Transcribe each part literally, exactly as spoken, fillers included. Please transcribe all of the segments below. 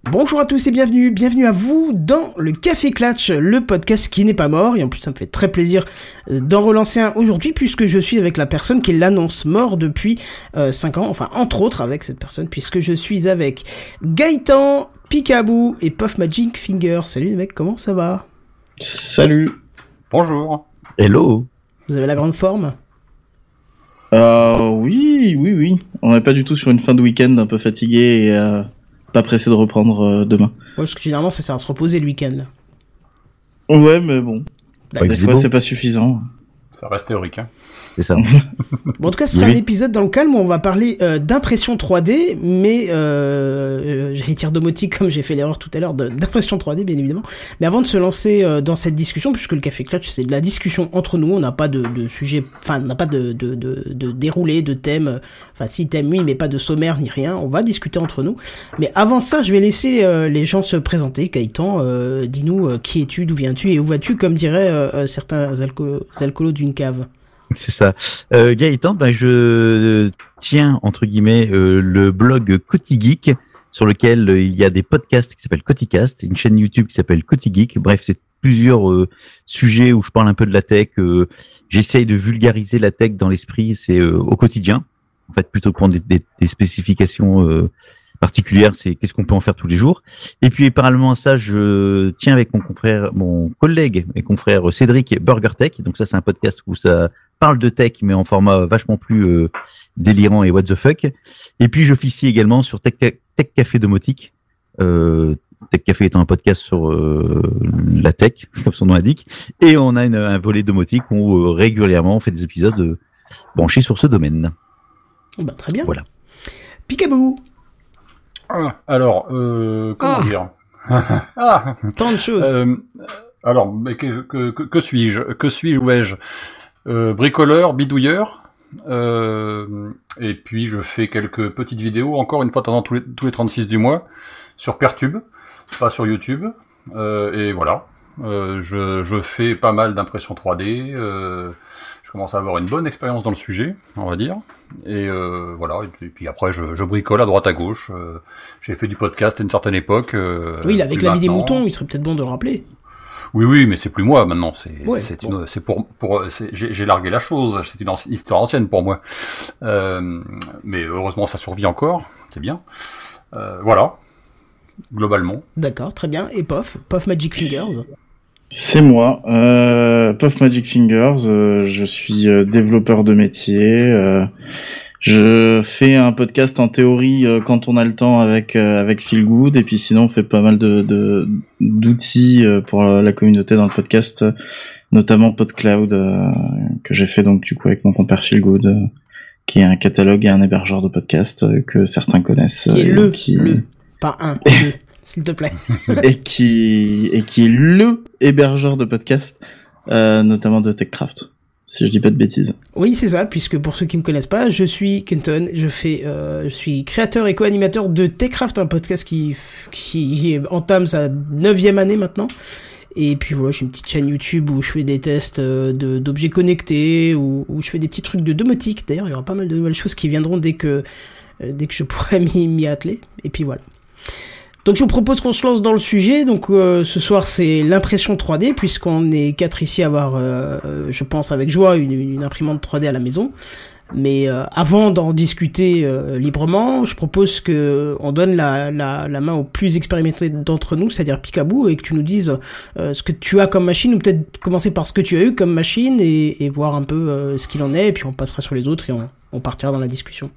Bonjour à tous et bienvenue, bienvenue à vous dans le Café Klatch, le podcast qui n'est pas mort, et en plus ça me fait très plaisir d'en relancer un aujourd'hui puisque je suis avec la personne qui l'annonce mort depuis euh, cinq ans, enfin entre autres avec cette personne puisque je suis avec Gaëtan, Picaboo et Puff Magic Finger. Salut les mecs, comment ça va? Salut. Bonjour. Hello. Vous avez la grande forme? Euh, oui, oui, oui. On n'est pas du tout sur une fin de week-end un peu fatigué et euh, pas pressé de reprendre euh, demain. Ouais, parce que généralement ça sert à se reposer le week-end. Ouais, mais bon. D'accord. Des fois, c'est pas suffisant. Ça reste théorique, hein. C'est ça. Bon, en tout cas, c'est Oui. un épisode dans le calme où on va parler euh, d'impression trois D, mais euh, euh, j'allais dire domotique comme j'ai fait l'erreur tout à l'heure de, d'impression trois D, bien évidemment. Mais avant de se lancer euh, dans cette discussion, puisque le Café Klatch, c'est de la discussion entre nous, on n'a pas de, de sujet, enfin, on n'a pas de, de, de, de déroulé, de thème, enfin, si thème oui, mais pas de sommaire ni rien, on va discuter entre nous. Mais avant ça, je vais laisser euh, les gens se présenter. Gaëtan, euh, dis-nous euh, qui es-tu, d'où viens-tu et où vas-tu, comme diraient euh, certains alco- alcoolos d'une cave. C'est ça. Euh, Gaëtan, ben je tiens entre guillemets euh, le blog Coty Geek sur lequel euh, il y a des podcasts qui s'appellent Cotycast, une chaîne YouTube qui s'appelle Coty Geek. Bref, c'est plusieurs euh, sujets où je parle un peu de la tech. Euh, j'essaye de vulgariser la tech dans l'esprit, c'est euh, au quotidien. En fait, plutôt que prendre des, des, des spécifications euh, particulière, c'est qu'est-ce qu'on peut en faire tous les jours. Et puis parallèlement à ça, je tiens avec mon confrère, mon collègue et confrère Cédric Burger Tech. Donc ça, c'est un podcast où ça parle de tech, mais en format vachement plus euh, délirant et what the fuck. Et puis j'officie également sur Tech, Tech Café Domotique. Euh, Tech Café étant un podcast sur euh, la tech, comme son nom l'indique. Et on a une, un volet domotique où euh, régulièrement on fait des épisodes euh, branchés sur ce domaine. Bah, très bien. Voilà. Picaboo. Ah, alors, euh, comment Ah. dire Ah, Tant de choses. euh, alors, mais que, que, que, que suis-je Que suis-je ou ai-je euh, Bricoleur, bidouilleur, euh, et puis je fais quelques petites vidéos, encore une fois, pendant tous les, tous les trente-six du mois, sur Pertube, pas sur YouTube, euh, et voilà. Euh, je, je fais pas mal d'impression trois D, euh, je commence à avoir une bonne expérience dans le sujet, on va dire, et euh, voilà, et puis, et puis après je, je bricole à droite à gauche, euh, j'ai fait du podcast à une certaine époque. Euh, Oui, avec plus la vie des maintenant. moutons, il serait peut-être bon de le rappeler. Oui, oui, mais c'est plus moi maintenant, c'est Ouais, c'est bon. une, c'est pour, pour c'est, j'ai, j'ai largué la chose, c'est une anci- histoire ancienne pour moi, euh, mais heureusement ça survit encore, c'est bien, euh, voilà, globalement. D'accord, très bien. Et Puff, Puff Magic Fingers. C'est moi, euh, Puff Magic Fingers. Euh, je suis euh, développeur de métier. Euh, je fais un podcast en théorie euh, quand on a le temps avec euh, avec Feel Good, et puis sinon on fait pas mal de, de d'outils euh, pour la communauté dans le podcast, euh, notamment PodCloud euh, que j'ai fait donc du coup avec mon compère Feel Good, euh, qui est un catalogue et un hébergeur de podcasts euh, que certains connaissent. Qui est euh, le, qui... le, pas un, le, s'il te plaît. et qui et qui est le hébergeur de podcasts, euh, notamment de TechCraft, si je dis pas de bêtises. Oui, c'est ça, puisque pour ceux qui me connaissent pas, je suis Kenton, je fais, euh, je suis créateur et co-animateur de TechCraft, un podcast qui, qui entame sa neuvième année maintenant. Et puis voilà, j'ai une petite chaîne YouTube où je fais des tests euh, de, d'objets connectés, où, où je fais des petits trucs de domotique. D'ailleurs, il y aura pas mal de nouvelles choses qui viendront dès que, euh, dès que je pourrai m'y, m'y atteler. Et puis voilà. Donc je vous propose qu'on se lance dans le sujet. Donc euh, ce soir c'est l'impression trois D, puisqu'on est quatre ici à avoir, euh, je pense avec joie, une, une imprimante trois D à la maison. Mais euh, avant d'en discuter euh, librement, je propose que on donne la, la, la main au plus expérimenté d'entre nous, c'est-à-dire Picaboo, et que tu nous dises euh, ce que tu as comme machine, ou peut-être commencer par ce que tu as eu comme machine, et, et voir un peu euh, ce qu'il en est, et puis on passera sur les autres et on, on partira dans la discussion.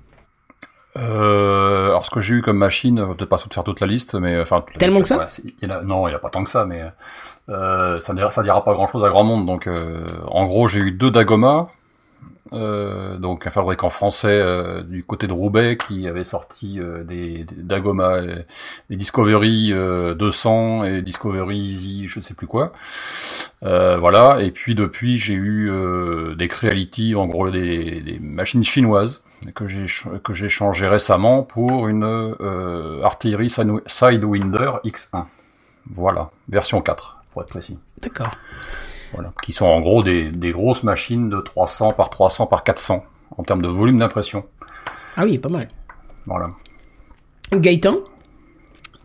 Euh, alors ce que j'ai eu comme machine, je vais peut-être pas tout faire toute la liste, mais enfin toute la Tellement liste, que ça ouais, c'est- il y en a, non, il y a pas tant que ça, mais euh, ça ne dira, ça dira pas grand-chose à grand monde. Donc euh, en gros, j'ai eu deux Dagoma, euh, donc un fabricant français euh, du côté de Roubaix qui avait sorti euh, des, des Dagoma, euh, des Discovery euh, deux cents et Discovery Easy, je ne sais plus quoi. Euh, voilà. Et puis depuis, j'ai eu euh, des Creality, en gros des, des machines chinoises que j'ai que j'ai changé récemment pour une euh, Artillery Sidewinder X un. Voilà, version quatre pour être précis. D'accord. Voilà, qui sont en gros des, des grosses machines de trois cents par trois cents par quatre cents en termes de volume d'impression. Ah oui, pas mal. Voilà. Gaëtan?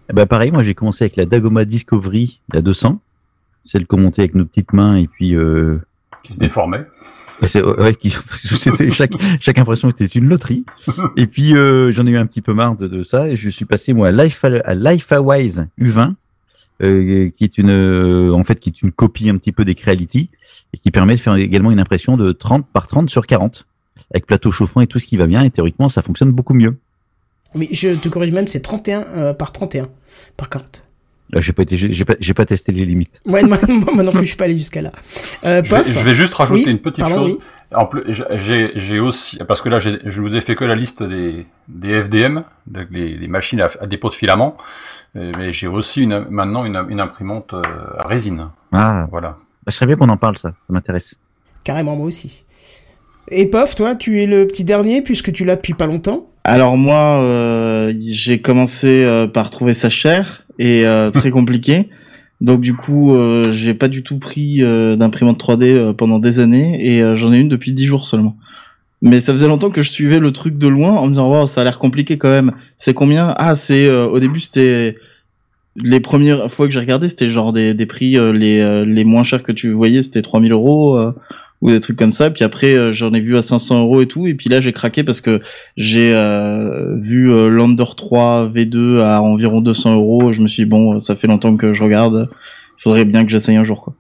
Bah pareil, moi j'ai commencé avec la Dagoma Discovery, la deux cents, celle qu'on montait avec nos petites mains et puis euh... qui se déformait. C'est, ouais, qui, c'était chaque chaque impression était une loterie. Et puis euh, j'en ai eu un petit peu marre de, de ça et je suis passé moi à Life à LifeAwise U vingt, euh, qui est une euh, en fait qui est une copie un petit peu des Creality et qui permet de faire également une impression de trente par trente sur quarante avec plateau chauffant et tout ce qui va bien. Et théoriquement, ça fonctionne beaucoup mieux. Oui, je te corrige même, c'est trente et un euh, par trente et un par quarante. Là, j'ai pas été, j'ai, j'ai pas, j'ai pas testé les limites. Ouais, moi, moi non plus, je suis pas allé jusqu'à là. Euh, je, vais, je vais juste rajouter oui, une petite pardon, chose. Oui. En plus, j'ai, j'ai aussi, parce que là, j'ai, je vous ai fait que la liste des, des F D M, les, les machines à, à dépôt de filament, mais j'ai aussi une, maintenant une, une imprimante à résine. Ah, voilà. Bah, je serais bien qu'on en parle, ça, ça m'intéresse. Carrément, moi aussi. Et Pof, toi, tu es le petit dernier puisque tu l'as depuis pas longtemps. Alors moi, euh, j'ai commencé euh, par trouver ça cher et euh, très compliqué. Donc du coup, euh, j'ai pas du tout pris euh, d'imprimante trois D euh, pendant des années et euh, j'en ai une depuis dix jours seulement. Mais ça faisait longtemps que je suivais le truc de loin en me disant wow, ça a l'air compliqué quand même. C'est combien ? Ah, c'est euh, au début c'était les premières fois que j'ai regardé, c'était genre des des prix euh, les euh, les moins chers que tu voyais, c'était trois mille euros. Euh, ou des trucs comme ça, puis après euh, j'en ai vu à cinq cents euros et tout, et puis là j'ai craqué parce que j'ai euh, vu euh, Lander trois V deux à environ deux cents euros, je me suis dit bon, ça fait longtemps que je regarde, il faudrait bien que j'essaye un jour, quoi.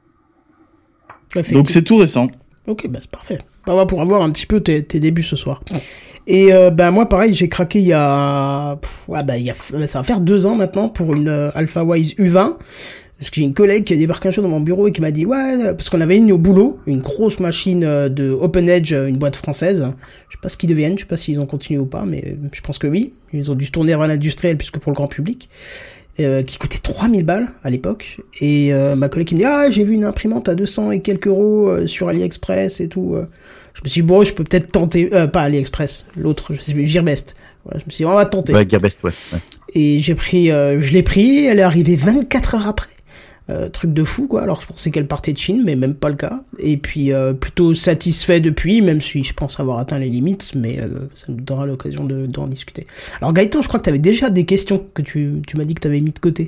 Donc c'est tout récent. Ok, bah c'est parfait. Bah, on va pour avoir un petit peu tes, tes débuts ce soir. Et euh, bah moi pareil, j'ai craqué il y a, Pff, ouais, bah il y a, ça va faire deux ans maintenant pour une euh, AlphaWise U vingt. Parce que j'ai une collègue qui a débarqué un jour dans mon bureau et qui m'a dit ouais, parce qu'on avait une au boulot, une grosse machine de OpenEdge, une boîte française. Je sais pas ce qu'ils deviennent, je sais pas s'ils ont continué ou pas, mais je pense que oui. Ils ont dû se tourner vers l'industriel puisque pour le grand public, euh, qui coûtait trois mille balles à l'époque. Et euh, ma collègue qui me dit ah, j'ai vu une imprimante à deux cents et quelques euros euh, sur AliExpress et tout. Je me suis dit bon, je peux peut-être tenter, euh, pas AliExpress, l'autre, je sais plus, Gearbest. Voilà, je me suis dit on va tenter. Ouais, Gearbest, ouais. ouais. Et j'ai pris, euh, je l'ai pris, elle est arrivée vingt-quatre heures après. Euh, truc de fou, quoi. Alors je pensais qu'elle partait de Chine, mais même pas le cas. Et puis euh, plutôt satisfait depuis, même si je pense avoir atteint les limites, mais euh, ça nous donnera l'occasion de, d'en discuter. Alors Gaëtan, je crois que tu avais déjà des questions que tu, tu m'as dit que tu avais mis de côté.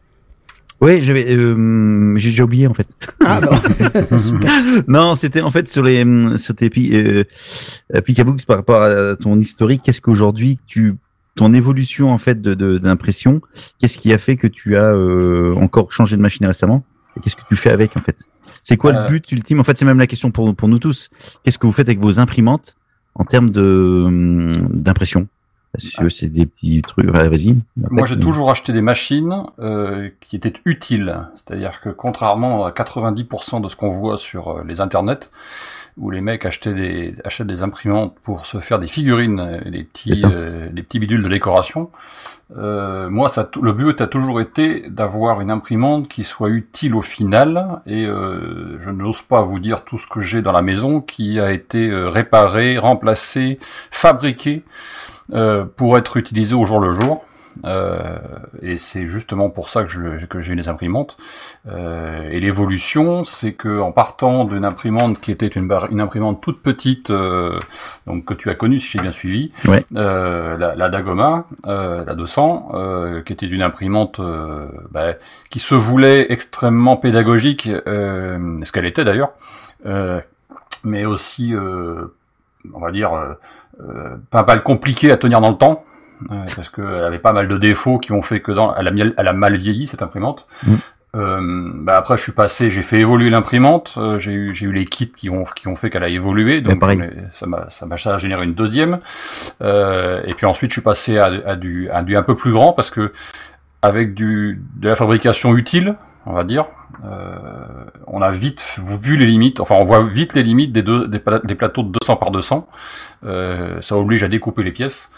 Oui, j'avais, euh, j'ai déjà oublié en fait. Ah bah, super. Non, c'était en fait sur les, sur tes euh, Picabooks par rapport à ton historique. Qu'est-ce qu'aujourd'hui tu ton évolution en fait de, de d'impression, qu'est-ce qui a fait que tu as euh, encore changé de machine récemment et qu'est-ce que tu fais avec en fait? C'est quoi euh... le but ultime? En fait, c'est même la question pour pour nous tous. Qu'est-ce que vous faites avec vos imprimantes en termes de d'impression? Parce que c'est des petits trucs. Vas-y. Moi, j'ai toujours acheté des machines euh, qui étaient utiles, c'est-à-dire que contrairement à quatre-vingt-dix pour cent de ce qu'on voit sur les internets, où les mecs achetaient des, achètent des imprimantes pour se faire des figurines, des petits, euh, des petits bidules de décoration. Euh, moi, ça, le but a toujours été d'avoir une imprimante qui soit utile au final, et euh, je n'ose pas vous dire tout ce que j'ai dans la maison qui a été euh, réparé, remplacé, fabriqué euh, pour être utilisé au jour le jour. Euh, et c'est justement pour ça que, je, que j'ai les imprimantes. Euh, et l'évolution, c'est que en partant d'une imprimante qui était une, une imprimante toute petite, euh, donc que tu as connue si j'ai bien suivi, ouais. euh, la, la Dagoma, euh, la deux cents, euh, qui était une imprimante euh, bah, qui se voulait extrêmement pédagogique, euh, ce qu'elle était d'ailleurs, euh, mais aussi, euh, on va dire, euh, pas mal compliquée à tenir dans le temps. Euh, parce qu'elle avait pas mal de défauts qui ont fait que dans, elle a, elle a mal vieilli cette imprimante. Mmh. Euh, bah après je suis passé, j'ai fait évoluer l'imprimante, euh, j'ai eu j'ai eu les kits qui ont qui ont fait qu'elle a évolué, donc ça m'a ça m'a ça a généré une deuxième. Euh, et puis ensuite je suis passé à, à du à du un peu plus grand parce que avec du de la fabrication utile, on va dire, euh, on a vite vu les limites, enfin on voit vite les limites des deux des, des plateaux de deux cents par deux cents. Euh, ça oblige à découper les pièces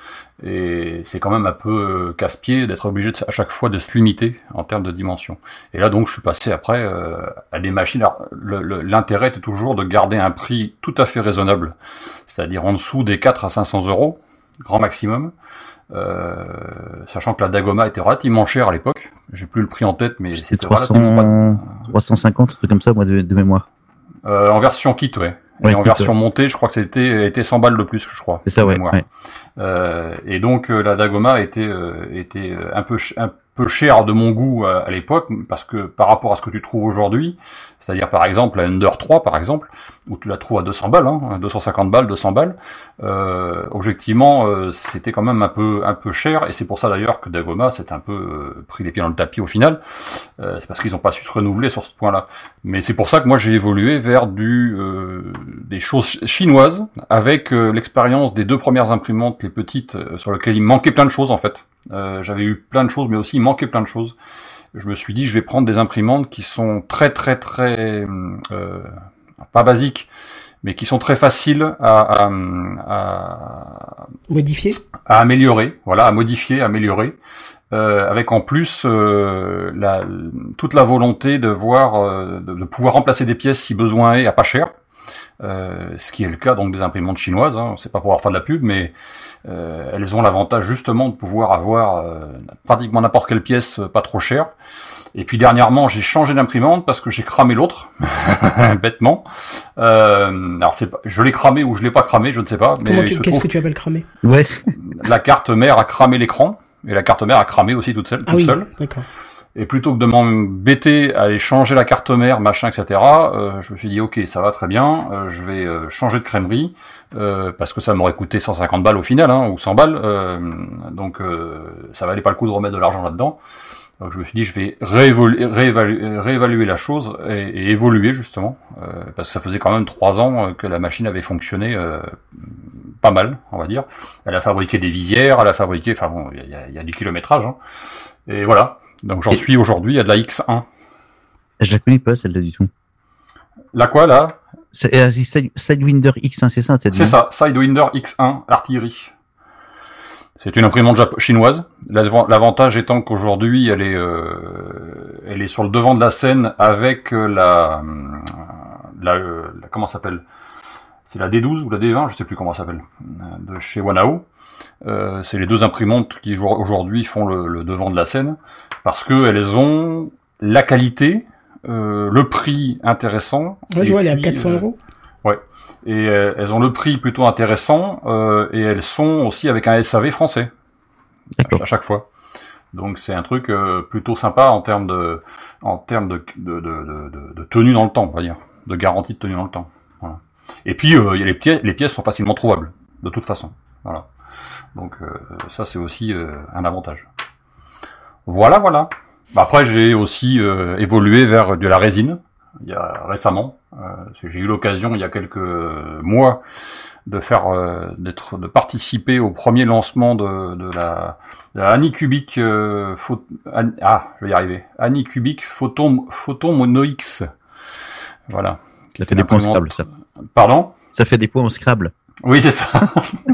et c'est quand même un peu casse-pied d'être obligé de, à chaque fois de se limiter en termes de dimension. Et là donc je suis passé après euh, à des machines. Alors, le, le, l'intérêt était toujours de garder un prix tout à fait raisonnable, c'est-à-dire en dessous des quatre à cinq cents euros, grand maximum. Euh, sachant que la Dagoma était relativement chère à l'époque, j'ai plus le prix en tête, mais c'était trois cents, relativement pas... trois cent cinquante, un truc comme ça, moi de, de mémoire. Euh, en version kit, ouais. ouais et en kit, version ouais. montée, je crois que c'était était cent balles de plus, je crois. C'est ça, ouais. ouais. Euh, et donc euh, la Dagoma était euh, était un peu un peu cher de mon goût à, à l'époque, parce que par rapport à ce que tu trouves aujourd'hui, c'est-à-dire par exemple la Ender trois par exemple, où tu la trouves à deux cents balles, hein, deux cent cinquante balles, deux cents balles, euh, objectivement euh, c'était quand même un peu un peu cher, et c'est pour ça d'ailleurs que Dagoma s'est un peu euh, pris les pieds dans le tapis au final, euh, c'est parce qu'ils n'ont pas su se renouveler sur ce point-là. Mais c'est pour ça que moi j'ai évolué vers du euh, des choses chinoises, avec euh, l'expérience des deux premières imprimantes, les petites, euh, sur lesquelles il manquait plein de choses en fait. Euh, j'avais eu plein de choses, mais aussi il manquait plein de choses. Je me suis dit, je vais prendre des imprimantes qui sont très très très euh, pas basiques, mais qui sont très faciles à, à, à modifier, à améliorer, voilà, à modifier, à améliorer, euh, avec en plus euh, la, toute la volonté de voir, euh, de, de pouvoir remplacer des pièces si besoin est à pas cher. Euh, ce qui est le cas donc des imprimantes chinoises, hein. C'est pas pour avoir fait de la pub, mais euh, elles ont l'avantage justement de pouvoir avoir euh, pratiquement n'importe quelle pièce euh, pas trop chère. Et puis dernièrement, j'ai changé d'imprimante parce que j'ai cramé l'autre, bêtement. Euh, alors c'est pas, je l'ai cramé ou je l'ai pas cramé, je ne sais pas. Comment tu, qu'est-ce que tu appelles cramer? Ouais. La carte mère a cramé l'écran et la carte mère a cramé aussi toute seule. Ah toute oui, seule. D'accord. Et plutôt que de m'embêter à aller changer la carte mère, machin, et cetera, euh, je me suis dit, ok, ça va très bien, euh, je vais euh, changer de crèmerie, euh, parce que ça m'aurait coûté cent cinquante balles au final, hein, ou cent balles, euh, donc euh, ça valait pas le coup de remettre de l'argent là-dedans. Donc je me suis dit, je vais réévaluer, réévaluer, réévaluer la chose et, et évoluer justement, euh, parce que ça faisait quand même trois ans que la machine avait fonctionné euh, pas mal, on va dire. Elle a fabriqué des visières, elle a fabriqué, enfin bon, il y a, y a du kilométrage, hein, et voilà. Donc j'en et... suis aujourd'hui à de la X un. Je la connais pas celle-là du tout. La quoi là? C'est euh, Sidewinder X un, c'est ça? C'est ça, Sidewinder X un, artillerie. C'est une imprimante jap- chinoise. L'avantage étant qu'aujourd'hui elle est, euh, elle est sur le devant de la scène avec la, la, euh, la comment ça s'appelle? C'est la D douze ou la D vingt, je sais plus comment ça s'appelle, de chez Wanao. Euh, c'est les deux imprimantes qui aujourd'hui font le, le devant de la scène, parce que elles ont la qualité, euh, le prix intéressant. Ouais, je vois, elle est à quatre cents euros. Ouais. Et euh, elles ont le prix plutôt intéressant, euh, et elles sont aussi avec un S A V français à, à chaque fois. Donc c'est un truc euh, plutôt sympa en termes de, en termes de, de, de, de, de tenue dans le temps, on va dire, de garantie de tenue dans le temps. Voilà. Et puis euh, y a les pièces, les pièces sont facilement trouvables, de toute façon. Voilà. Donc euh, ça c'est aussi euh, un avantage. Voilà, voilà. Bah, après j'ai aussi euh, évolué vers de la résine. Il y a récemment, euh, j'ai eu l'occasion il y a quelques mois de faire, euh, d'être, de participer au premier lancement de, de la, de la Anycubic, euh, pho- An- ah, je vais y arriver, Anycubic Photon, Photon Mono X. Voilà. Ça fait des points Scrabble, ça. Pardon? Ça fait des points au Scrabble. Oui, c'est ça.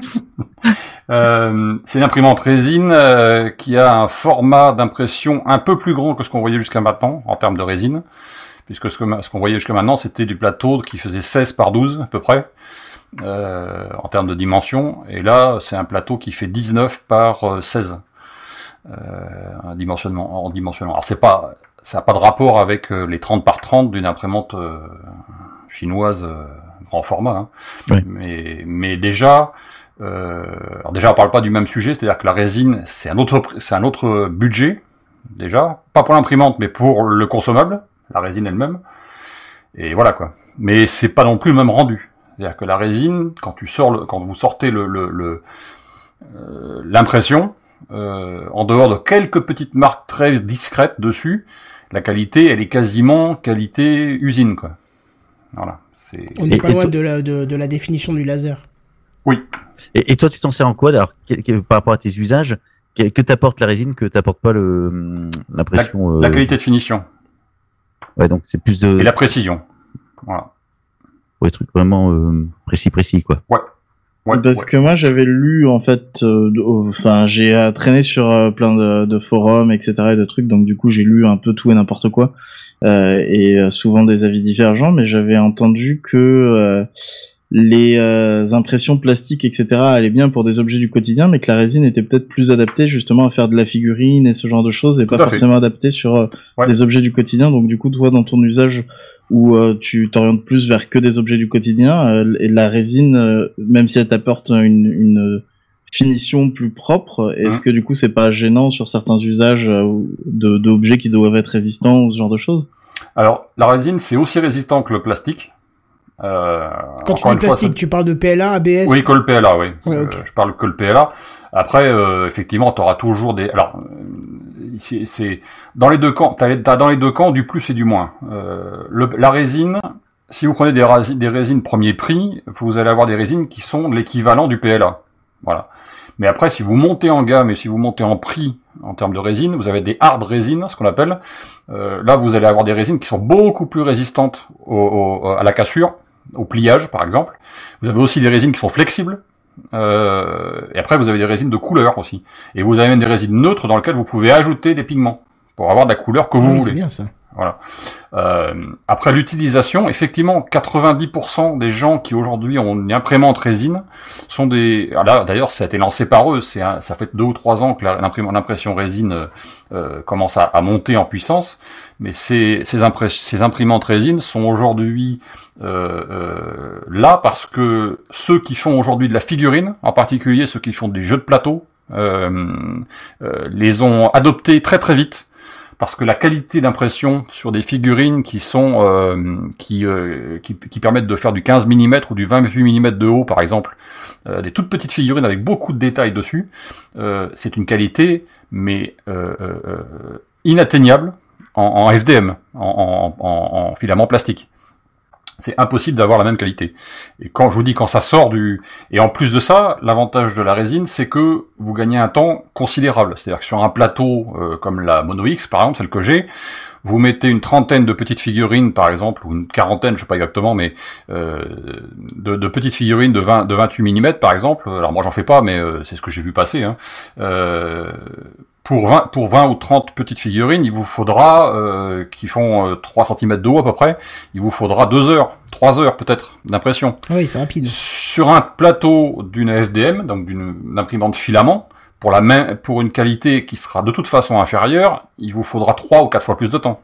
euh, c'est une imprimante résine euh, qui a un format d'impression un peu plus grand que ce qu'on voyait jusqu'à maintenant en termes de résine, puisque ce, que, ce qu'on voyait jusqu'à maintenant c'était du plateau qui faisait seize par douze à peu près euh, en termes de dimension, et là c'est un plateau qui fait dix-neuf par seize euh, en dimensionnement. En dimensionnement. Alors c'est pas, ça n'a pas de rapport avec les trente par trente d'une imprimante euh, chinoise euh, grand format, hein. Oui. mais mais déjà euh, alors déjà on parle pas du même sujet, c'est-à-dire que la résine c'est un autre c'est un autre budget déjà, pas pour l'imprimante mais pour le consommable, la résine elle-même, et voilà quoi. Mais c'est pas non plus le même rendu, c'est-à-dire que la résine, quand tu sors le, quand vous sortez le, le, le euh, l'impression euh, en dehors de quelques petites marques très discrètes dessus, la qualité elle est quasiment qualité usine quoi. Voilà. C'est... On n'est pas loin de la, de, de la définition du laser. Oui. Et, et toi, tu t'en sers en quoi, alors, que, que, par rapport à tes usages, que, que t'apporte la résine, que t'apporte pas le, l'impression... La, euh... la qualité de finition. Ouais, donc c'est plus de... Et la précision. Voilà. Ouais, truc vraiment euh, précis, précis, quoi. Ouais. Ouais, Parce ouais. que moi j'avais lu en fait, enfin euh, j'ai euh, traîné sur euh, plein de, de forums et cetera et de trucs, donc du coup j'ai lu un peu tout et n'importe quoi euh, et euh, souvent des avis divergents, mais j'avais entendu que euh, les euh, impressions plastiques et cetera allaient bien pour des objets du quotidien, mais que la résine était peut-être plus adaptée justement à faire de la figurine et ce genre de choses, et tout pas forcément fait. adaptée sur euh, ouais. des objets du quotidien. Donc du coup toi dans ton usage où euh, tu t'orientes plus vers que des objets du quotidien, euh, et la résine, euh, même si elle t'apporte une, une finition plus propre. Est-ce Mmh. que du coup c'est pas gênant sur certains usages euh, de d'objets qui doivent être résistants ou ce genre de choses? Alors, la résine, c'est aussi résistant que le plastique. Euh, Quand tu encore dis une fois, plastique, ça- tu parles de P L A, A B S? Oui, que le P L A, oui. Ouais, ok. Euh, je parle que le P L A. Après, euh, effectivement, tu auras toujours des. Alors, euh, c'est, c'est dans les deux camps. T'as, les- t'as dans les deux camps du plus et du moins. Euh, le, la résine, si vous prenez des, résines, des résines premier prix, vous allez avoir des résines qui sont l'équivalent du P L A. Voilà. Mais après, si vous montez en gamme et si vous montez en prix en termes de résine, vous avez des hard résines, ce qu'on appelle. Euh, là, vous allez avoir des résines qui sont beaucoup plus résistantes au, au, à la cassure, au pliage, par exemple. Vous avez aussi des résines qui sont flexibles. Euh, et après, vous avez des résines de couleur aussi. Et vous avez même des résines neutres dans lesquelles vous pouvez ajouter des pigments pour avoir de la couleur que Ah vous oui, voulez. c'est bien ça. Voilà. Euh, après l'utilisation, effectivement, quatre-vingt-dix pour cent des gens qui aujourd'hui ont une imprimante résine sont des. Ah là, d'ailleurs, ça a été lancé par eux. C'est un... ça fait deux ou trois ans que la- l'imprim- l'impression résine euh, commence à, à monter en puissance. Mais ces, ces, impré... ces imprimantes résine sont aujourd'hui euh, euh, là parce que ceux qui font aujourd'hui de la figurine, en particulier ceux qui font des jeux de plateau, euh, euh, les ont adoptés très très vite. Parce que la qualité d'impression sur des figurines qui sont euh, qui, euh, qui qui permettent de faire du quinze millimètres ou du vingt-huit millimètres de haut, par exemple, euh, des toutes petites figurines avec beaucoup de détails dessus, euh, c'est une qualité mais euh, euh, inatteignable en, en F D M, en, en, en, en filament plastique. C'est impossible d'avoir la même qualité. Et quand je vous dis quand ça sort du... Et en plus de ça, l'avantage de la résine, c'est que vous gagnez un temps considérable. C'est-à-dire que sur un plateau euh, comme la Mono X, par exemple, celle que j'ai, vous mettez une trentaine de petites figurines, par exemple, ou une quarantaine, je sais pas exactement, mais euh, de, de petites figurines de, vingt, de vingt-huit millimètres, par exemple. Alors moi, j'en fais pas, mais euh, c'est ce que j'ai vu passer. Hein. Euh, Pour vingt, pour vingt ou trente petites figurines, il vous faudra, euh, qui font euh, trois centimètres de haut à peu près, il vous faudra deux heures, trois heures peut-être d'impression. Ah oui, c'est rapide. Sur un plateau d'une F D M, donc d'une imprimante filament, pour la main, pour une qualité qui sera de toute façon inférieure, il vous faudra trois ou quatre fois plus de temps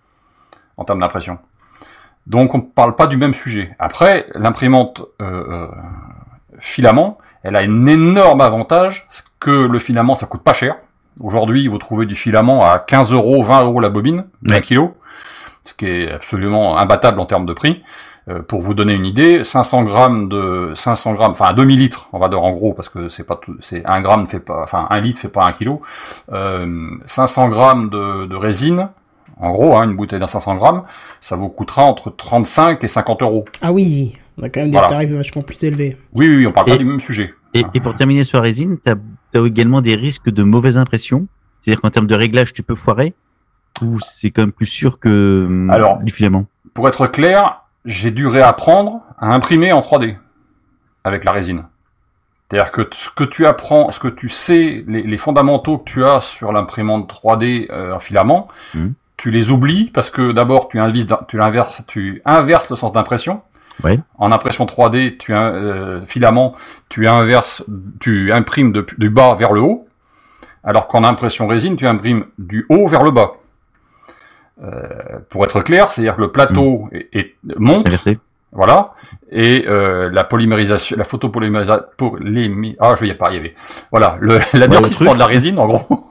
en termes d'impression. Donc on ne parle pas du même sujet. Après, l'imprimante euh, euh, filament, elle a un énorme avantage, que le filament ça coûte pas cher. Aujourd'hui, vous trouvez du filament à quinze euros, vingt euros la bobine, de Ouais. un kilo, ce qui est absolument imbattable en termes de prix. Euh, pour vous donner une idée, cinq cents grammes de, cinq cents grammes, enfin un demi-litre, on va dire en gros, parce que c'est pas tout, c'est un gramme fait pas, enfin un litre fait pas un kilo, euh, cinq cents grammes de, de résine, en gros, hein, une bouteille d'un cinq cents grammes, ça vous coûtera entre trente-cinq et cinquante euros. Ah oui, on a quand même des Voilà. tarifs vachement plus élevés. Oui, oui, oui, on parle Et- pas du même sujet. Et, et pour terminer sur la résine, tu as également des risques de mauvaise impression. C'est-à-dire qu'en termes de réglage, tu peux foirer ou c'est quand même plus sûr que hum, Alors, du filament. Pour être clair, j'ai dû réapprendre à imprimer en trois D avec la résine. C'est-à-dire que ce que tu apprends, ce que tu sais, les, les fondamentaux que tu as sur l'imprimante trois D euh, en filament, Mhm. tu les oublies parce que d'abord tu invises, tu inverses, tu inverses le sens d'impression. Ouais. En impression trois D, tu euh, filament, tu inverses, tu imprimes de- du bas vers le haut, alors qu'en impression résine, tu imprimes du haut vers le bas. Euh, pour être clair, c'est-à-dire que le plateau est, est- monte, Inversé. voilà, et euh, la polymérisation, la photopolymérisation, pour les mi- ah je vais y pas y arriver. Voilà, le l'adoucissement truc. de la résine, en gros,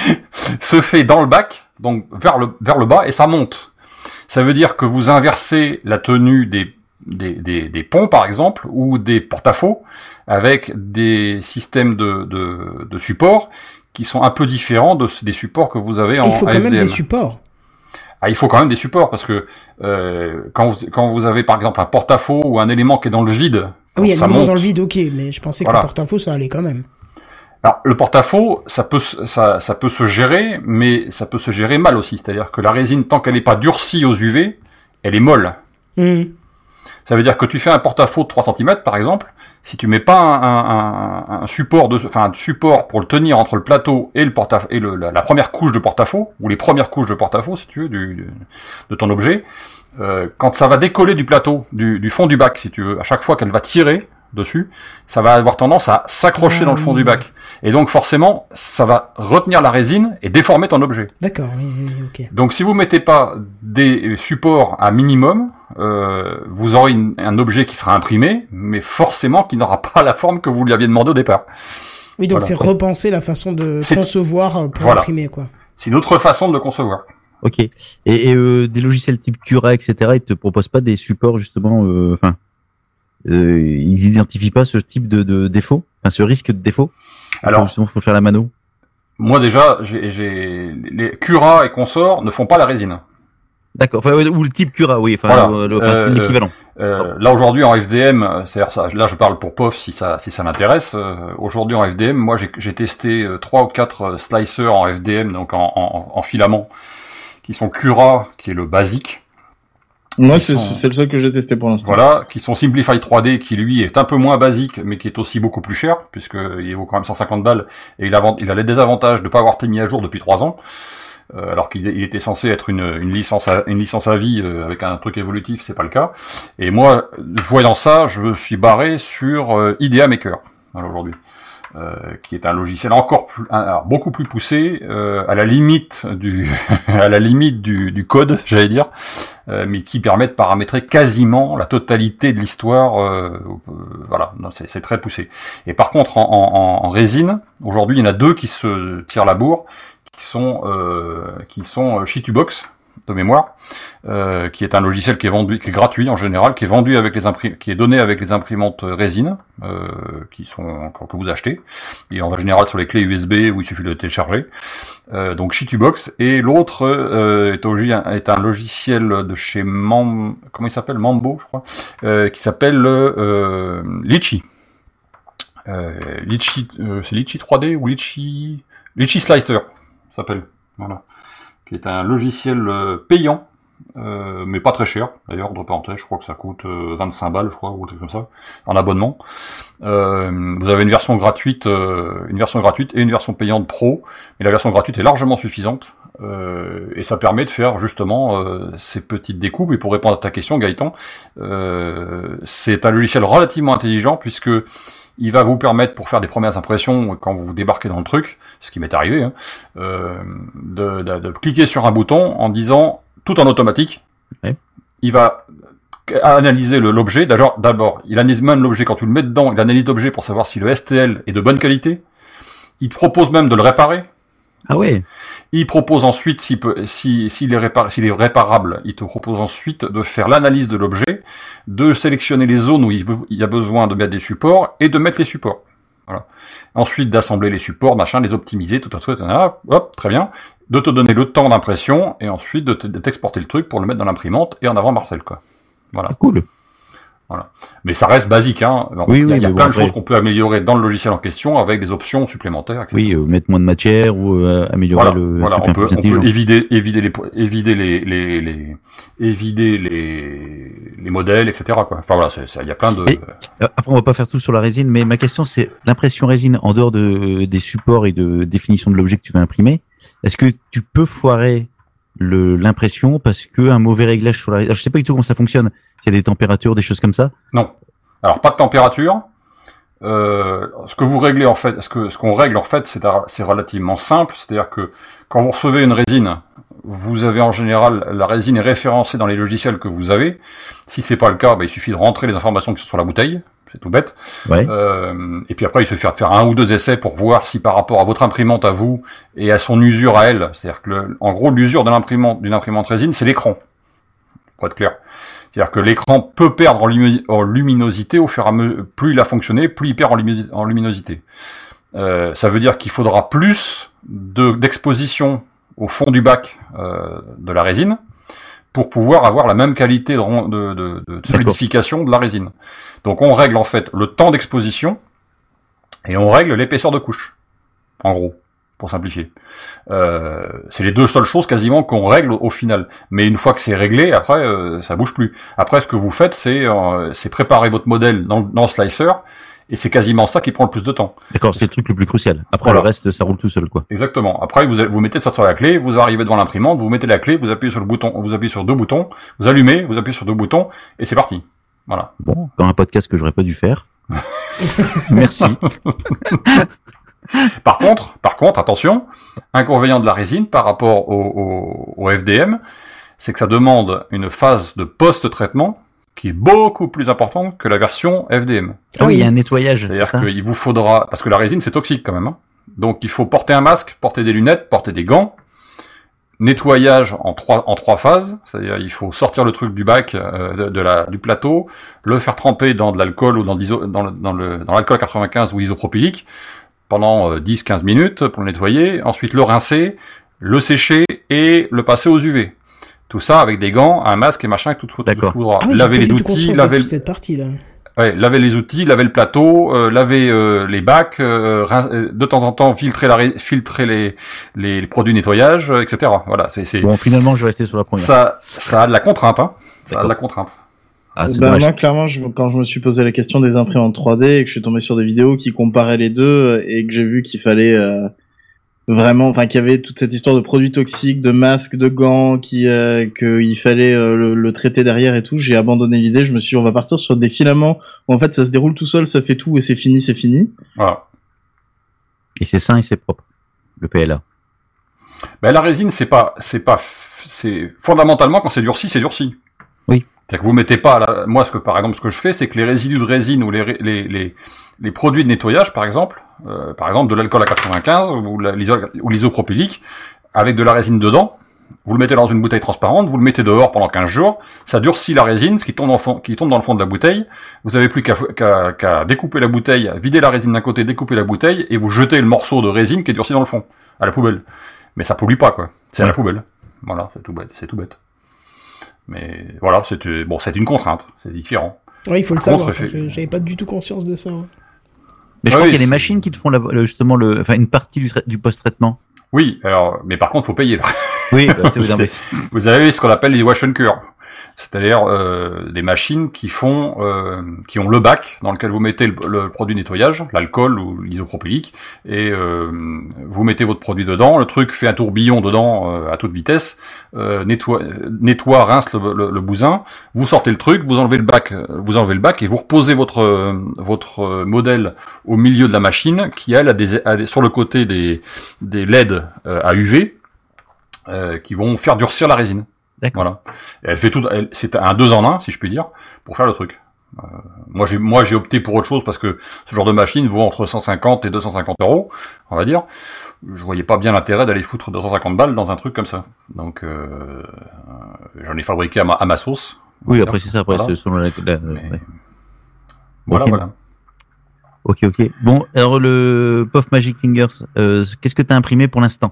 se fait dans le bac, donc vers le vers le bas, et ça monte. Ça veut dire que vous inversez la tenue des des, des, des ponts, par exemple, ou des porte-à-faux, avec des systèmes de, de, de support qui sont un peu différents de, des supports que vous avez en Il faut quand F D M. même des supports. Ah, il faut quand même des supports, parce que euh, quand, vous, quand vous avez, par exemple, un porte-à-faux ou un élément qui est dans le vide, Ah oui, ça un élément monte. dans le vide, ok, mais je pensais que Voilà. le porte-info, ça allait quand même. Alors, le porte-à-faux, ça peut, se- ça, ça peut se gérer, mais ça peut se gérer mal aussi. C'est-à-dire que la résine, tant qu'elle n'est pas durcie aux U V, elle est molle. Hum. Ça veut dire que tu fais un porte-à-faux de trois centimètres, par exemple, si tu mets pas un, un, un, un support de, enfin, un support pour le tenir entre le plateau et le porte et le, la, la première couche de porte-à-faux, ou les premières couches de porte-à-faux, si tu veux, du, du- de ton objet, euh, quand ça va décoller du plateau, du, du fond du bac, si tu veux, à chaque fois qu'elle va tirer dessus, ça va avoir tendance à s'accrocher Ah dans le fond oui. du bac. Et donc, forcément, ça va retenir la résine et déformer ton objet. D'accord, oui, oui, oui, ok. Donc si vous mettez pas des supports à minimum, euh, vous aurez une- un objet qui sera imprimé, mais forcément qui n'aura pas la forme que vous lui aviez demandé au départ. Oui, donc Voilà. c'est repenser la façon de C'est- concevoir pour Voilà. imprimer, quoi. C'est une autre façon de le concevoir. Ok. Et, et euh, des logiciels type Cura, et cetera, ils te proposent pas des supports justement, euh, enfin, euh, ils identifient pas ce type de, de défaut, enfin ce risque de défaut. Alors, justement, faut faire la mano. moi déjà, j'ai, j'ai les Cura et consorts ne font pas la résine. D'accord. Enfin, ou le type Cura, oui. Enfin, Voilà. euh, le- enfin, c'est Euh, l'équivalent. Euh, là aujourd'hui en F D M, c'est-à-dire ça, là je parle pour P O F si ça si ça m'intéresse. Euh, aujourd'hui en F D M, moi j'ai, j'ai testé euh, trois ou quatre euh, slicers en F D M, donc en, en, en filament, qui sont Cura, qui est le basique. Moi, Ils c'est sont- c'est le seul que j'ai testé pour l'instant. Voilà, qui sont Simplify trois D, qui lui est un peu moins basique, mais qui est aussi beaucoup plus cher, puisque il vaut quand même cent cinquante balles, et il a, il a les désavantages de ne pas avoir été mis à jour depuis trois ans. Euh, alors qu'il il était censé être une, une licence à, une licence à vie euh, avec un truc évolutif, c'est pas le cas. Et moi, voyant ça, je me suis barré sur euh, Idea Maker voilà, aujourd'hui, euh, qui est un logiciel encore plus, un, alors, beaucoup plus poussé, euh, à la limite du, à la limite du, du code, j'allais dire, euh, mais qui permet de paramétrer quasiment la totalité de l'histoire. Euh, euh, voilà, non, c'est, c'est très poussé. Et par contre, en, en, en résine, aujourd'hui, il y en a deux qui se tirent la bourre. qui sont euh, qui sont Shitubox de mémoire, euh, qui est un logiciel qui est vendu, qui est gratuit en général, qui est vendu avec les imprim- qui est donné avec les imprimantes résine, euh, qui sont que vous achetez, et en général sur les clés U S B où il suffit de le télécharger. Euh, donc Shitubox, et l'autre euh, est, aussi un, est un logiciel de chez Mam, comment il s'appelle, Mambo, je crois, euh, qui s'appelle euh, Litchi. Euh, Litchi, euh, c'est Litchi trois D ou Litchi, Litchi Slicer. s'appelle, voilà, qui est un logiciel euh, payant, euh, mais pas très cher, d'ailleurs, entre parenthèses, je crois que ça coûte euh, vingt-cinq balles, je crois, ou un truc comme ça, en abonnement. Euh, vous avez une version gratuite, euh, une version gratuite et une version payante pro, mais la version gratuite est largement suffisante, euh, et ça permet de faire justement euh, ces petites découpes. Et pour répondre à ta question, Gaëtan, euh, c'est un logiciel relativement intelligent, puisque il va vous permettre, pour faire des premières impressions, quand vous débarquez dans le truc, ce qui m'est arrivé, hein, euh, de, de, de cliquer sur un bouton en disant, tout en automatique, ouais. Il va analyser le, l'objet. D'abord, d'abord, il analyse même l'objet quand tu le mets dedans, il analyse l'objet pour savoir si le S T L est de bonne qualité. Il te propose même de le réparer. Ah ouais. Il propose ensuite, s'il peut, si, s'il est répar, s'il est réparable, il te propose ensuite de faire l'analyse de l'objet, de sélectionner les zones où il, veut, il y a besoin de mettre des supports et de mettre les supports. Voilà. Ensuite, d'assembler les supports, machin, les optimiser, tout à tout, hop, très bien. De te donner le temps d'impression et ensuite de, te, de t'exporter le truc pour le mettre dans l'imprimante et en avant Marcel, quoi. Voilà. Ah, cool. Voilà. Mais ça reste basique, hein. Alors, oui, il y a, oui, il y a plein plein bon, de choses qu'on peut améliorer dans le logiciel en question avec des options supplémentaires, et cetera. Oui, euh, mettre moins de matière ou euh, améliorer voilà, le. Voilà, on peut, on intelligent. peut évider, évider les, évider les, les, les, évider les, les modèles, et cetera, quoi. Enfin voilà, c'est, c'est, il y a plein de. Et, après, on va pas faire tout sur la résine, mais ma question c'est l'impression résine en dehors de des supports et de définition de l'objet que tu vas imprimer. Est-ce que tu peux foirer le l'impression parce que un mauvais réglage sur la résine, je sais pas du tout comment ça fonctionne. S'il y a des températures, des choses comme ça. Non. Alors pas de température. Euh, ce que vous réglez en fait, ce que ce qu'on règle en fait, c'est, c'est relativement simple. C'est-à-dire que quand vous recevez une résine, vous avez en général la résine est référencée dans les logiciels que vous avez. Si c'est pas le cas, bah, il suffit de rentrer les informations qui sont sur la bouteille. C'est tout bête. Ouais. Euh, et puis après, il suffit de faire un ou deux essais pour voir si par rapport à votre imprimante à vous et à son usure à elle, c'est-à-dire que le, en gros l'usure de l'imprimante d'une imprimante résine, c'est l'écran. Pour être clair. C'est-à-dire que l'écran peut perdre en, lumi- en luminosité au fur et à mesure, plus il a fonctionné, plus il perd en, lumi- en luminosité. Euh, ça veut dire qu'il faudra plus de, d'exposition au fond du bac euh, de la résine pour pouvoir avoir la même qualité de, de, de, de solidification de la résine. Donc on règle en fait le temps d'exposition et on règle l'épaisseur de couche, en gros, pour simplifier. Euh, c'est les deux seules choses quasiment qu'on règle au final. Mais une fois que c'est réglé, après, euh, ça bouge plus. Après, ce que vous faites, c'est, euh, c'est préparer votre modèle dans, dans le slicer, et c'est quasiment ça qui prend le plus de temps. D'accord, c'est le truc le plus crucial. Après, voilà. Le reste, ça roule tout seul, quoi. Exactement. Après, vous, vous mettez ça sur la clé, vous arrivez devant l'imprimante, vous mettez la clé, vous appuyez sur le bouton, vous appuyez sur deux boutons, vous allumez, vous appuyez sur deux boutons, et c'est parti. Voilà. Bon, dans un podcast que j'aurais pas dû faire. Merci. Par contre, par contre, attention, inconvénient de la résine par rapport au, au, au F D M, c'est que ça demande une phase de post-traitement qui est beaucoup plus importante que la version F D M. Ah oui, il y a un nettoyage. C'est-à-dire qu'il vous faudra, parce que la résine c'est toxique quand même, hein. Donc il faut porter un masque, porter des lunettes, porter des gants. Nettoyage en trois en trois phases, c'est-à-dire il faut sortir le truc du bac euh, de, de la du plateau, le faire tremper dans de l'alcool ou dans l'iso, dans le dans le dans l'alcool quatre-vingt-quinze ou isopropylique pendant euh, dix à quinze minutes pour le nettoyer, ensuite le rincer, le sécher et le passer aux U V. Tout ça avec des gants, un masque et machin, tout tout, tout ce ah oui, laver les outils, laver le... cette partie là. Ouais, laver les outils, laver le plateau, euh, laver euh, les bacs, euh, de temps en temps filtrer, la, filtrer les, les, les produits de nettoyage, euh, et cetera. Voilà, c'est, c'est. Bon, finalement, je vais rester sur la première. Ça, ça a de la contrainte, hein. Ça D'accord. a de la contrainte. Ah, c'est bah, moi, clairement, je, quand je me suis posé la question des imprimantes trois D et que je suis tombé sur des vidéos qui comparaient les deux et que j'ai vu qu'il fallait euh, vraiment, enfin, qu'il y avait toute cette histoire de produits toxiques, de masques, de gants, qui, euh, qu'il fallait euh, le, le traiter derrière et tout, j'ai abandonné l'idée. Je me suis dit, on va partir sur des filaments où en fait ça se déroule tout seul, ça fait tout et c'est fini, c'est fini. Voilà. Et c'est sain et c'est propre, le P L A. Ben la résine, c'est pas, c'est pas, c'est fondamentalement quand c'est durci, c'est durci. Oui. C'est-à-dire que vous mettez pas, la... moi, ce que par exemple, ce que je fais, c'est que les résidus de résine ou les les les, les produits de nettoyage, par exemple, euh, par exemple de l'alcool à quatre-vingt-quinze ou, la, l'iso... ou l'isopropylique, avec de la résine dedans, vous le mettez dans une bouteille transparente, vous le mettez dehors pendant quinze jours, ça durcit la résine, ce qui tombe, dans le fond, qui tombe dans le fond de la bouteille. Vous avez plus qu'à, qu'à, qu'à découper la bouteille, vider la résine d'un côté, découper la bouteille, et vous jetez le morceau de résine qui est durci dans le fond, à la poubelle. Mais ça pollue pas, quoi. C'est ouais. à la poubelle. Voilà, c'est tout bête, c'est tout bête. Mais voilà, c'est bon, c'est une contrainte, c'est différent. Oui, il faut le savoir. Contre, fait... J'avais pas du tout conscience de ça. Hein. Mais je ah crois oui, qu'il y a des machines qui te font la, le, justement le, enfin une partie du, du post-traitement. Oui, alors, mais par contre, faut payer là. Oui, bah, c'est vous, vous avez ce qu'on appelle les wash and cure, c'est-à-dire euh, des machines qui font, euh, qui ont le bac dans lequel vous mettez le, le produit de nettoyage, l'alcool ou l'isopropylique, et euh, vous mettez votre produit dedans. Le truc fait un tourbillon dedans euh, à toute vitesse, euh, nettoie, nettoie, rince le, le, le bousin. Vous sortez le truc, vous enlevez le bac, vous enlevez le bac et vous reposez votre euh, votre modèle au milieu de la machine, qui elle a des, a des sur le côté des des L E D euh, à U V. Euh, qui vont faire durcir la résine. D'accord. Voilà. Et elle fait tout. Elle, c'est un deux en un, si je puis dire, pour faire le truc. Euh, moi, j'ai moi j'ai opté pour autre chose parce que ce genre de machine vaut entre cent cinquante et deux cent cinquante euros, on va dire. Je voyais pas bien l'intérêt d'aller foutre deux cent cinquante balles dans un truc comme ça. Donc, euh, j'en ai fabriqué à ma, à ma sauce. Oui, après c'est ça. Après, voilà. C'est selon la. la Mais... ouais. Voilà, okay. voilà. Ok, ok. Bon, alors le Puff Magic Fingers, euh, qu'est-ce que t'as imprimé pour l'instant?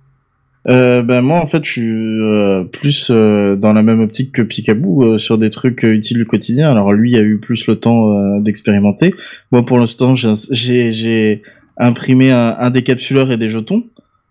Euh, ben moi en fait je suis euh, plus euh, dans la même optique que Picaboo euh, sur des trucs euh, utiles du quotidien. Alors lui a eu plus le temps euh, d'expérimenter. Moi pour l'instant j'ai j'ai, j'ai imprimé un, un décapsuleur et des jetons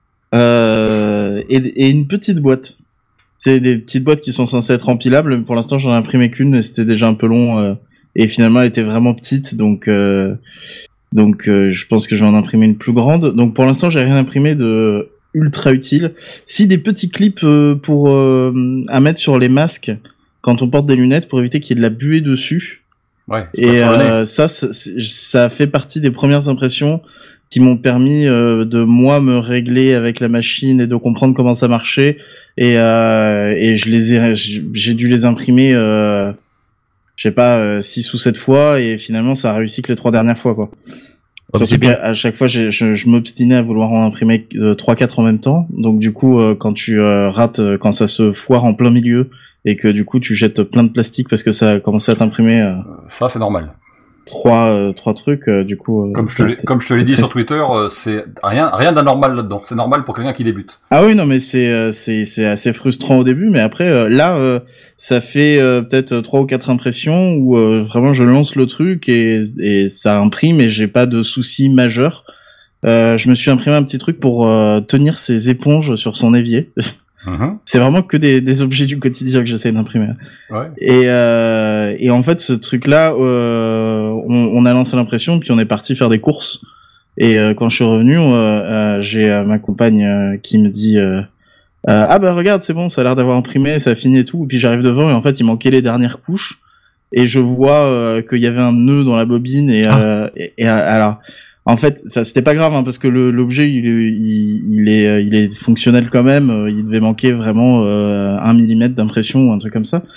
euh, et, et une petite boîte. C'est des petites boîtes qui sont censées être empilables, mais pour l'instant j'en ai imprimé qu'une et c'était déjà un peu long euh, et finalement elle était vraiment petite donc euh, donc euh, je pense que je vais en imprimer une plus grande. Donc pour l'instant j'ai rien imprimé de ultra utile. Si des petits clips euh, pour euh, à mettre sur les masques quand on porte des lunettes pour éviter qu'il y ait de la buée dessus. Ouais. Et euh, ça, ça, ça fait partie des premières impressions qui m'ont permis euh, de moi me régler avec la machine et de comprendre comment ça marchait. Et euh, et je les ai, j'ai dû les imprimer, euh, je sais pas, six ou sept fois et finalement ça a réussi que les trois dernières fois quoi. Surtout qu'à chaque fois, je, je, je m'obstinais à vouloir en imprimer euh, trois quatre en même temps. Donc du coup, euh, quand tu euh, rates, euh, quand ça se foire en plein milieu et que du coup tu jettes plein de plastique parce que ça a commencé à t'imprimer. Euh, ça, c'est normal. Trois euh, trois trucs, euh, du coup. Euh, comme je te l'ai, comme je te l'ai dit sur Twitter, euh, c'est rien rien d'anormal là-dedans. C'est normal pour quelqu'un qui débute. Ah oui, non, mais c'est euh, c'est c'est assez frustrant au début, mais après euh, là. Euh, ça fait euh, peut-être trois ou quatre impressions où euh, vraiment je lance le truc et, et ça imprime et j'ai pas de soucis majeurs. Euh, je me suis imprimé un petit truc pour euh, tenir ses éponges sur son évier. Mm-hmm. C'est vraiment que des, des objets du quotidien que j'essaie d'imprimer. Ouais. Et, euh, et en fait, ce truc-là, euh, on, on a lancé l'impression puis on est parti faire des courses. Et euh, quand je suis revenu, euh, euh, j'ai euh, ma compagne euh, qui me dit... Euh, Euh, ah bah regarde, c'est bon, ça a l'air d'avoir imprimé, ça a fini et tout. Et puis j'arrive devant et en fait il manquait les dernières couches et je vois euh, qu'il y avait un nœud dans la bobine et, ah. euh, et, et alors en fait, enfin c'était pas grave hein, parce que le, l'objet il, il, il est il est fonctionnel quand même. Il devait manquer vraiment euh, un millimètre d'impression ou un truc comme ça.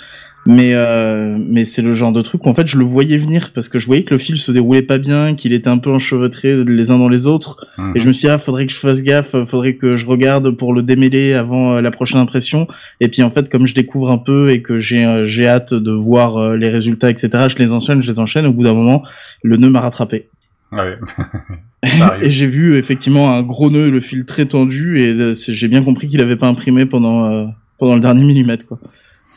Mais euh, mais c'est le genre de truc où en fait je le voyais venir parce que je voyais que le fil se déroulait pas bien, qu'il était un peu enchevêtré les uns dans les autres, mmh. et je me suis dit ah faudrait que je fasse gaffe, faudrait que je regarde pour le démêler avant euh, la prochaine impression. Et puis en fait comme je découvre un peu et que j'ai euh, j'ai hâte de voir euh, les résultats et cetera, je les enchaîne, je les enchaîne. Au bout d'un moment le nœud m'a rattrapé. Ouais. Et j'ai vu effectivement un gros nœud, le fil très tendu, et euh, j'ai bien compris qu'il avait pas imprimé pendant euh, pendant le dernier millimètre quoi.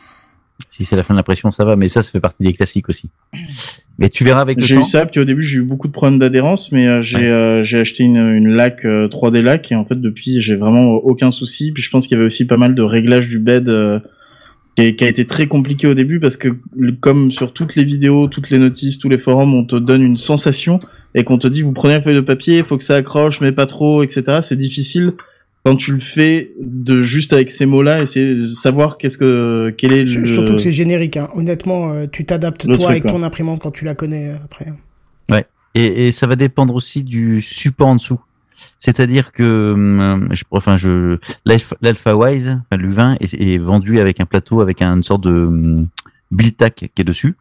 Si c'est la fin de l'impression, ça va, mais ça, ça fait partie des classiques aussi. Mais tu verras avec le j'ai temps. J'ai eu ça, puis au début, j'ai eu beaucoup de problèmes d'adhérence, mais euh, j'ai ouais. euh, j'ai acheté une, une laque euh, trois D laque, et en fait, depuis, j'ai vraiment aucun souci. Puis je pense qu'il y avait aussi pas mal de réglages du bed euh, qui, a, qui a été très compliqué au début, parce que comme sur toutes les vidéos, toutes les notices, tous les forums, on te donne une sensation, et qu'on te dit, vous prenez une feuille de papier, il faut que ça accroche, mais pas trop, et cetera. C'est difficile quand tu le fais de juste avec ces mots-là, essayer de savoir qu'est-ce que quel est le surtout que c'est générique hein. Honnêtement euh, tu t'adaptes le toi truc, avec ton ouais. imprimante quand tu la connais euh, après. Ouais. Et et ça va dépendre aussi du support en dessous. C'est-à-dire que euh, je enfin je l'Alpha Wise, enfin l'U vingt est, est vendu avec un plateau avec une sorte de um, Biltac qui est dessus.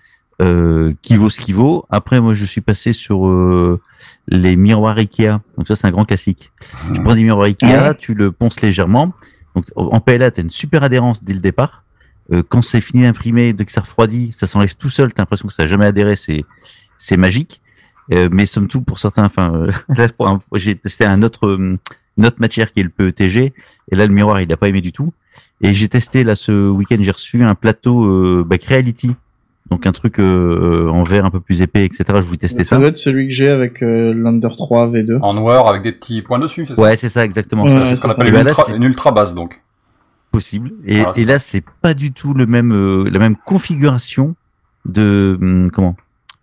Euh, qui vaut ce qui vaut. Après, moi, je suis passé sur euh, les miroirs Ikea. Donc ça, c'est un grand classique. Mmh. Tu prends des miroirs Ikea, ah. tu le ponces légèrement. Donc en P L A, t'as une super adhérence dès le départ. Euh, quand c'est fini d'imprimer, dès que ça refroidit, ça s'enlève tout seul. T'as l'impression que ça a jamais adhéré. C'est c'est magique. Euh, mais somme toute, pour certains, enfin, euh, là, pour un, j'ai testé un autre une autre matière qui est le P E T G. Et là, le miroir, il a pas aimé du tout. Et j'ai testé là ce week-end, j'ai reçu un plateau euh, bah, Creality. Donc un truc euh, en verre un peu plus épais, et cetera. Je voulais tester ça. Ça doit être celui que j'ai avec euh, l'Under trois V deux. En noir avec des petits points dessus, c'est ça? Ouais, c'est ça, exactement. Ouais, c'est ce qu'on appelle une, ultra, une ultra basse, donc. Possible. Et, ah, et là, c'est pas du tout le même, euh, la même configuration de hum, comment,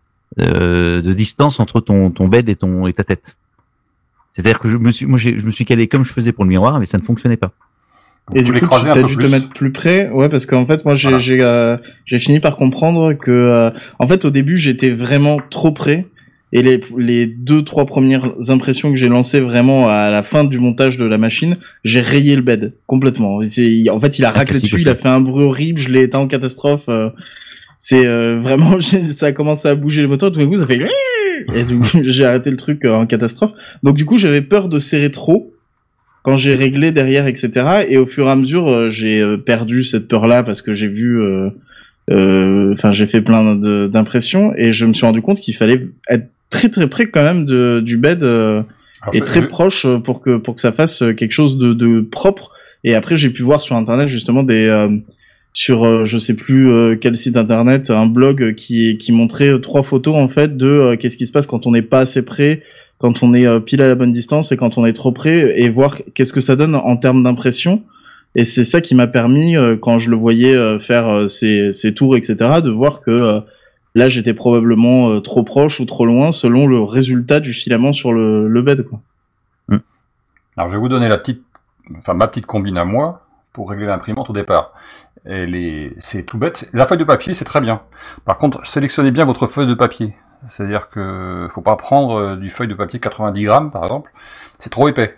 euh, de distance entre ton ton bed et ton et ta tête. C'est-à-dire que je me suis, moi, j'ai, je me suis calé comme je faisais pour le miroir, mais ça ne fonctionnait pas. Et du coup, tu as dû te mettre plus près, ouais, parce qu'en fait, moi, j'ai, voilà. j'ai, euh, j'ai fini par comprendre que, euh, en fait, au début, j'étais vraiment trop près, et les, les deux, trois premières impressions que j'ai lancées vraiment à la fin du montage de la machine, j'ai rayé le bed complètement. C'est, en fait, il a raclé dessus, il a fait un bruit horrible, je l'ai éteint en catastrophe. Euh, c'est euh, vraiment, ça a commencé à bouger le moteur, tout d'un coup, ça fait, et du coup, j'ai arrêté le truc en catastrophe. Donc, du coup, j'avais peur de serrer trop. Quand j'ai réglé derrière, et cetera. Et au fur et à mesure, euh, j'ai euh, perdu cette peur-là parce que j'ai vu, enfin, euh, euh, j'ai fait plein de, d'impressions et je me suis rendu compte qu'il fallait être très très près quand même de, du bed euh, et très je... proche pour que pour que ça fasse quelque chose de, de propre. Et après, j'ai pu voir sur internet justement des euh, sur euh, je sais plus euh, quel site internet, un blog qui qui montrait trois photos en fait de euh, qu'est-ce qui se passe quand on n'est pas assez près, quand on est euh, pile à la bonne distance et quand on est trop près, et voir qu'est-ce que ça donne en termes d'impression. Et c'est ça qui m'a permis, euh, quand je le voyais euh, faire euh, ses, ses tours, et cetera, de voir que euh, là, j'étais probablement euh, trop proche ou trop loin selon le résultat du filament sur le, le bed, quoi. Mmh. Alors, je vais vous donner la petite, enfin ma petite combine à moi pour régler l'imprimante au départ. Et les, c'est tout bête. La feuille de papier, c'est très bien. Par contre, sélectionnez bien votre feuille de papier. C'est-à-dire que faut pas prendre du feuille de papier quatre-vingt-dix grammes, par exemple. C'est trop épais,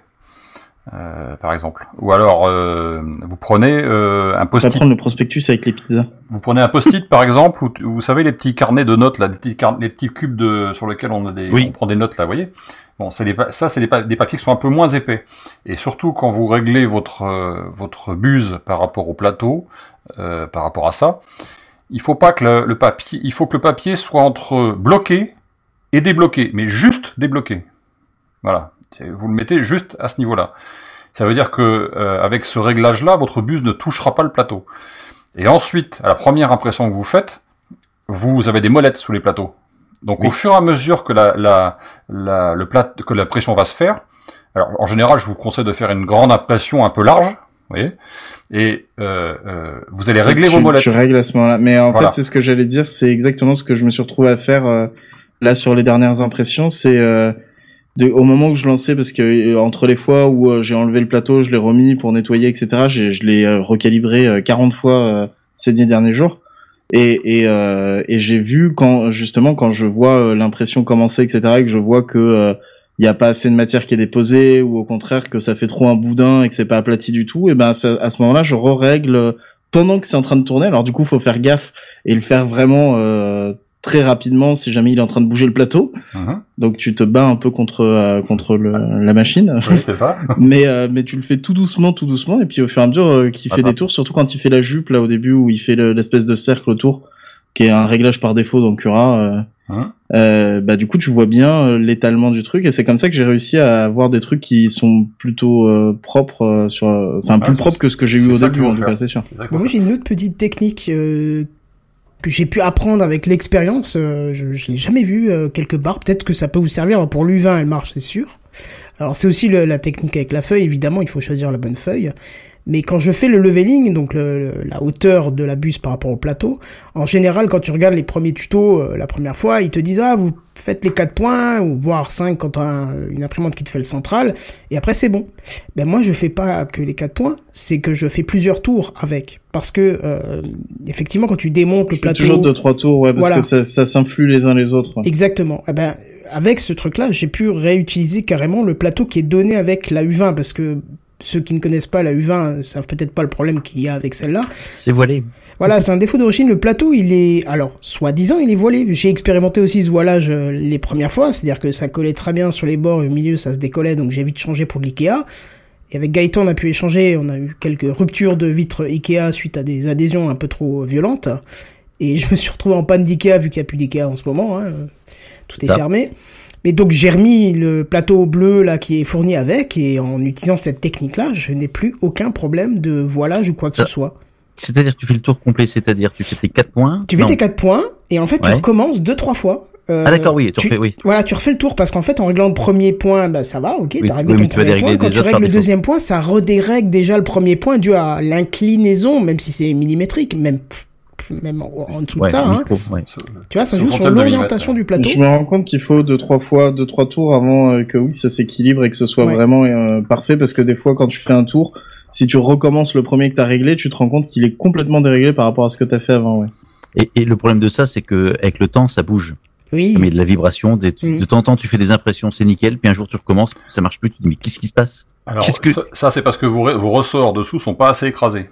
euh, par exemple. Ou alors, euh, vous prenez euh, un post-it. On va prendre le prospectus avec les pizzas. Vous prenez un post-it, par exemple, où vous savez les petits carnets de notes là, les petits, car... les petits cubes de sur lesquels on a des, oui. on prend des notes là, vous voyez. Bon, c'est des, ça, c'est des, pa... des papiers qui sont un peu moins épais. Et surtout quand vous réglez votre euh, votre buse par rapport au plateau, euh, par rapport à ça. Il faut pas que le, le papier, il faut que le papier soit entre bloqué et débloqué, mais juste débloqué. Voilà, vous le mettez juste à ce niveau-là. Ça veut dire que euh, avec ce réglage-là, votre buse ne touchera pas le plateau. Et ensuite, à la première impression que vous faites, vous avez des molettes sous les plateaux. Donc, oui. Au fur et à mesure que la, la, la le plat, que l'impression va se faire, alors en général, je vous conseille de faire une grande impression un peu large. Vous voyez, et euh, euh, vous allez régler tu, vos molettes. Tu règles à ce moment-là. Mais en voilà. fait, c'est ce que j'allais dire. C'est exactement ce que je me suis retrouvé à faire euh, là sur les dernières impressions. C'est euh, de, au moment où je lançais, parce que euh, entre les fois où euh, j'ai enlevé le plateau, je l'ai remis pour nettoyer, et cetera. J'ai, je l'ai euh, recalibré euh, quarante fois euh, ces dix derniers jours. Et, et, euh, et j'ai vu quand justement quand je vois euh, l'impression commencer, et cetera. Et que je vois que euh, il y a pas assez de matière qui est déposée, ou au contraire que ça fait trop un boudin et que c'est pas aplati du tout, et ben ça, à ce moment-là je re-règle pendant que c'est en train de tourner. Alors du coup, faut faire gaffe et le faire vraiment euh, très rapidement si jamais il est en train de bouger le plateau. Uh-huh. Donc tu te bats un peu contre euh, contre le, la machine. Oui, c'est ça. mais euh, mais tu le fais tout doucement, tout doucement, et puis au fur et à mesure euh, qu'il ah, fait bah. des tours, surtout quand il fait la jupe là au début où il fait le, l'espèce de cercle autour, qui est un réglage par défaut dans Cura. Euh, uh-huh. euh, bah du coup tu vois bien euh, l'étalement du truc, et c'est comme ça que j'ai réussi à avoir des trucs qui sont plutôt euh, propres euh, sur, enfin euh, plus propres que ce que j'ai eu au début en tout cas, c'est sûr. Bah, moi j'ai une autre petite technique. Euh... que j'ai pu apprendre avec l'expérience, euh, je, je l'ai jamais vu euh, quelque part. Peut-être que ça peut vous servir. Alors pour l'U vingt, elle marche, c'est sûr. Alors c'est aussi le, la technique avec la feuille, évidemment, il faut choisir la bonne feuille. Mais quand je fais le leveling, donc le, le, la hauteur de la buse par rapport au plateau, en général, quand tu regardes les premiers tutos euh, la première fois, ils te disent ah vous faites les quatre points ou voire cinq quand t'as un, une imprimante qui te fait le central, et après c'est bon. Ben moi je fais pas que les quatre points, c'est que je fais plusieurs tours avec, parce que euh, effectivement quand tu démontes le plateau, toujours deux trois tours, ouais, parce voilà. que ça, ça s'influe les uns les autres. Ouais. Exactement. Eh ben avec ce truc-là, j'ai pu réutiliser carrément le plateau qui est donné avec la U vingt, parce que ceux qui ne connaissent pas la U vingt savent peut-être pas le problème qu'il y a avec celle-là. C'est voilé. Voilà, c'est un défaut d'origine. Le plateau, il est, alors, soi-disant, il est voilé. J'ai expérimenté aussi ce voilage euh, les premières fois, c'est-à-dire que ça collait très bien sur les bords et au milieu, ça se décollait, donc j'ai vite changé pour de l'Ikea. Et avec Gaëtan, on a pu échanger, on a eu quelques ruptures de vitres Ikea suite à des adhésions un peu trop violentes. Et je me suis retrouvé en panne d'Ikea, vu qu'il n'y a plus d'Ikea en ce moment, hein. Tout est ça. Fermé. Mais donc j'ai remis le plateau bleu là qui est fourni avec, et en utilisant cette technique-là, je n'ai plus aucun problème de voilage ou quoi que ça, ce soit. C'est-à-dire que tu fais le tour complet, c'est-à-dire tu fais tes quatre points. Tu fais non. tes quatre points et en fait ouais. tu recommences deux trois fois. Euh, ah d'accord, oui, tu, tu refais, oui. Voilà, tu refais le tour parce qu'en fait en réglant le premier point, bah ça va, ok, oui, t'as réglé oui, ton premier point. Quand tu règles le deuxième point, ça redérègle déjà le premier point dû à l'inclinaison, même si c'est millimétrique, même. même en, en dessous ouais, de ça, micro, hein. Ouais. Tu vois, ça joue sur l'orientation du plateau. Je me rends compte qu'il faut deux, trois fois, deux, trois tours avant euh, que oui, ça s'équilibre et que ce soit ouais. vraiment euh, parfait, parce que des fois, quand tu fais un tour, si tu recommences le premier que t'as réglé, tu te rends compte qu'il est complètement déréglé par rapport à ce que t'as fait avant, ouais. Et, et le problème de ça, c'est que avec le temps, ça bouge. Oui. Ça met de la vibration, des, mmh. de temps en temps, tu fais des impressions, c'est nickel, puis un jour tu recommences, ça marche plus, tu te dis mais qu'est-ce qui se passe? Alors, qu'est-ce que... ça, ça c'est parce que vos, vos ressorts dessous sont pas assez écrasés.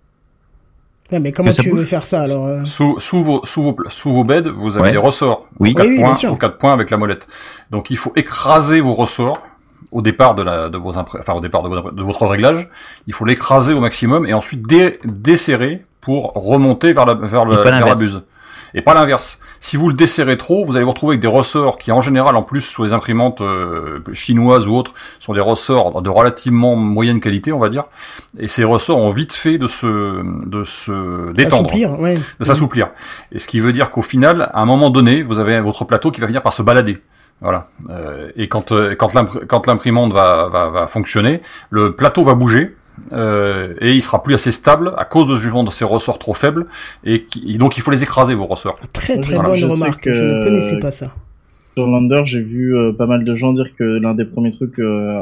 Ouais, mais comment tu bouge. veux faire ça alors euh... sous, sous, vos, sous, vos, sous vos beds, vous avez ouais. des ressorts. Oui, quatre oui, points, bien sûr. aux quatre points avec la molette. Donc il faut écraser vos ressorts au départ de la de vos impré... enfin au départ de, vos, de votre réglage. Il faut l'écraser au maximum et ensuite dé... desserrer pour remonter vers la vers, le, vers la buse. Et pas l'inverse. Si vous le desserrez trop, vous allez vous retrouver avec des ressorts qui, en général, en plus, sur les imprimantes euh, chinoises ou autres, sont des ressorts de relativement moyenne qualité, on va dire. Et ces ressorts ont vite fait de se, de se détendre. S'assouplir, ouais. De s'assouplir. Et ce qui veut dire qu'au final, à un moment donné, vous avez votre plateau qui va finir par se balader. Voilà. Euh, et quand, euh, quand, l'impr- quand l'imprimante va, va, va fonctionner, le plateau va bouger. Euh, et il sera plus assez stable à cause de, justement, de ces ressorts trop faibles, et, qui, et donc il faut les écraser, vos ressorts. Très très voilà. bonne je remarque, que, je ne connaissais pas ça. Sur Lander, j'ai vu euh, pas mal de gens dire que l'un des premiers trucs euh,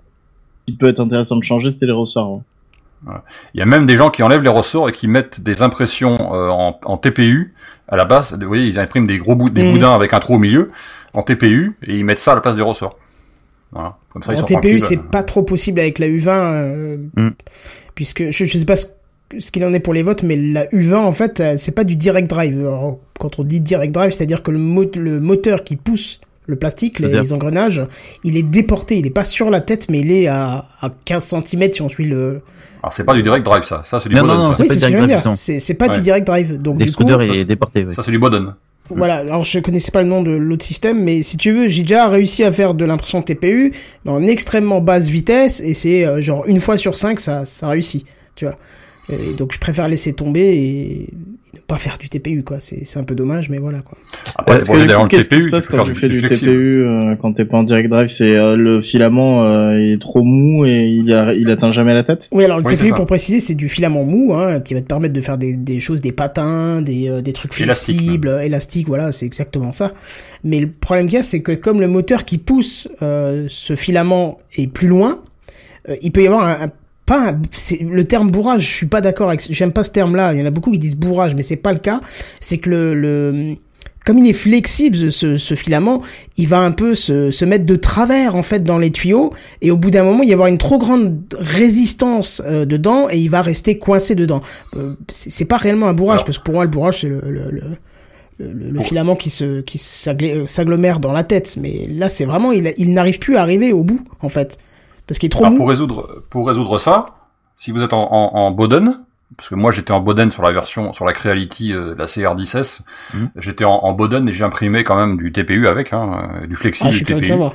qui peut être intéressant de changer, c'est les ressorts. Ouais. Voilà. Il y a même des gens qui enlèvent les ressorts et qui mettent des impressions euh, en, en T P U à la base. Vous voyez, ils impriment des gros bouts, des mmh. boudins avec un trou au milieu en T P U, et ils mettent ça à la place des ressorts. Voilà. Comme ça, ils en sont T P U, c'est pas trop possible avec la U vingt, euh, mm. puisque je, je sais pas ce, ce qu'il en est pour les votes, mais la U vingt, en fait, c'est pas du direct drive. Alors, quand on dit direct drive, c'est-à-dire que le, mo- le moteur qui pousse le plastique, les, les engrenages, il est déporté, il est pas sur la tête, mais il est à, à quinze centimètres si on suit le... Alors c'est pas du direct drive, ça. Ça, c'est du non, Boden, non, non, ça. Oui, c'est ce que je viens de dire. C'est, c'est pas ouais. du direct drive. Donc, l'extrudeur du coup, est déporté, oui. Ça, c'est du Boden. Voilà, alors je connaissais pas le nom de l'autre système, mais si tu veux, j'ai déjà réussi à faire de l'impression T P U en extrêmement basse vitesse, et c'est euh, genre une fois sur cinq, ça, ça réussit, tu vois. Et donc je préfère laisser tomber et ne pas faire du T P U, quoi. C'est, c'est un peu dommage, mais voilà, quoi. Après, parce que du coup, qu'est-ce qui se passe quand tu fais du T P U euh, quand t'es pas en direct drive? C'est euh, le filament euh, est trop mou et il, a, il atteint jamais la tête? Oui, alors le oui, T P U, pour préciser, c'est du filament mou, hein, qui va te permettre de faire des, des choses, des patins, des, euh, des trucs flexibles, élastiques, élastiques, voilà, c'est exactement ça. Mais le problème qu'il y a, c'est que comme le moteur qui pousse euh, ce filament est plus loin, euh, il peut y avoir un, un pas un, c'est le terme bourrage, je suis pas d'accord avec, j'aime pas ce terme-là. Il y en a beaucoup qui disent bourrage, mais c'est pas le cas. C'est que le, le comme il est flexible, ce, ce filament, il va un peu se, se mettre de travers, en fait, dans les tuyaux, et au bout d'un moment, il va y avoir une trop grande résistance euh, dedans, et il va rester coincé dedans. Euh, c'est, c'est pas réellement un bourrage, alors, parce que pour moi, le bourrage, c'est le, le, le, le, le filament qui se, qui s'agglomère dans la tête. Mais là, c'est vraiment, il, il n'arrive plus à arriver au bout, en fait. Parce qu'il est trop alors, mou. Pour résoudre, pour résoudre ça, si vous êtes en, en, en Bowden, parce que moi j'étais en Bowden sur la version, sur la Creality euh, de la C R dix S, mmh. j'étais en, en Bowden et j'ai imprimé quand même du T P U avec, hein, du flexible, ah, du T P U.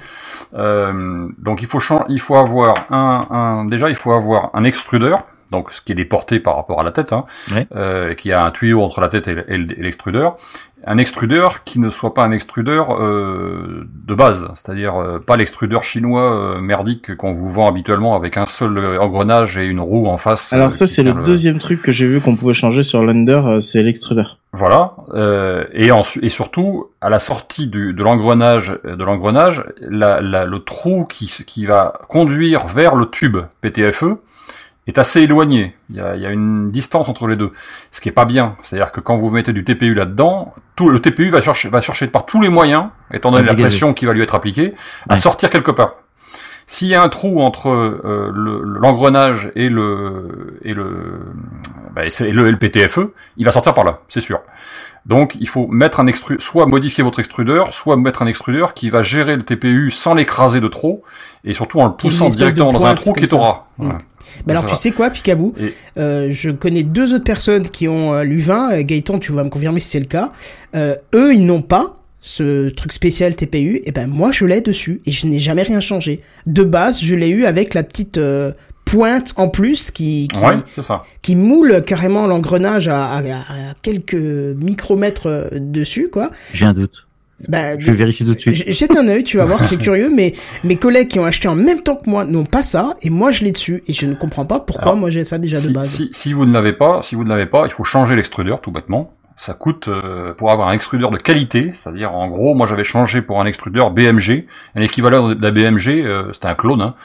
Euh, donc il faut changer, il faut avoir un, un, déjà il faut avoir un extrudeur, donc ce qui est déporté par rapport à la tête, hein, ouais. euh, qui a un tuyau entre la tête et, et, et l'extrudeur. Un extrudeur qui ne soit pas un extrudeur euh, de base, c'est-à-dire euh, pas l'extrudeur chinois euh, merdique qu'on vous vend habituellement avec un seul engrenage et une roue en face. Alors ça, euh, c'est le, le deuxième truc que j'ai vu qu'on pouvait changer sur l'Under, euh, c'est l'extrudeur. Voilà, euh, et, en, et surtout à la sortie du, de l'engrenage, de l'engrenage, la, la, le trou qui, qui va conduire vers le tube P T F E est assez éloigné. Il y a, il y a une distance entre les deux, ce qui est pas bien. C'est-à-dire que quand vous mettez du T P U là-dedans, tout le T P U va chercher, va chercher par tous les moyens, étant donné la pression qui va lui être appliquée, à ouais. sortir quelque part. S'il y a un trou entre euh, le, l'engrenage et le et le bah, et le, le P T F E, il va sortir par là, c'est sûr. Donc il faut mettre un extru, soit modifier votre extrudeur, soit mettre un extrudeur qui va gérer le T P U sans l'écraser de trop, et surtout en le poussant directement dans un trou qui est au ras. Mmh. Ouais. Bah alors tu sais quoi, Picaboo, et... euh, je connais deux autres personnes qui ont euh, l'U vingt, euh, Gaëtan tu vas me confirmer si c'est le cas, euh, eux ils n'ont pas ce truc spécial T P U, et ben moi je l'ai dessus, et je n'ai jamais rien changé. De base je l'ai eu avec la petite... Euh, pointe en plus qui qui, ouais, c'est ça. qui moule carrément l'engrenage à, à, à quelques micromètres dessus quoi. J'ai un doute. Bah, je vais vérifier tout de suite. Jette un œil, tu vas voir, c'est curieux, mais mes collègues qui ont acheté en même temps que moi n'ont pas ça, et moi je l'ai dessus, et je ne comprends pas pourquoi alors, moi j'ai ça déjà si, de base. Si, si vous ne l'avez pas, si vous ne l'avez pas, il faut changer l'extrudeur tout bêtement. Ça coûte, euh, pour avoir un extrudeur de qualité, c'est-à-dire en gros, moi j'avais changé pour un extrudeur B M G, un équivalent de la B M G, euh, c'était un clone, hein,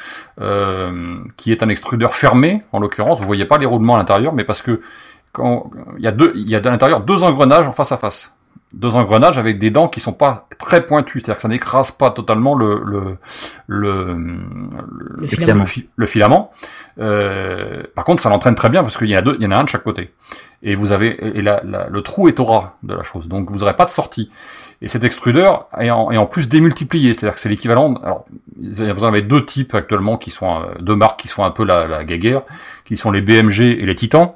euh, qui est un extrudeur fermé, en l'occurrence, vous voyez pas les roulements à l'intérieur, mais parce que quand il y a deux, il y a à l'intérieur deux engrenages en face à face, deux engrenages avec des dents qui sont pas très pointues, c'est-à-dire que ça n'écrase pas totalement le le le, le, le filament. Le, fi, le filament. Euh, par contre, ça l'entraîne très bien parce qu'il y en a deux, il y en a un de chaque côté. Et vous avez et la, la, le trou est au ras de la chose, donc vous n'aurez pas de sortie. Et cet extrudeur est en, est en plus démultiplié, c'est-à-dire que c'est l'équivalent. Alors, vous en avez deux types actuellement qui sont deux marques qui sont un peu la, la guéguerre, qui sont les B M G et les Titan,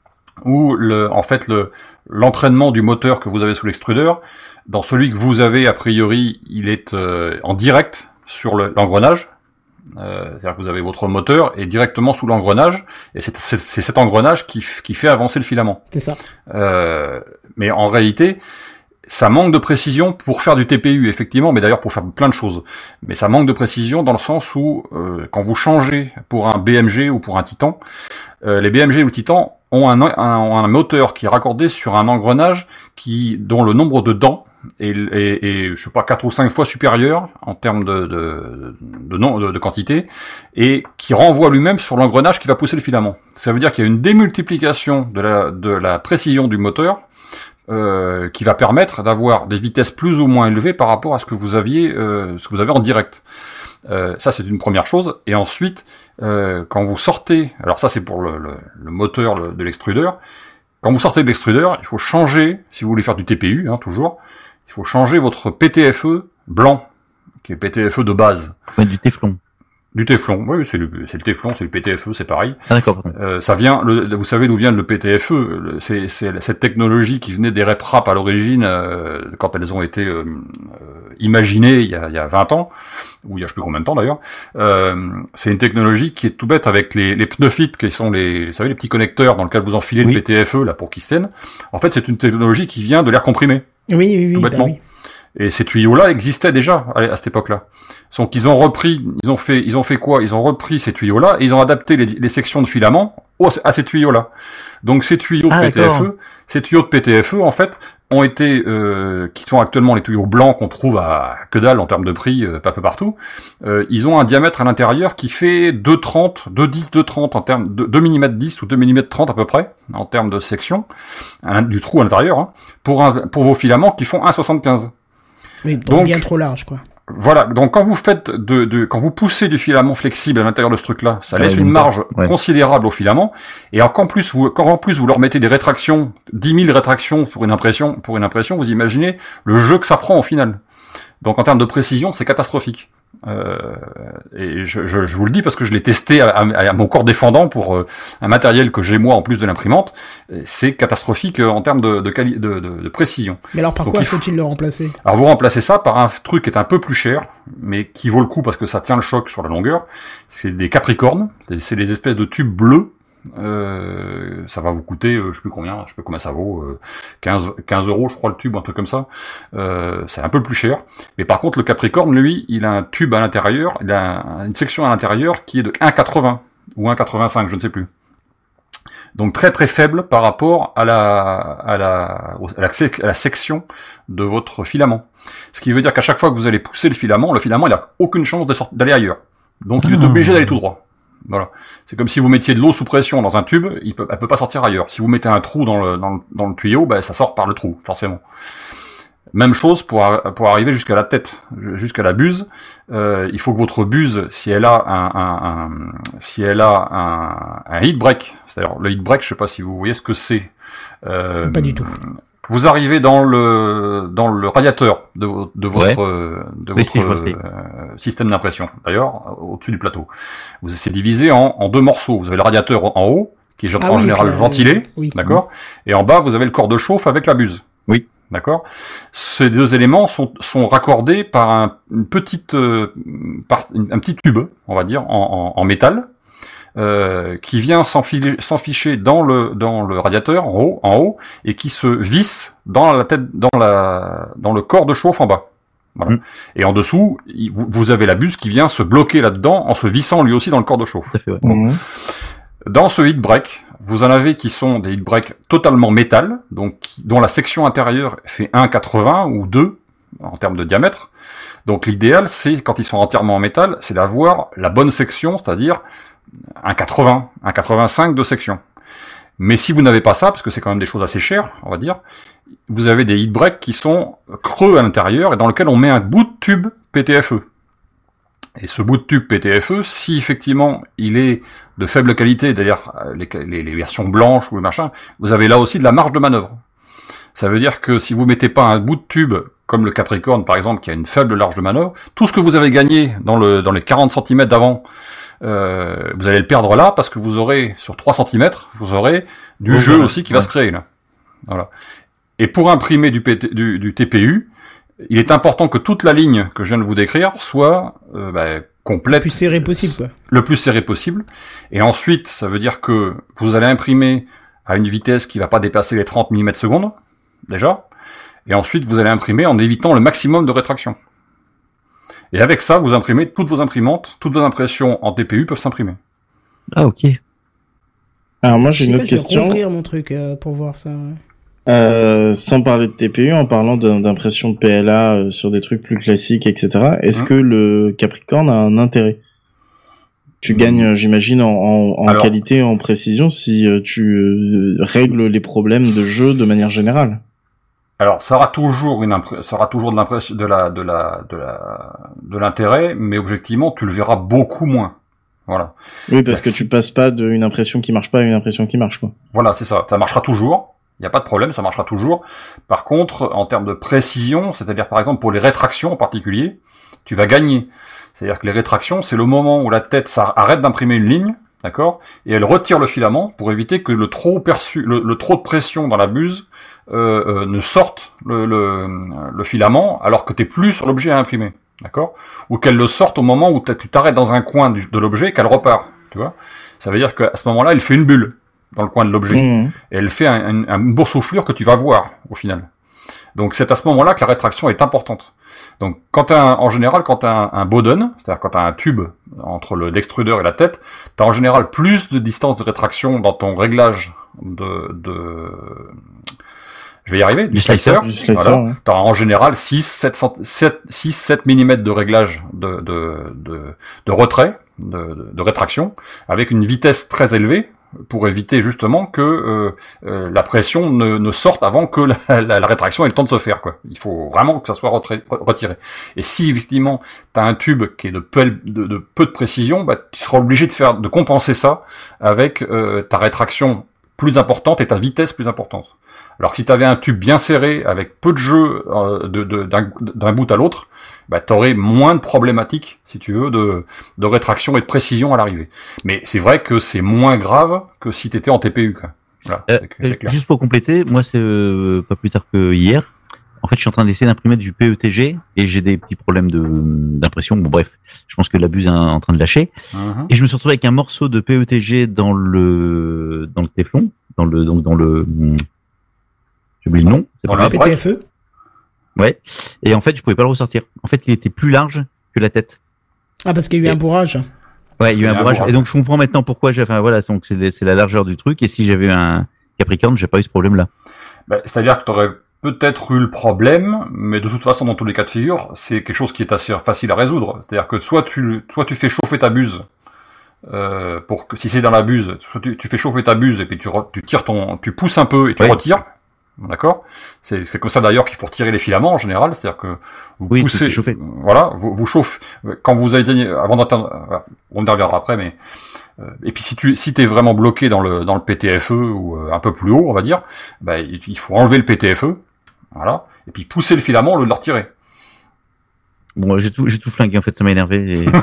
où le, en fait le l'entraînement du moteur que vous avez sous l'extrudeur, dans celui que vous avez a priori, il est euh, en direct sur le, l'engrenage. Euh, c'est-à-dire que vous avez votre moteur et directement sous l'engrenage, et c'est, c'est, c'est cet engrenage qui, qui fait avancer le filament. C'est ça. Euh, mais en réalité, ça manque de précision pour faire du T P U, effectivement, mais d'ailleurs pour faire plein de choses. Mais ça manque de précision dans le sens où, euh, quand vous changez pour un B M G ou pour un Titan, euh, les B M G ou Titan ont un, un, un moteur qui est raccordé sur un engrenage qui, dont le nombre de dents est, est, est je sais pas, quatre ou cinq fois supérieur en termes de, de, de, de, de, de quantité, et qui renvoie lui-même sur l'engrenage qui va pousser le filament. Ça veut dire qu'il y a une démultiplication de la, de la précision du moteur, euh, qui va permettre d'avoir des vitesses plus ou moins élevées par rapport à ce que vous aviez, euh, ce que vous avez en direct. Euh, ça, c'est une première chose. Et ensuite, euh, quand vous sortez, alors ça c'est pour le, le, le moteur le, de l'extrudeur, quand vous sortez de l'extrudeur, il faut changer, si vous voulez faire du T P U, hein, toujours, il faut changer votre P T F E blanc, qui est P T F E de base. Ouais, du téflon. Du téflon, oui, c'est le, c'est le téflon, c'est le P T F E, c'est pareil. Ah, d'accord. Euh, ça vient, le, vous savez d'où vient le P T F E, le, c'est, c'est cette technologie qui venait des rep rap à l'origine, euh, quand elles ont été euh, euh, imaginées il y, a, il y a vingt ans, ou il y a je sais plus combien de temps d'ailleurs. Euh, c'est une technologie qui est tout bête avec les, les pneus fit, qui sont les, vous savez, les petits connecteurs dans lesquels vous enfilez oui. le P T F E là pour qu'ils se tiennent. En fait, c'est une technologie qui vient de l'air comprimé. Oui, oui, oui. Tout bêtement. Bah oui. Et ces tuyaux-là existaient déjà à, à cette époque-là. Donc ils ont repris, ils ont fait, ils ont fait quoi ? Ils ont repris ces tuyaux-là et ils ont adapté les, les sections de filaments à ces tuyaux-là. Donc ces tuyaux de ah, P T F E, ces tuyaux de P T F E, en fait, ont été, euh, qui sont actuellement les tuyaux blancs qu'on trouve à que dalle en termes de prix, euh, pas peu partout. Euh, ils ont un diamètre à l'intérieur qui fait deux trente, deux dix, deux trente en termes de deux millimètres dix ou deux millimètres trente à peu près en termes de section un, du trou à l'intérieur, hein, pour un, pour vos filaments qui font un soixante-quinze. Oui, donc, donc bien trop large, quoi. Voilà, donc quand vous faites de, de quand vous poussez du filament flexible à l'intérieur de ce truc-là, ça, ça laisse une marge ouais. considérable au filament, et quand en plus vous quand en plus vous leur mettez des rétractions, dix mille rétractions pour une impression, pour une impression, vous imaginez le jeu que ça prend au final. Donc en termes de précision, c'est catastrophique. Euh, et je, je, je vous le dis parce que je l'ai testé à, à, à mon corps défendant pour euh, un matériel que j'ai moi en plus de l'imprimante. C'est catastrophique en termes de, de, quali- de, de, de précision. Mais alors par Donc, quoi il faut... faut-il le remplacer ? Alors vous remplacez ça par un truc qui est un peu plus cher, mais qui vaut le coup parce que ça tient le choc sur la longueur. C'est des capricornes, c'est des espèces de tubes bleus. Euh, ça va vous coûter, euh, je sais plus combien, je sais plus combien ça vaut, euh, quinze, quinze euros, je crois, le tube, un truc comme ça. Euh, c'est un peu plus cher. Mais par contre, le Capricorne, lui, il a un tube à l'intérieur, il a une section à l'intérieur qui est de un virgule quatre-vingts ou un virgule quatre-vingt-cinq, je ne sais plus. Donc très très faible par rapport à la à la à la, à la section de votre filament. Ce qui veut dire qu'à chaque fois que vous allez pousser le filament, le filament il a aucune chance de sortir, d'aller ailleurs. Donc il est obligé d'aller tout droit. Voilà. C'est comme si vous mettiez de l'eau sous pression dans un tube, il peut, elle peut pas sortir ailleurs. Si vous mettez un trou dans le, dans le, dans le tuyau, ben, ça sort par le trou, forcément. Même chose pour, pour arriver jusqu'à la tête, jusqu'à la buse. Euh, il faut que votre buse, si elle a un, un, un si elle a un, un heat break, c'est-à-dire le heat break, je sais pas si vous voyez ce que c'est. Euh, pas du tout. Vous arrivez dans le dans le radiateur de, de votre ouais. euh, de oui, votre si, euh, système d'impression. D'ailleurs, au-dessus du plateau, vous c'est divisé en, en deux morceaux. Vous avez le radiateur en haut, qui est ah en oui, général la... ventilé, oui. d'accord. Et en bas, vous avez le corps de chauffe avec la buse. Oui. D'accord. Ces deux éléments sont sont raccordés par un, une petite euh, par, un petit tube, on va dire, en, en, en métal. Euh, qui vient s'enfiler, s'enficher dans le dans le radiateur en haut, en haut et qui se visse dans la tête dans la dans le corps de chauffe en bas. Voilà. Mmh. Et en dessous, il, vous avez la buse qui vient se bloquer là-dedans en se vissant lui aussi dans le corps de chauffe. Tout à fait, ouais. Bon. Mmh. Dans ce heat break, vous en avez qui sont des heat breaks totalement métal, donc qui, dont la section intérieure fait un virgule quatre-vingts ou deux en termes de diamètre. Donc l'idéal, c'est quand ils sont entièrement en métal, c'est d'avoir la bonne section, c'est-à-dire un virgule quatre-vingts, un virgule quatre-vingt-cinq de section. Mais si vous n'avez pas ça, parce que c'est quand même des choses assez chères, on va dire, vous avez des heat breaks qui sont creux à l'intérieur et dans lequel on met un bout de tube P T F E. Et ce bout de tube P T F E, si effectivement il est de faible qualité, c'est-à-dire les, les, les versions blanches ou le machin, vous avez là aussi de la marge de manœuvre. Ça veut dire que si vous mettez pas un bout de tube, comme le Capricorne par exemple, qui a une faible marge de manœuvre, tout ce que vous avez gagné dans, le, dans les quarante centimètres d'avant, Euh, vous allez le perdre là parce que vous aurez sur trois centimètres, vous aurez du oh, jeu voilà. aussi qui ouais. va se créer là. Voilà. Et pour imprimer du, P T, du, du T P U, il est important que toute la ligne que je viens de vous décrire soit euh, bah, complète, le plus serré possible, quoi. Le plus serré possible. Et ensuite, ça veut dire que vous allez imprimer à une vitesse qui va pas dépasser les trente millimètres secondes déjà. Et ensuite, vous allez imprimer en évitant le maximum de rétraction. Et avec ça, vous imprimez toutes vos imprimantes, toutes vos impressions en T P U peuvent s'imprimer. Ah, ok. Alors moi, j'ai une autre question. Je vais rouvrir mon truc euh, pour voir ça. Euh, sans parler de T P U, en parlant d'impression de P L A euh, sur des trucs plus classiques, et cetera. Est-ce mmh. que le Capricorne a un intérêt ? Tu mmh. gagnes, j'imagine, en, en, en Alors, qualité, en précision, si euh, tu euh, règles les problèmes de jeu de manière générale. Alors, ça aura toujours une impré- ça aura toujours de l'impression, de la, de la, de la, de l'intérêt, mais objectivement, tu le verras beaucoup moins. Voilà. Oui, parce bah, que tu passes pas d'une impression qui marche pas à une impression qui marche, quoi. Voilà, c'est ça. Ça marchera toujours. Il n'y a pas de problème, ça marchera toujours. Par contre, en termes de précision, c'est-à-dire, par exemple, pour les rétractions en particulier, tu vas gagner. C'est-à-dire que les rétractions, c'est le moment où la tête ça arrête d'imprimer une ligne, d'accord, et elle retire le filament pour éviter que le trop perçu, le, le trop de pression dans la buse Euh, euh, ne sorte le, le, le filament alors que t'es plus sur l'objet à imprimer, d'accord, ou qu'elle le sorte au moment où tu t'arrêtes dans un coin du, de l'objet, qu'elle repart, tu vois. Ça veut dire qu'à ce moment-là, elle fait une bulle dans le coin de l'objet, mmh. et elle fait un, un, une boursouflure que tu vas voir au final. Donc c'est à ce moment-là que la rétraction est importante. Donc, quand t'as un, en général, quand t'as un, un Bowden, c'est-à-dire quand t'as un tube entre le, l'extrudeur et la tête, t'as en général plus de distance de rétraction dans ton réglage de, de, je vais y arriver, du, du slicer. Du slicer, voilà. Ouais. T'as en général six, sept millimètres de réglage de, de, de, de retrait, de, de, de rétraction, avec une vitesse très élevée, pour éviter justement que euh, euh, la pression ne, ne sorte avant que la, la, la rétraction ait le temps de se faire, quoi. Il faut vraiment que ça soit retrait, retiré. Et si effectivement tu as un tube qui est de peu de, de peu de précision, bah, tu seras obligé de faire de compenser ça avec euh, ta rétraction plus importante et ta vitesse plus importante. Alors que si tu avais un tube bien serré avec peu de jeu euh, de, de, d'un, d'un bout à l'autre, bah, tu aurais moins de problématiques, si tu veux, de, de rétraction et de précision à l'arrivée. Mais c'est vrai que c'est moins grave que si tu étais en T P U. Quoi. Voilà, euh, c'est, c'est clair. Juste pour compléter, moi c'est euh, pas plus tard que hier. En fait, je suis en train d'essayer d'imprimer du P E T G et j'ai des petits problèmes de d'impression. Bon bref, je pense que la buse est en train de lâcher. Uh-huh. Et je me suis retrouvé avec un morceau de P E T G dans le dans le téflon, dans le donc dans le j'ai oublié le nom. C'est dans le P T F E. Ouais. Et en fait, je pouvais pas le ressortir. En fait, il était plus large que la tête. Ah, parce qu'il y a eu et... un bourrage. Ouais, il y a eu un bourrage. bourrage. Et donc, je comprends maintenant pourquoi j'ai, enfin, voilà, donc c'est, c'est la largeur du truc. Et si j'avais eu un Capricorne, j'ai pas eu ce problème-là. Bah, c'est-à-dire que t'aurais peut-être eu le problème, mais de toute façon, dans tous les cas de figure, c'est quelque chose qui est assez facile à résoudre. C'est-à-dire que soit tu, soit tu fais chauffer ta buse, euh, pour que, si c'est dans la buse, soit tu, tu fais chauffer ta buse et puis tu, tu tires ton, tu pousses un peu et tu ouais. retires. D'accord, c'est, c'est comme ça d'ailleurs qu'il faut retirer les filaments en général, c'est-à-dire que vous oui, poussez, voilà, vous, vous chauffez quand vous avez avant d'atteindre, on y reviendra après, mais euh, et puis si tu si t'es vraiment bloqué dans le dans le P T F E ou euh, un peu plus haut, on va dire, bah, il faut enlever le P T F E, voilà, et puis pousser le filament au lieu de le retirer. Bon, j'ai tout, j'ai tout flingué en fait, ça m'a énervé. Et...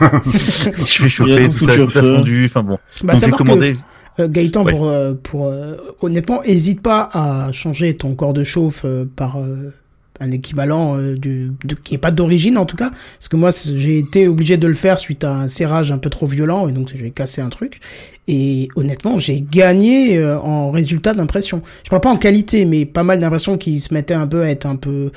je fais chauffer tout ça, tout a fondu, enfin bon. Bah, donc j'ai commandé. Que... Euh, Gaëtan, ouais. pour, euh, pour euh, honnêtement, hésite pas à changer ton corps de chauffe euh, par euh, un équivalent euh, du, de, qui est pas d'origine en tout cas, parce que moi j'ai été obligé de le faire suite à un serrage un peu trop violent et donc j'ai cassé un truc. Et honnêtement, j'ai gagné euh, en résultat d'impression. Je parle pas en qualité, mais pas mal d'impressions qui se mettaient un peu à être un peu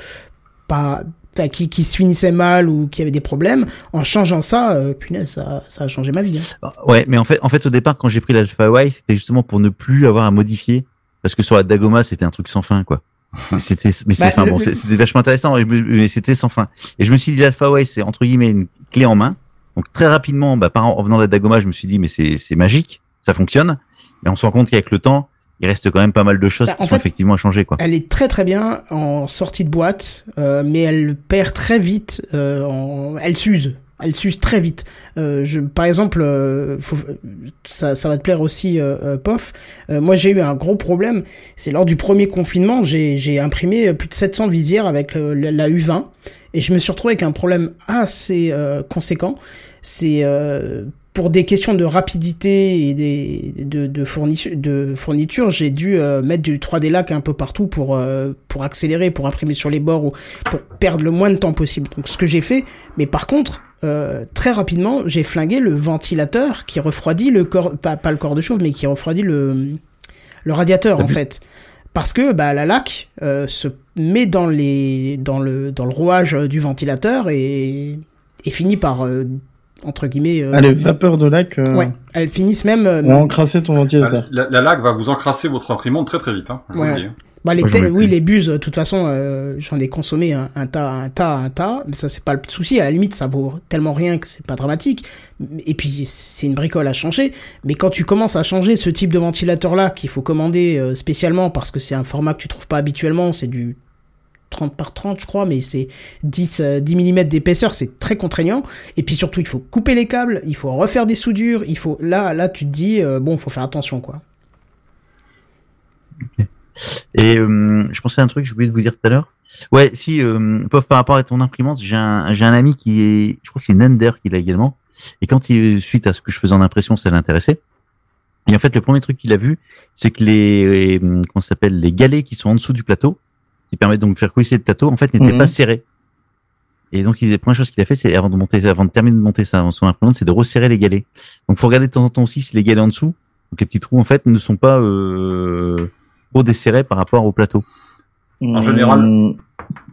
pas Qui, qui se finissait mal ou qui avait des problèmes, en changeant ça, euh, punaise, ça, ça a changé ma vie. Hein. Ouais, mais en fait, en fait, au départ, quand j'ai pris l'Alpha Y, c'était justement pour ne plus avoir à modifier, parce que sur la Dagoma, c'était un truc sans fin, quoi. C'était, mais c'est, bah, enfin, le, bon, le... c'était vachement intéressant, mais c'était sans fin. Et je me suis dit, l'Alpha Y, c'est entre guillemets une clé en main. Donc très rapidement, bah, par en venant de la Dagoma, je me suis dit, mais c'est, c'est magique, ça fonctionne. Mais on se rend compte qu'avec le temps, il reste quand même pas mal de choses bah, qui sont fait, effectivement à changer, quoi. Elle est très très bien en sortie de boîte, euh, mais elle perd très vite, euh, en... elle s'use. Elle s'use très vite. Euh, je, par exemple, euh, faut, ça, ça va te plaire aussi, euh, euh, Pof. Euh, moi, j'ai eu un gros problème. C'est lors du premier confinement, j'ai, j'ai imprimé plus de sept cents visières avec euh, la U vingt et je me suis retrouvé avec un problème assez euh, conséquent. C'est euh, pour des questions de rapidité et des, de, de, fourniture, de fourniture, j'ai dû euh, mettre du trois D lac un peu partout pour euh, pour accélérer, pour imprimer sur les bords ou pour perdre le moins de temps possible. Donc, ce que j'ai fait, mais par contre, euh, très rapidement, j'ai flingué le ventilateur qui refroidit le corps, pas, pas le corps de chauffe, mais qui refroidit le le radiateur en fait, parce que bah la laque euh, se met dans les dans le dans le rouage du ventilateur et et finit par euh, entre guillemets euh, ah, les vapeurs de laque euh... ouais, elles finissent même euh, vont encrasser ton ventilateur. La, la, la laque va vous encrasser votre imprimante très très vite, hein, je ouais. vous le dis. Bah les te- oui les buses de toute façon euh, j'en ai consommé un, un tas un tas un tas mais ça c'est pas le souci, à la limite ça vaut tellement rien que c'est pas dramatique, et puis c'est une bricole à changer, mais quand tu commences à changer ce type de ventilateur là qu'il faut commander euh, spécialement parce que c'est un format que tu trouves pas habituellement, c'est du trente par trente je crois, mais c'est dix millimètres d'épaisseur, c'est très contraignant, et puis surtout il faut couper les câbles, il faut refaire des soudures, il faut là là tu te dis euh, bon faut faire attention quoi. Ok. Et euh, je pensais à un truc, j'ai oublié de vous dire tout à l'heure. Ouais, si, euh, Pof, par rapport à ton imprimante, j'ai un, j'ai un ami qui est, je crois que c'est une Ender qui l'a également. Et quand il, suite à ce que je faisais en impression, ça l'intéressait. Et en fait, le premier truc qu'il a vu, c'est que les, les comment ça s'appelle, les galets qui sont en dessous du plateau, qui permettent donc de faire coulisser le plateau, en fait, n'étaient mmh. pas serrés. Et donc, la première chose qu'il a fait, c'est avant de monter, avant de terminer de monter sa, son imprimante, c'est de resserrer les galets. Donc, faut regarder de temps en temps aussi si les galets en dessous, donc les petits trous, en fait, ne sont pas, euh, trop desserré par rapport au plateau. En général,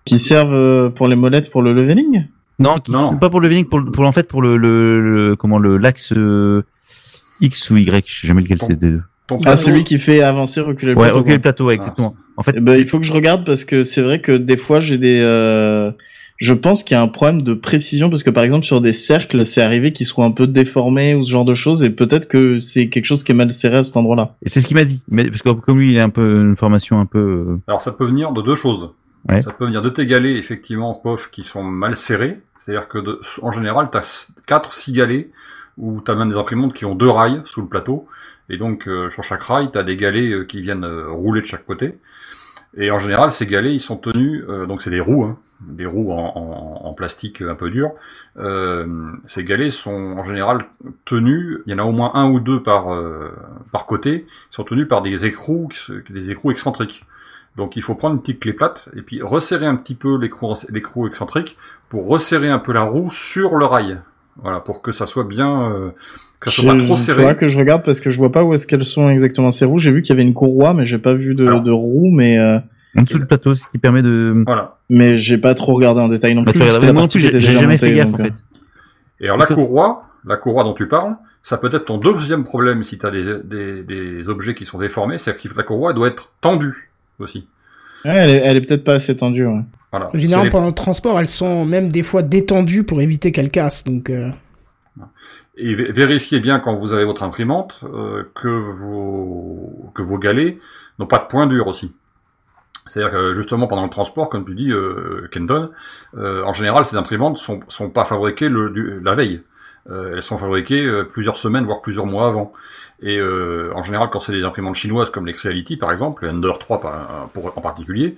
Qui servent euh, pour les molettes pour le leveling? Non, qui, Non. pas pour le leveling, pour, pour en fait pour le, le, le comment le l'axe euh, X ou Y, je sais jamais lequel Bon. c'est des deux. Ton Ah, plateau, celui qui fait avancer, reculer le Ouais, plateau. ok, quoi. le plateau, ouais, exactement. En fait, Eh ben, il faut que je regarde parce que c'est vrai que des fois j'ai des. Euh... Je pense qu'il y a un problème de précision parce que par exemple sur des cercles, c'est arrivé qu'ils soient un peu déformés ou ce genre de choses et peut-être que c'est quelque chose qui est mal serré à cet endroit-là. et c'est ce qu'il m'a dit, mais parce que comme lui, il a un peu une formation un peu. euh, Alors ça peut venir de deux choses. Ouais. Ça peut venir de tes galets, effectivement, P O F, qui sont mal serrés. C'est-à-dire que, de, en général, tu as quatre six galets où tu as même des imprimantes qui ont deux rails sous le plateau. Et donc, euh, sur chaque rail, tu as des galets euh, qui viennent euh, rouler de chaque côté. Et en général, ces galets, ils sont tenus, euh, donc c'est des roues, hein, des roues en, en, en plastique un peu dur. Euh, ces galets sont en général tenus, il y en a au moins un ou deux par, euh, par côté, ils sont tenus par des écrous, des écrous excentriques. Donc il faut prendre une petite clé plate et puis resserrer un petit peu l'écrou, l'écrou excentrique pour resserrer un peu la roue sur le rail. Voilà, pour que ça soit bien, euh, que ça soit Je- pas trop il serré. faudra que je regarde parce que je vois pas où est-ce qu'elles sont exactement ces roues. J'ai vu qu'il y avait une courroie, mais j'ai pas vu de, Alors. de roue, mais euh, En dessous du plateau, ce qui permet de. Voilà. mais j'ai pas trop regardé en détail non Bah, plus. tu C'était regardes, la moi non partie plus, qui était j'ai j'ai déjà jamais montée, fait gaffe en donc, euh, fait. Et alors C'est la que- courroie, la courroie dont tu parles, ça peut être ton deuxième problème si tu as des, des, des objets qui sont déformés, c'est-à-dire que la courroie doit être tendue aussi. Ouais, elle est, elle est peut-être pas assez tendue. Ouais. Voilà. Généralement, C'est les- pendant le transport, elles sont même des fois détendues pour éviter qu'elles cassent. Donc, euh... Et vé- vérifiez bien quand vous avez votre imprimante euh, que vos que vos galets n'ont pas de point dur aussi. C'est-à-dire que justement pendant le transport, comme tu dis, euh, Kenton, euh, en général ces imprimantes sont sont pas fabriquées le, du, la veille. Euh, elles sont fabriquées euh, plusieurs semaines voire plusieurs mois avant. Et euh, en général, quand c'est des imprimantes chinoises comme les Creality par exemple, les Ender trois par, pour, en particulier,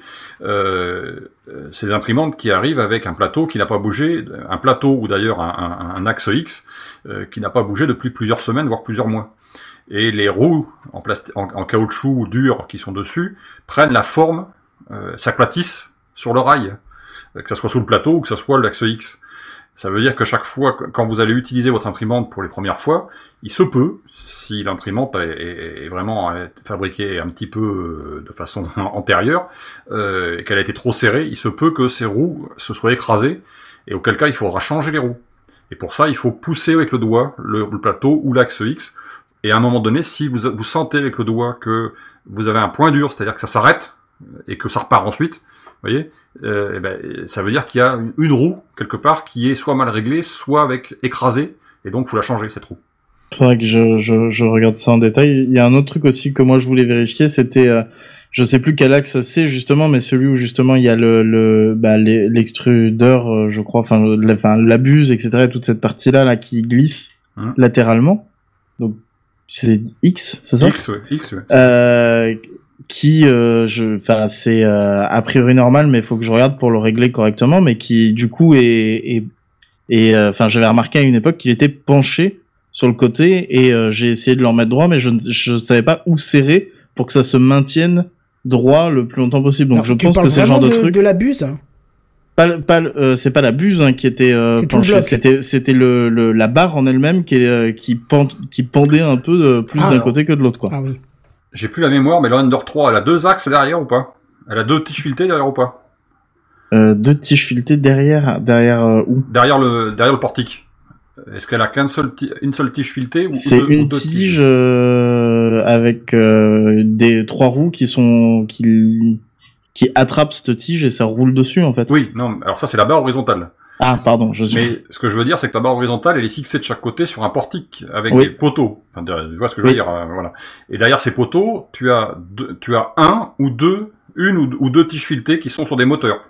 euh, c'est des imprimantes qui arrivent avec un plateau qui n'a pas bougé, un plateau ou d'ailleurs un, un, un axe X euh, qui n'a pas bougé depuis plusieurs semaines voire plusieurs mois. Et les roues en, plast- en, en caoutchouc dur qui sont dessus prennent la forme, euh, s'aplatissent sur le rail, que ça soit sous le plateau ou que ça soit l'axe X. Ça veut dire que chaque fois, quand vous allez utiliser votre imprimante pour les premières fois, il se peut, si l'imprimante est, est, est vraiment fabriquée un petit peu de façon antérieure, euh, et qu'elle a été trop serrée, il se peut que ces roues se soient écrasées, et auquel cas il faudra changer les roues. Et pour ça, il faut pousser avec le doigt le, le plateau ou l'axe X, et à un moment donné, si vous, vous sentez avec le doigt que vous avez un point dur, c'est-à-dire que ça s'arrête, et que ça repart ensuite, vous voyez, euh, eh ben, ça veut dire qu'il y a une, une roue, quelque part, qui est soit mal réglée, soit avec écrasée, et donc faut la changer, cette roue. Faudrait que je, je, je regarde ça en détail. Il y a un autre truc aussi que moi je voulais vérifier, c'était, euh, je sais plus quel axe c'est justement, mais celui où justement il y a le, le bah, les- l'extrudeur, euh, je crois, enfin, le- la, enfin, la buse, et cetera, et toute cette partie-là là qui glisse Hum. latéralement. Donc c'est X, c'est ça? X, ouais, X, ouais. Euh, qui, euh, je, enfin, c'est euh, a priori normal, mais il faut que je regarde pour le régler correctement, mais qui du coup est, est, est, euh, enfin, j'avais remarqué à une époque qu'il était penché sur le côté et euh, j'ai essayé de le remettre droit, mais je ne je savais pas où serrer pour que ça se maintienne droit le plus longtemps possible. Donc alors, je tu pense parles que c'est le genre de vraiment truc. de la buse. Pas, pas, euh, c'est pas la buse hein, qui était euh, C'est tout le penchée, bloc. c'était c'était le, le la barre en elle-même qui est euh, qui pend, qui pendait un peu de, plus Ah, d'un alors. côté que de l'autre quoi. Ah oui. J'ai plus la mémoire, mais le Under trois, elle a deux axes derrière ou pas? Elle a deux tiges filetées derrière ou pas? Euh, deux tiges filetées derrière derrière euh, où? Derrière le, derrière le portique. Est-ce qu'elle a qu'une seule, ti- une seule tige filetée ou C'est ou deux, une ou deux tige tiges euh, avec euh, des trois roues qui sont qui qui attrapent cette tige et ça roule dessus en fait. Oui, non, alors ça c'est la barre horizontale. Ah pardon, je suis. Mais ce que je veux dire, c'est que la barre horizontale, elle est fixée de chaque côté sur un portique avec Oui. des poteaux. Enfin, tu vois ce que je veux Oui. dire, euh, voilà. Et derrière ces poteaux, tu as deux, tu as un ou deux, une ou, ou deux tiges filetées qui sont sur des moteurs.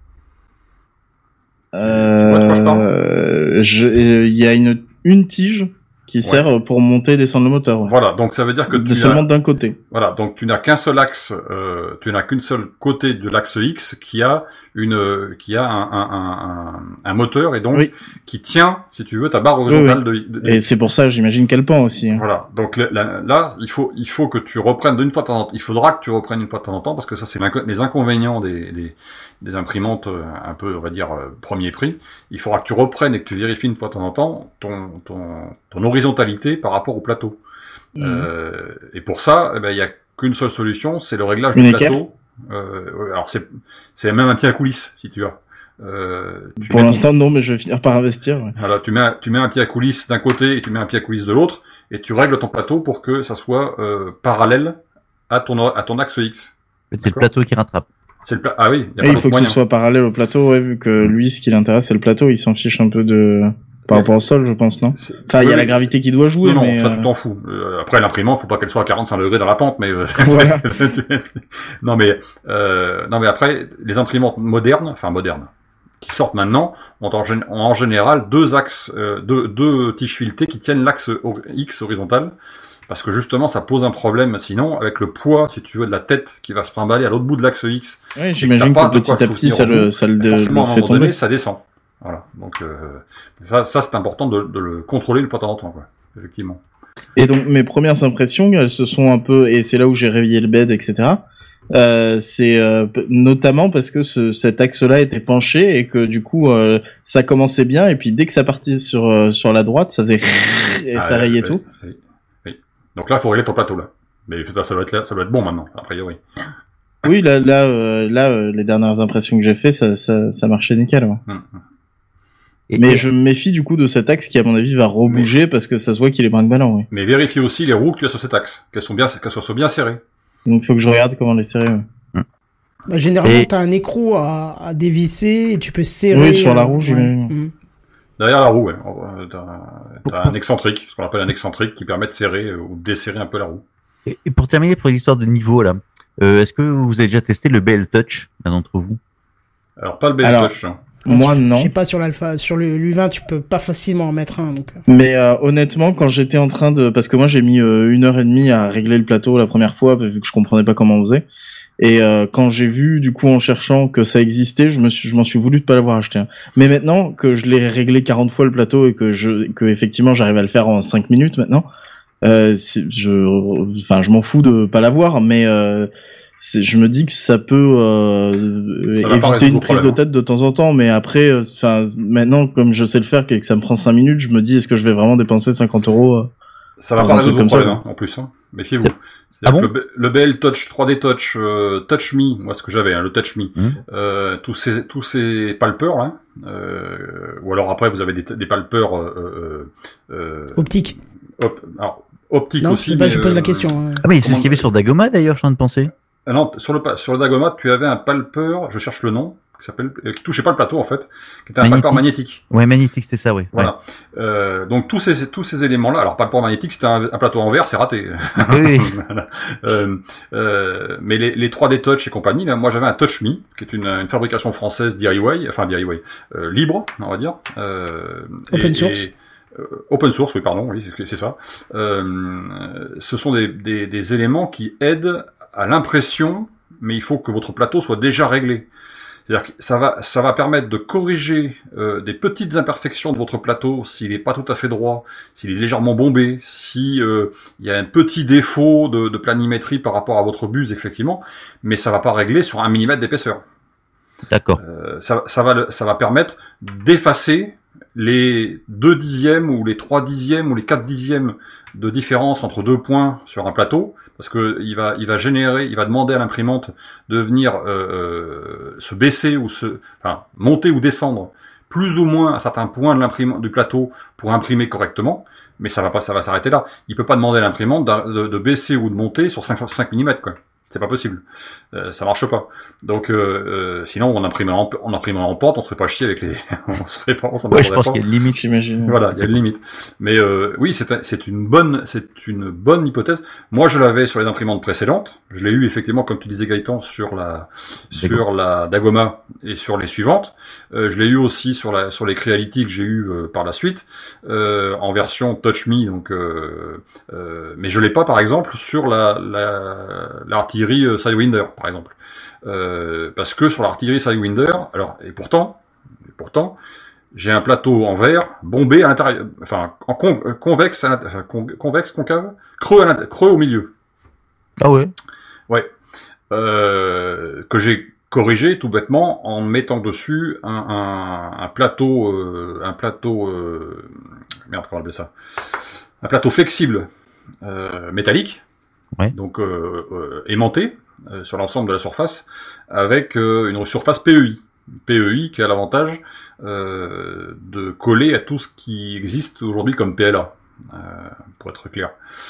Euh, vois de quoi je parle je- euh, Il y a une une tige qui sert pour monter et descendre le moteur. Ouais. Voilà, donc ça veut dire que De tu seulement as, d'un côté. voilà, donc tu n'as qu'un seul axe, euh, tu n'as qu'une seule côté de l'axe X qui a une, euh, qui a un, un, un, un, un moteur et donc Oui. qui tient, si tu veux, ta barre horizontale de, de- de- Et c'est pour ça, j'imagine qu'elle pend aussi. hein. Voilà. Donc là, là, là, il faut, il faut que tu reprennes d'une fois de temps en temps. Il faudra que tu reprennes une fois de temps en temps parce que ça, c'est l'inco- les inconvénients des, des, des imprimantes euh, un peu, on va dire, euh, premier prix. Il faudra que tu reprennes et que tu vérifies une fois de temps en temps ton, ton, ton horizontalité par rapport au plateau. Mhm. Euh, et pour ça, eh ben, il y a qu'une seule solution, c'est le réglage Une du équerre plateau. Euh, alors c'est c'est même un pied à coulisses si tu veux. Euh, tu Pour l'instant ton... non, mais je vais finir par investir. Ouais. Voilà, tu mets un, tu mets un pied à coulisses d'un côté et tu mets un pied à coulisses de l'autre et tu règles ton plateau pour que ça soit euh, parallèle à ton à ton axe X. En fait, c'est le plateau qui rattrape. C'est le pla... Ah oui, y a pas il faut que moyen. Ce soit parallèle au plateau, ouais, vu que lui, ce qui l'intéresse, c'est le plateau, il s'en fiche un peu de, par rapport au sol, je pense, non? Enfin, il oui, y a la gravité qui doit jouer, non, non, mais... ça, euh... tu t'en fous. Euh, après, l'imprimante, faut pas qu'elle soit à quarante-cinq degrés dans la pente, mais, euh... voilà. non, mais, euh, non, mais après, les imprimantes modernes, enfin, modernes, qui sortent maintenant, ont en, gén- ont en général deux axes, euh, deux, deux tiges filetées qui tiennent l'axe X horizontal. Parce que justement, ça pose un problème, sinon, avec le poids, si tu veux, de la tête qui va se trimballer à l'autre bout de l'axe X. Oui, j'imagine que petit à petit, ça le, ça le, le fait tomber. Donné, ça descend. Voilà. Donc, euh, ça, ça, c'est important de, de le contrôler une fois de temps en temps, quoi. Effectivement. Et donc, mes premières impressions, elles se sont un peu, et c'est là où j'ai réveillé le bed, et cetera. Euh, c'est euh, notamment parce que ce, cet axe-là était penché et que du coup, euh, ça commençait bien, et puis dès que ça partait sur, euh, sur la droite, ça faisait et ah, ça rayait oui, tout. Oui. Donc là, il faut régler ton plateau, là. Mais ça, ça, doit être là, ça doit être bon maintenant, a priori. Oui, là, là, euh, là euh, les dernières impressions que j'ai fait, ça, ça, ça marchait nickel. Ouais. Hum, hum. Et mais et... je me méfie du coup de cet axe qui, à mon avis, va rebouger mais... parce que ça se voit qu'il est brinque-ballant. Oui. Mais vérifie aussi les roues que tu as sur cet axe, qu'elles sont bien, qu'elles soient bien serrées. Donc, il faut que je regarde comment les serrer. Ouais. Hum. Bah, généralement, et... t'as un écrou à, à dévisser et tu peux serrer. Oui, sur la roue, j'imagine. Ouais. Hum. Derrière la roue, ouais. T'as, t'as un excentrique, ce qu'on appelle un excentrique, qui permet de serrer euh, ou de desserrer un peu la roue. Et, et pour terminer, pour l'histoire de niveau, là, euh, est-ce que vous avez déjà testé le B L Touch, l'un d'entre vous? Alors, pas le B L Alors, Touch. Hein. Moi, non. Je sais pas sur l'alpha, sur le l'U vingt, tu peux pas facilement en mettre un, donc. Mais euh, honnêtement, quand j'étais en train de, parce que moi j'ai mis euh, une heure et demie à régler le plateau la première fois, vu que je comprenais pas comment on faisait. Et euh, quand j'ai vu, du coup, en cherchant que ça existait, je me suis, je m'en suis voulu de pas l'avoir acheté. Hein. Mais maintenant que je l'ai réglé quarante fois le plateau et que je, que effectivement j'arrive à le faire en cinq minutes maintenant, euh, c'est, je, enfin, je m'en fous de pas l'avoir, mais euh, c'est, je me dis que ça peut euh, ça éviter une prise problème, de tête de temps en temps. Mais après, enfin, euh, maintenant comme je sais le faire et que ça me prend cinq minutes, je me dis est-ce que je vais vraiment dépenser cinquante euros euh, Ça va pas résoudre le problème, hein, en plus. Hein. Méfiez-vous. Ah bon le, le B L Touch, trois D Touch, euh, Touch Me, moi ce que j'avais, hein, le Touch Me, mmh. euh, tous ces tous ces palpeurs là, euh, ou alors après vous avez des, des palpeurs euh, euh, optiques. Op, alors optiques non, aussi. Non, pas, mais, je pose euh, la question. Hein. Ah mais c'est ce qu'il y avait sur Dagoma d'ailleurs, je suis en train de penser. Euh, non, sur le sur le Dagoma, tu avais un palpeur, je cherche le nom. Qui s'appelle, qui touchait pas le plateau en fait, qui était un palpeur magnétique. Ouais, magnétique, c'était ça, oui. Voilà. Ouais. Euh, donc tous ces tous ces éléments-là, alors palpeur magnétique, c'était un, un plateau en verre, c'est raté. Oui. Voilà. euh, euh, mais les, les trois D Touch et compagnie, là, moi j'avais un Touch Me, qui est une, une fabrication française D I Y, enfin D I Y, euh, libre, on va dire. Euh, open et, source. Et, euh, open source, oui, pardon, oui, c'est, c'est ça. Euh, ce sont des, des, des éléments qui aident à l'impression, mais il faut que votre plateau soit déjà réglé. C'est-à-dire que ça va, ça va permettre de corriger euh, des petites imperfections de votre plateau s'il n'est pas tout à fait droit, s'il est légèrement bombé, si euh, il y a un petit défaut de, de planimétrie par rapport à votre buse, effectivement, mais ça va pas régler sur un millimètre d'épaisseur. D'accord. Euh, ça, ça va, ça va permettre d'effacer les deux dixièmes ou les trois dixièmes ou les quatre dixièmes de différence entre deux points sur un plateau. Parce que il va, il va générer, il va demander à l'imprimante de venir euh, se baisser ou se, enfin, monter ou descendre plus ou moins à certains points de l'imprimante du plateau pour imprimer correctement. Mais ça va pas, ça va s'arrêter là. Il peut pas demander à l'imprimante de, de, de baisser ou de monter sur cinq millimètres, quoi. C'est pas possible. Euh, ça marche pas. Donc, euh, euh, sinon, on imprime en, on imprime en pente, on se ferait pas chier avec les, on se ferait pas, on s'en ouais, je pense pas. Qu'il y a une limite, j'imagine. Voilà, il y a une limite. Mais, euh, oui, c'est, c'est une bonne, c'est une bonne hypothèse. Moi, je l'avais sur les imprimantes précédentes. Je l'ai eu, effectivement, comme tu disais, Gaëtan, sur la, sur la Dagoma et sur les suivantes. Euh, je l'ai eu aussi sur la, sur les Creality que j'ai eu euh, par la suite, euh, en version Touch Me, donc, euh, euh, mais je l'ai pas, par exemple, sur la, la, l'artillerie Sidewinder, par exemple. Euh, parce que sur l'artillerie Sidewinder, alors, et pourtant, et pourtant, j'ai un plateau en verre, bombé à l'intérieur, enfin, en con, convexe, à enfin, con, convexe, concave, creux à creux au milieu. Ah ouais? Ouais. Euh, que j'ai corrigé tout bêtement en mettant dessus un, un, un plateau, euh, un plateau, euh, merde, comment on appelle ça? Un plateau flexible, euh, métallique. Ouais. Donc euh, euh, aimanté, euh, sur l'ensemble de la surface, avec euh, une surface P E I. P E I qui a l'avantage euh, de coller à tout ce qui existe aujourd'hui comme P L A. Euh, pour être clair,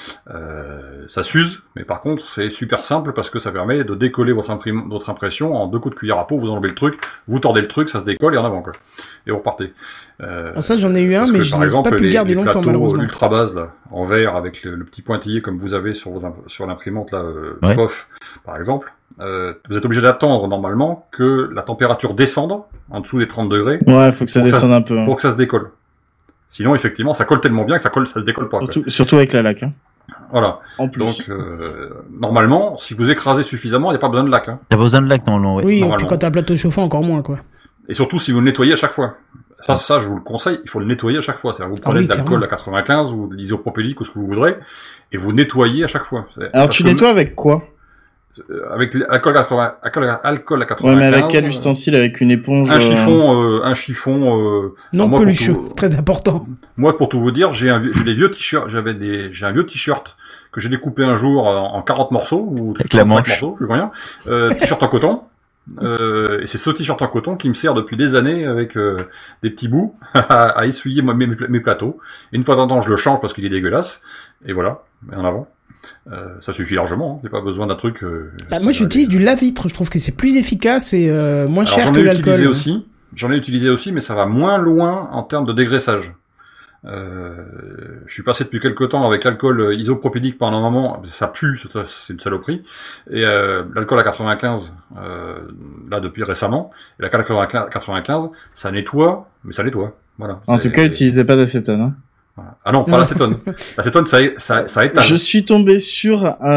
euh, ça s'use, mais par contre c'est super simple parce que ça permet de décoller votre, imprim- votre impression en deux coups de cuillère à peau. Vous enlevez le truc, vous tordez le truc, ça se décolle et en avant quoi. Et vous repartez. Euh, ah, ça j'en ai eu un, mais je n'ai pas pu le garder les longtemps malheureusement. L'ultra base là, en verre avec le, le petit pointillé comme vous avez sur vos imp- sur l'imprimante là, euh, ouais. P O F par exemple. Euh, vous êtes obligé d'attendre normalement que la température descende en dessous des trente degrés. Ouais, faut que ça descende un peu. Hein. Pour que ça se décolle. Sinon, effectivement, ça colle tellement bien que ça colle, ça se décolle pas. Surtout, surtout avec la laque. Hein. Voilà. En plus. Donc, euh, normalement, si vous écrasez suffisamment, il n'y a pas besoin de laque. Hein. T'as pas besoin de laque normalement. Ouais. Oui, normalement. et puis quand t'as un plateau chauffant, encore moins, quoi. Et surtout, si vous le nettoyez à chaque fois. Ça, ça, je vous le conseille, il faut le nettoyer à chaque fois. C'est-à-dire, vous prenez ah oui, de l'alcool à quatre-vingt-quinze ou de l'isopropylique ou ce que vous voudrez, et vous nettoyez à chaque fois. C'est... Alors, tu que... nettoies avec quoi? Avec l'alcool quatre-vingts, alcool à quatre-vingt-quinze. Ouais, mais avec quel ustensile? Avec une éponge? Un chiffon, euh, un chiffon, euh, non pelucheux, tout... très important. Moi, pour tout vous dire, j'ai un, j'ai des vieux t-shirts, j'avais des, j'ai un vieux t-shirt que j'ai découpé un jour en quarante morceaux, ou trente-cinq morceaux, je sais rien, euh, t-shirt en coton. Euh, et c'est ce t-shirt en coton qui me sert depuis des années avec euh, des petits bouts à, à essuyer mes, mes, mes plateaux. Et une fois dans le temps, je le change parce qu'il est dégueulasse. Et voilà, en avant. Euh, ça suffit largement, hein. J'ai pas besoin d'un truc. Euh, bah, moi, j'utilise du lave-vitre. Je trouve que c'est plus efficace et euh, moins Alors, cher que l'alcool. J'en ai utilisé aussi. J'en ai utilisé aussi, mais ça va moins loin en termes de dégraissage. Euh, je suis passé depuis quelques temps avec l'alcool isopropylique pendant un moment, ça pue, c'est une saloperie. Et euh, l'alcool à quatre-vingt-quinze, euh, là depuis récemment, et l'alcool à quatre-vingt-quinze, ça nettoie, mais ça nettoie. Voilà. En tout cas, utilisez pas d'acétone. Hein. Voilà. Ah non, pas l'acétone. L'acétone, ça, ça, ça étale. Je suis tombé sur un,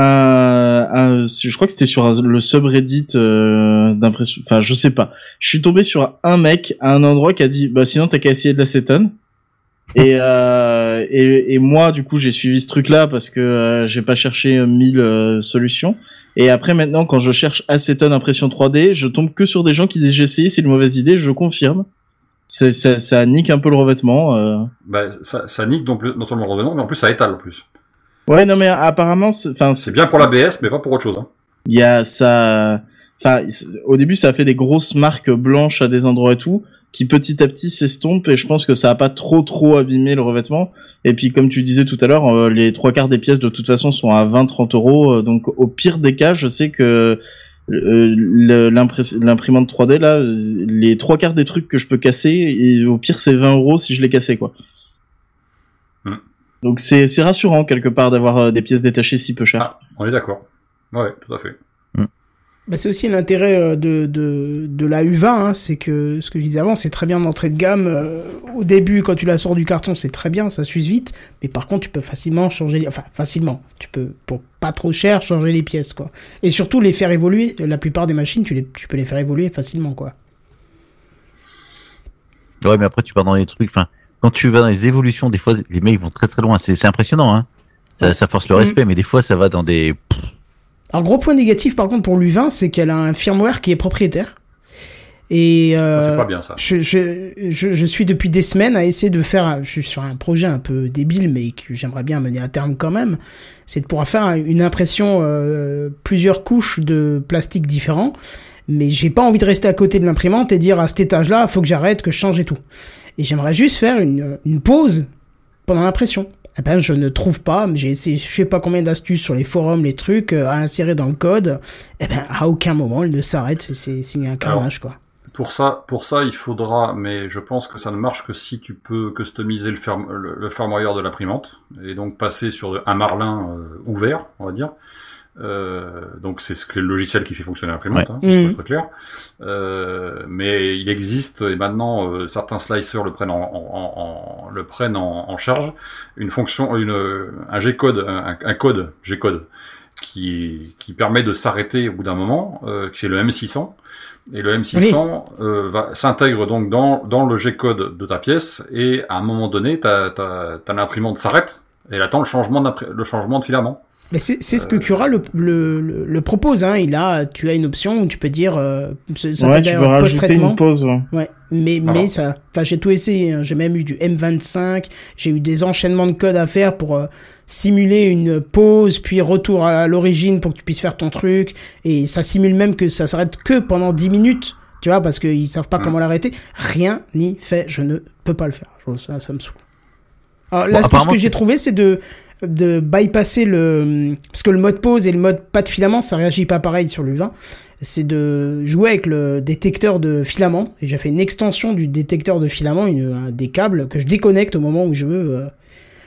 un, un je crois que c'était sur un, le subreddit euh, d'impression, enfin je sais pas. Je suis tombé sur un mec à un endroit qui a dit, bah sinon t'as qu'à essayer de l'acétone. et, euh, et et moi du coup j'ai suivi ce truc-là parce que euh, j'ai pas cherché mille euh, solutions. Et après maintenant quand je cherche acétone impression trois D, je tombe que sur des gens qui disent j'ai essayé, c'est une mauvaise idée, je confirme. C'est, ça, ça nique un peu le revêtement. Euh. Bah, ça, ça nique donc non seulement le revêtement, mais en plus ça étale en plus. Ouais, non mais apparemment, enfin, c'est... c'est bien pour l'A B S, mais pas pour autre chose. Hein. Il y a ça, enfin, au début ça a fait des grosses marques blanches à des endroits et tout, qui petit à petit s'estompent et je pense que ça a pas trop trop abîmé le revêtement. Et puis comme tu disais tout à l'heure, euh, les trois quarts des pièces de toute façon sont à vingt trente euros, donc au pire des cas, je sais que Euh, l'imprimante trois D là, les trois quarts des trucs que je peux casser, et au pire c'est vingt euros si je l'ai cassé quoi. Mm. Donc c'est c'est rassurant quelque part d'avoir des pièces détachées si peu chères. Ah, on est d'accord. Ouais, tout à fait. Mm. Bah c'est aussi l'intérêt de de de la U vingt, hein, c'est que ce que je disais avant, c'est très bien d'entrée de gamme. Euh, au début, quand tu la sors du carton, c'est très bien, ça s'use vite, mais par contre, tu peux facilement changer, les... enfin facilement, tu peux pour pas trop cher changer les pièces quoi. Et surtout les faire évoluer. La plupart des machines, tu les tu peux les faire évoluer facilement quoi. Ouais, mais après tu pars dans les trucs. Enfin, quand tu vas dans les évolutions, des fois les mecs vont très très loin. C'est c'est impressionnant, hein. Ça ouais. ça force le respect, mmh. mais des fois ça va dans des. Alors, gros point négatif, par contre, pour l'U vingt, c'est qu'elle a un firmware qui est propriétaire. Et, euh, ça, c'est pas bien, ça. Je, je, je, je suis depuis des semaines à essayer de faire, je suis sur un projet un peu débile, mais que j'aimerais bien mener à terme quand même. C'est de pouvoir faire une impression, euh, plusieurs couches de plastique différents. Mais j'ai pas envie de rester à côté de l'imprimante et dire à cet étage-là, faut que j'arrête, que je change et tout. Et j'aimerais juste faire une, une pause pendant l'impression. Eh ben, je ne trouve pas, j'ai essayé, je sais pas combien d'astuces sur les forums, les trucs, euh, à insérer dans le code. Eh ben, à aucun moment, elle ne s'arrête, c'est, c'est, c'est un carnage, quoi. Pour ça, pour ça, il faudra, mais je pense que ça ne marche que si tu peux customiser le, ferme, le, le firmware de l'imprimante, et donc passer sur un Marlin euh, ouvert, on va dire. Euh, donc c'est ce que le logiciel qui fait fonctionner l'imprimante, ouais. hein, mmh. pour être clair. Euh, mais il existe et maintenant euh, certains slicers le prennent en, en, en le prennent en, en charge une fonction, une un G-code, un, un code G-code qui qui permet de s'arrêter au bout d'un moment, euh, qui est le M six cents. Et le M six cents oui. euh, va, s'intègre donc dans dans le G-code de ta pièce et à un moment donné, ta ta, ta l'imprimante s'arrête et elle attend le changement le changement de filament. Mais c'est, c'est ce que Cura le, le, le, le propose, hein. Il a, tu as une option où tu peux dire, euh, ça ouais, tu peux rajouter une pause, ouais. Ouais. Mais, voilà. mais ça, enfin, j'ai tout essayé, hein. J'ai même eu du M vingt-cinq, j'ai eu des enchaînements de code à faire pour euh, simuler une pause, puis retour à l'origine pour que tu puisses faire ton truc. Et ça simule même que ça s'arrête que pendant dix minutes, tu vois, parce qu'ils savent pas mmh. comment l'arrêter. Rien n'y fait, je ne peux pas le faire. Ça, ça me saoule. Alors, bon, l'astuce que j'ai trouvé, c'est de, de bypasser le, parce que le mode pause et le mode pas de filament, ça réagit pas pareil sur l'U vingt. C'est de jouer avec le détecteur de filament. Et j'ai fait une extension du détecteur de filament, une, des câbles que je déconnecte au moment où je veux, euh,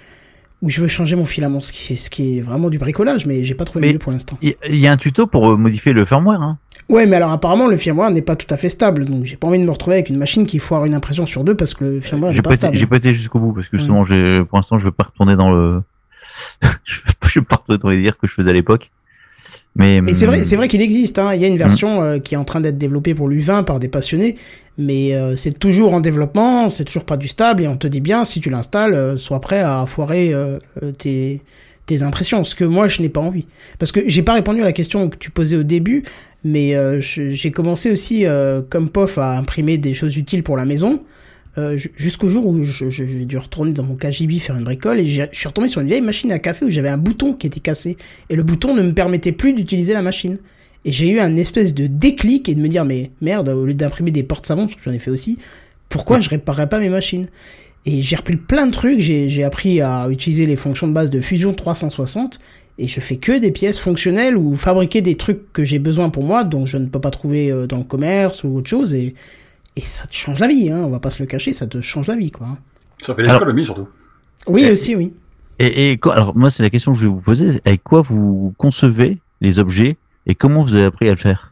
où je veux changer mon filament, ce qui est, ce qui est vraiment du bricolage, mais j'ai pas trouvé mieux pour l'instant. Il y, y a un tuto pour modifier le firmware, hein. Ouais, mais alors apparemment le firmware n'est pas tout à fait stable, donc j'ai pas envie de me retrouver avec une machine qui foire une impression sur deux parce que le firmware n'est pas été, stable. J'ai pas été jusqu'au bout parce que justement, ouais. j'ai, pour l'instant, je veux pas retourner dans le, je veux pas retourner dans les dires que je faisais à l'époque. Mais, mais c'est vrai, c'est vrai qu'il existe, hein. Il y a une version mmh. euh, qui est en train d'être développée pour l'U vingt par des passionnés, mais euh, c'est toujours en développement, c'est toujours pas du stable et on te dit bien si tu l'installes, euh, sois prêt à foirer euh, tes tes impressions, ce que moi je n'ai pas envie. Parce que j'ai pas répondu à la question que tu posais au début, mais euh, je, j'ai commencé aussi euh, comme P O F à imprimer des choses utiles pour la maison, euh, jusqu'au jour où je, je, j'ai dû retourner dans mon K G B faire une bricole et j'ai, je suis retombé sur une vieille machine à café où j'avais un bouton qui était cassé et le bouton ne me permettait plus d'utiliser la machine. Et j'ai eu un espèce de déclic et de me dire mais merde, au lieu d'imprimer des portes savons, parce que j'en ai fait aussi, pourquoi je réparerais pas mes machines ? Et j'ai repris plein de trucs, j'ai, j'ai appris à utiliser les fonctions de base de Fusion trois cent soixante, et je fais que des pièces fonctionnelles ou fabriquer des trucs que j'ai besoin pour moi, dont je ne peux pas trouver dans le commerce ou autre chose, et, et ça te change la vie, hein, on va pas se le cacher, ça te change la vie, quoi. Ça fait des économies, surtout. Oui, et, aussi, oui. Et, et quoi, alors, moi, c'est la question que je vais vous poser, avec quoi vous concevez les objets, et comment vous avez appris à le faire?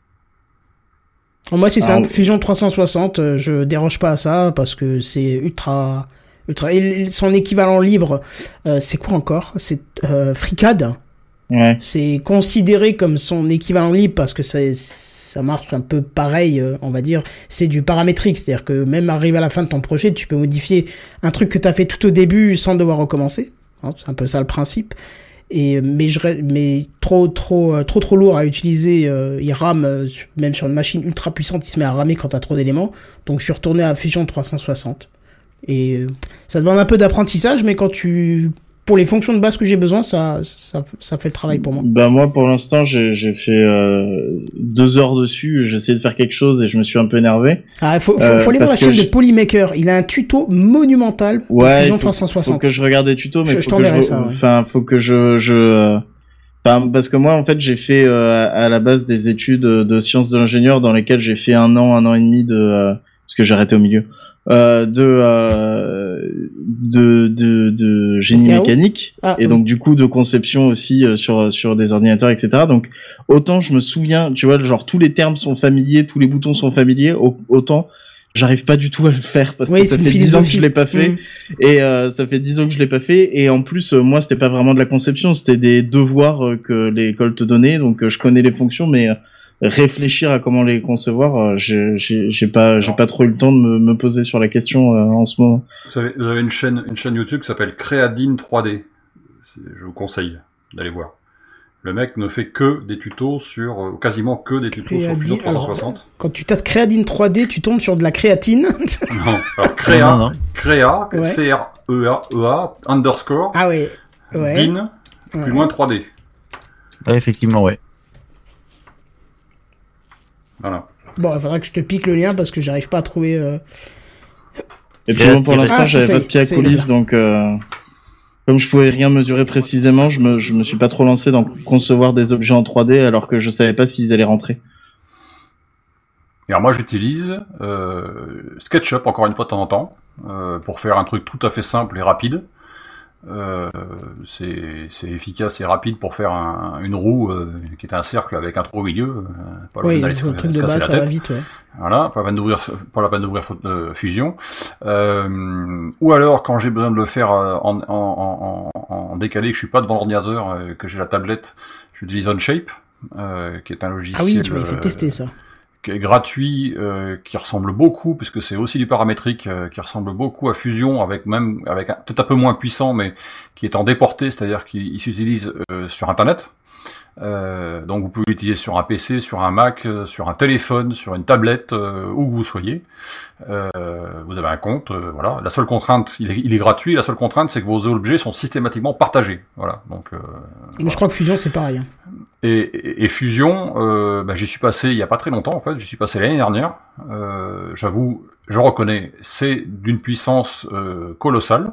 Moi, c'est simple, Fusion trois cent soixante, je déroge pas à ça, parce que c'est ultra... ultra... Et son équivalent libre, euh, c'est quoi encore? C'est euh, FreeCAD. Ouais. C'est considéré comme son équivalent libre parce que ça, ça marche un peu pareil, euh, on va dire. C'est du paramétrique, c'est-à-dire que même arrivé à la fin de ton projet, tu peux modifier un truc que t'as fait tout au début sans devoir recommencer. Hein, c'est un peu ça le principe. Et mais je mais trop trop trop trop lourd à utiliser, euh, il rame euh, même sur une machine ultra puissante, il se met à ramer quand t'as trop d'éléments. Donc je suis retourné à Fusion trois cent soixante. Et euh, ça demande un peu d'apprentissage, mais quand tu pour les fonctions de base que j'ai besoin, ça ça ça fait le travail pour moi. Bah moi pour l'instant j'ai j'ai fait euh, deux heures dessus, j'ai essayé de faire quelque chose et je me suis un peu énervé. Ah faut faut, euh, faut aller voir la chaîne je... de Polymaker, il a un tuto monumental pour ouais, Fusion faut, trois cent soixante. Faut que je regarde des tutos, mais je, faut je que je ça, enfin ouais. faut que je je enfin parce que moi en fait j'ai fait euh, à, à la base des études de sciences de l'ingénieur dans lesquelles j'ai fait un an un an et demi de euh, parce que j'ai arrêté au milieu. Euh, de, euh, de de de génie mécanique ah, et oui. donc du coup de conception aussi euh, sur sur des ordinateurs et cetera. Donc autant je me souviens, tu vois, genre tous les termes sont familiers, tous les boutons sont familiers, autant j'arrive pas du tout à le faire parce oui, que ça fait dix ans que je l'ai pas fait mmh. et euh, ça fait dix ans que je l'ai pas fait et en plus euh, moi c'était pas vraiment de la conception, c'était des devoirs euh, que l'école te donnait, donc euh, je connais les fonctions mais euh, réfléchir à comment les concevoir, euh, j'ai, j'ai, j'ai pas, j'ai pas trop eu le temps de me, me poser sur la question euh, en ce moment. Vous avez, vous avez une chaîne, une chaîne YouTube qui s'appelle Creadine trois D. Je vous conseille d'aller voir. Le mec ne fait que des tutos sur, euh, quasiment que des tutos Créadine, sur Fusion trois cent soixante. Alors, quand tu tapes Creadine trois D, tu tombes sur de la créatine. Non, alors Créa, non, non. Créa, ouais. C R E A E A, underscore. Ah ouais. Ouais. Din, ouais. Plus loin trois D. Ouais, effectivement, ouais. Voilà. Bon, il faudra que je te pique le lien parce que j'arrive pas à trouver. Euh... Et puis bon, pour l'instant, ah, j'avais pas de pied à coulisse, donc euh, comme je pouvais rien mesurer précisément, je me je me suis pas trop lancé dans concevoir des objets en trois D alors que je savais pas s'ils allaient rentrer. Et alors moi, j'utilise euh, SketchUp encore une fois de temps en temps euh, pour faire un truc tout à fait simple et rapide. Euh, c'est, c'est efficace et rapide pour faire un, une roue euh, qui est un cercle avec un trou au milieu. Euh, pas oui, le truc de base, ça va vite, ouais. Voilà, pas la peine d'ouvrir, pas la peine d'ouvrir euh, Fusion. Euh, ou alors, quand j'ai besoin de le faire en, en, en, en décalé, que je suis pas devant l'ordinateur, euh, que j'ai la tablette, j'utilise Onshape, euh, qui est un logiciel. Ah oui, tu m'avais fait tester ça. qui est gratuit, euh, qui ressemble beaucoup, puisque c'est aussi du paramétrique, euh, qui ressemble beaucoup à Fusion, avec même avec un, peut-être un peu moins puissant, mais qui est en déporté, c'est-à-dire qu'il s'utilise euh, sur Internet. Euh, donc vous pouvez l'utiliser sur un P C, sur un Mac, euh, sur un téléphone, sur une tablette, euh, où que vous soyez. Euh, vous avez un compte, euh, voilà. La seule contrainte, il est, il est gratuit. La seule contrainte, c'est que vos objets sont systématiquement partagés. Voilà. Donc. Euh, voilà. Je crois que Fusion c'est pareil. Hein. Et, et, et Fusion, euh, bah, j'y suis passé il y a pas très longtemps en fait. J'y suis passé l'année dernière. Euh, j'avoue, je reconnais, c'est d'une puissance euh, colossale.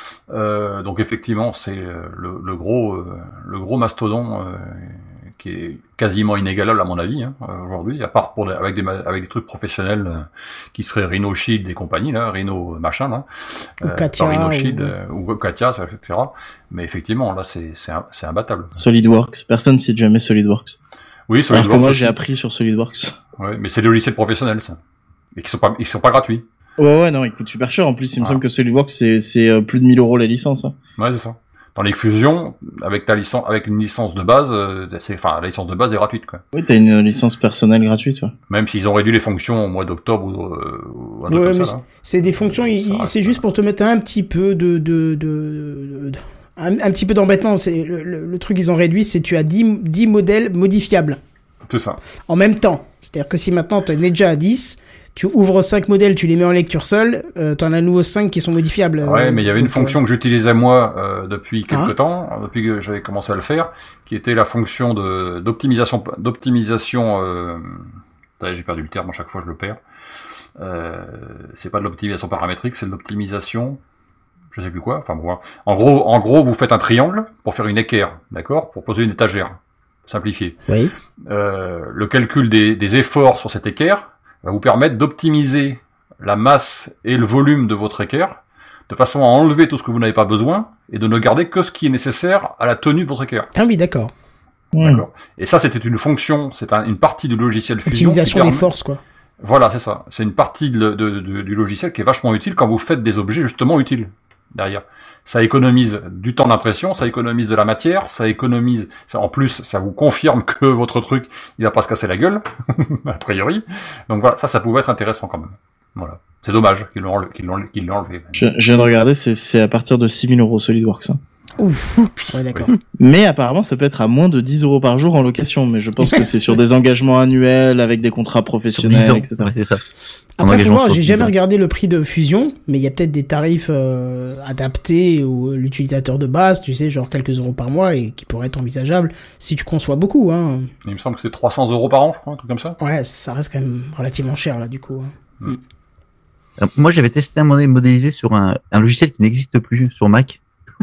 Euh, donc effectivement, c'est le, le gros, euh, le gros mastodon euh, qui est quasiment inégalable à mon avis hein, aujourd'hui, à part pour des, avec des avec des trucs professionnels euh, qui seraient Rhino Shield et compagnie là, Rhino machin là, ou euh, Katia, Rhino Shield ou... Euh, ou Katia, et cetera. Mais effectivement, là, c'est c'est c'est imbattable. SolidWorks, personne ne cite jamais SolidWorks. Oui, SolidWorks. Alors que moi, j'ai appris sur SolidWorks. Ouais, mais c'est des logiciels professionnels ça, et qui sont pas ils sont pas gratuits. Ouais, ouais, non, il coûte super cher. En plus, il me ah. semble que SolidWorks, c'est, c'est plus de mille euros la licence. Hein. Ouais, c'est ça. Dans les Fusion, avec ta licence, avec une licence de base, euh, c'est, enfin, la licence de base est gratuite, quoi. Oui, t'as une licence personnelle gratuite, ouais. Même s'ils ont réduit les fonctions au mois d'octobre ou, euh, ou un truc ouais, comme mais ça, là. C'est des fonctions, il, reste, c'est juste pour te mettre un petit peu de, de, de, de, de un, un petit peu d'embêtement. C'est le, le, le truc qu'ils ont réduit, c'est tu as dix, dix modèles modifiables. C'est ça. En même temps. C'est-à-dire que si maintenant tu es déjà à dix, tu ouvres cinq modèles, tu les mets en lecture seule, euh, t'en as à nouveau cinq qui sont modifiables. Ouais, euh, mais il y avait donc, une fonction euh... que j'utilisais moi euh, depuis quelques ah. temps, depuis que j'avais commencé à le faire, qui était la fonction de d'optimisation d'optimisation. Euh... J'ai perdu le terme, à chaque fois je le perds. Euh... C'est pas de l'optimisation paramétrique, c'est de l'optimisation. Je sais plus quoi. Enfin bon, en gros, en gros, vous faites un triangle pour faire une équerre, d'accord, pour poser une étagère, simplifié. Oui. Euh, le calcul des, des efforts sur cette équerre va vous permettre d'optimiser la masse et le volume de votre équerre, de façon à enlever tout ce que vous n'avez pas besoin et de ne garder que ce qui est nécessaire à la tenue de votre équerre. Ah oui, d'accord. D'accord. Mmh. Et ça, c'était une fonction, c'est un, une partie du logiciel Fusion. Optimisation permet... des forces, quoi. Voilà, c'est ça. C'est une partie de, de, de, du logiciel qui est vachement utile quand vous faites des objets justement utiles derrière. Ça économise du temps d'impression, ça économise de la matière, ça économise, ça, en plus, ça vous confirme que votre truc, il va pas se casser la gueule, a priori. Donc voilà, ça, ça pouvait être intéressant quand même. Voilà. C'est dommage qu'ils l'ont, qu'ils l'ont, qu'ils l'ont enlevé. Je, je viens de regarder, c'est, c'est à partir de six mille euros SolidWorks. Hein. Ouf. Ouais, d'accord. Oui. Mais apparemment, ça peut être à moins de dix euros par jour en location. Mais je pense que c'est sur des engagements annuels, avec des contrats professionnels, et cetera. Ouais, c'est ça. Après, faut voir, j'ai jamais regardé le prix de Fusion, mais il y a peut-être des tarifs euh, adaptés ou l'utilisateur de base, tu sais, genre quelques euros par mois et qui pourraient être envisageables si tu conçois beaucoup. Hein. Il me semble que c'est trois cents euros par an, je crois, un truc comme ça. Ouais, ça reste quand même relativement cher là, du coup. Hein. Mm. Alors, moi, j'avais testé un modèle modélisé sur un, un logiciel qui n'existe plus sur Mac,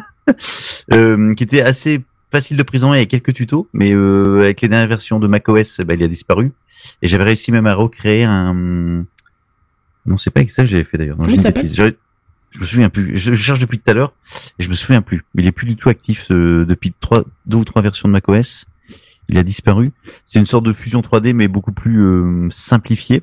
euh, qui était assez facile de prise en main. Il y a quelques tutos, mais euh, avec les dernières versions de macOS, bah, il a disparu. Et j'avais réussi même à recréer un... Non, c'est pas avec ça que j'avais fait d'ailleurs. Non, Comment il s'appelle ? je, je me souviens plus. Je, je cherche depuis tout à l'heure et je me souviens plus. Il est plus du tout actif euh, depuis trois, deux ou trois versions de macOS. Il a disparu. C'est une sorte de fusion trois D mais beaucoup plus euh, simplifiée.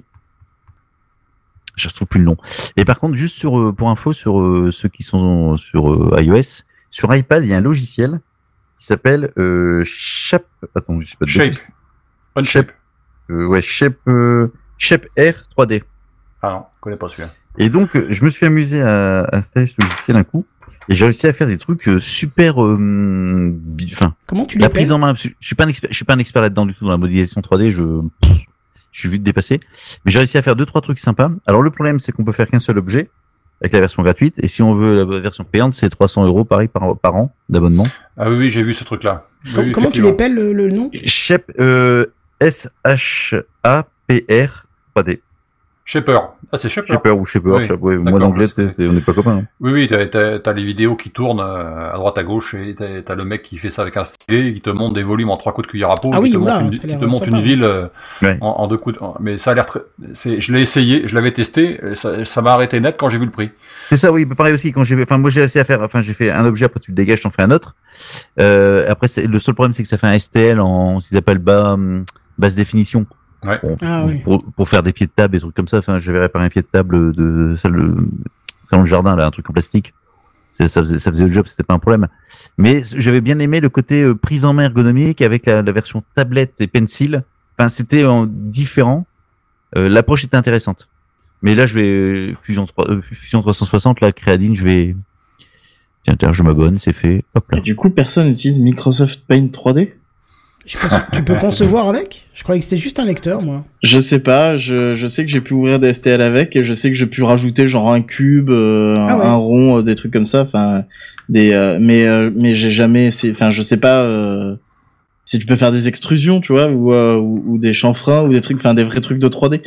Je retrouve plus le nom. Et par contre, juste sur euh, pour info sur euh, ceux qui sont sur euh, iOS, sur iPad, il y a un logiciel qui s'appelle euh, Shape. Attends, je sais pas. De Shape. Shape. Euh, ouais, Shape. Euh, Shape R trois D. Ah non, je connais pas celui-là. Et donc, je me suis amusé à, à installer ce logiciel un coup, et j'ai réussi à faire des trucs super, euh, enfin. Comment tu la l'appelles ? prise en main. Je suis pas un expert, je suis pas un expert là-dedans du tout dans la modélisation trois D. Je, je suis vite dépassé. Mais j'ai réussi à faire deux trois trucs sympas. Alors le problème, c'est qu'on peut faire qu'un seul objet avec la version gratuite, et si on veut la version payante, c'est trois cents euros pareil par par an d'abonnement. Ah oui, oui, j'ai vu ce truc-là. Com- oui, comment tu l'appelles le, le nom ? Shape, euh, S H A P R trois D. Shaper. Ah, c'est Shaper. Shaper ou Shaper, Oui, Shaper. Ouais, moi l'anglais, c'est, c'est, on n'est pas copains. Hein. Oui, oui, t'as, t'as, t'as les vidéos qui tournent euh, à droite à gauche et t'as, t'as le mec qui fait ça avec un stylet, qui te montre des volumes en trois coups de cuillère à peau, ah qui oui, te voilà, montre une, qui te montre sympa, une ville euh, ouais. en, en deux coups. De, mais ça a l'air très. C'est, je l'ai essayé, je l'avais testé, ça, ça m'a arrêté net quand j'ai vu le prix. C'est ça, oui. Pareil aussi quand j'ai, enfin moi j'ai essayé à faire, enfin j'ai fait un objet, après tu le dégages, t'en fais un autre. Euh, après c'est, le seul problème c'est que ça fait un S T L en ce qu'ils appellent bas basse définition. Ouais. Bon, ah, pour, oui. pour, pour faire des pieds de table, des trucs comme ça. Enfin, j'avais réparé un pied de table de salle, salon de jardin, là, un truc en plastique. C'est, ça faisait, ça faisait le job, c'était pas un problème. Mais j'avais bien aimé le côté euh, prise en main ergonomique avec la, la version tablette et pencil. Enfin, c'était en différent. Euh, l'approche était intéressante. Mais là, je vais Fusion trois, euh, Fusion trois cent soixante, là, Creadine, je vais. Tiens, tiens, je m'abonne, c'est fait. Hop là. Et du coup, personne n'utilise Microsoft Paint trois D? Je sais pas si tu peux concevoir avec. Je croyais que c'était juste un lecteur, moi. Je sais pas. Je, je sais que j'ai pu ouvrir des S T L avec et je sais que j'ai pu rajouter genre un cube, euh, Ah un, ouais. un rond, euh, des trucs comme ça. Enfin, des. Euh, mais euh, mais j'ai jamais. C'est. Enfin, je sais pas. Euh, si tu peux faire des extrusions, tu vois, ou euh, ou, ou des chanfreins ou des trucs. Enfin, des vrais trucs de trois D.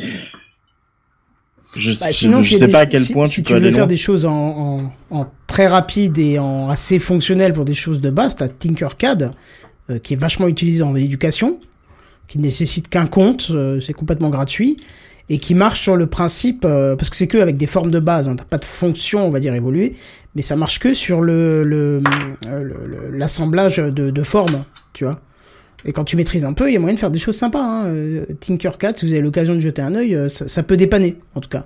Je, Bah, je, sinon, je s'il y a sais des- pas à quel si, point si tu tu peux veux aller faire loin. des choses en, en, en très rapide et en assez fonctionnel pour des choses de base, t'as Tinkercad, euh, qui est vachement utilisé en éducation, qui nécessite qu'un compte, euh, c'est complètement gratuit, et qui marche sur le principe, euh, parce que c'est que avec des formes de base, hein, t'as pas de fonction, on va dire, évoluée, mais ça marche que sur le, le, euh, le- le- l'assemblage de, de formes, tu vois. Et quand tu maîtrises un peu, il y a moyen de faire des choses sympas. Hein. Euh, Tinkercad, si vous avez l'occasion de jeter un œil, euh, ça, ça peut dépanner, en tout cas.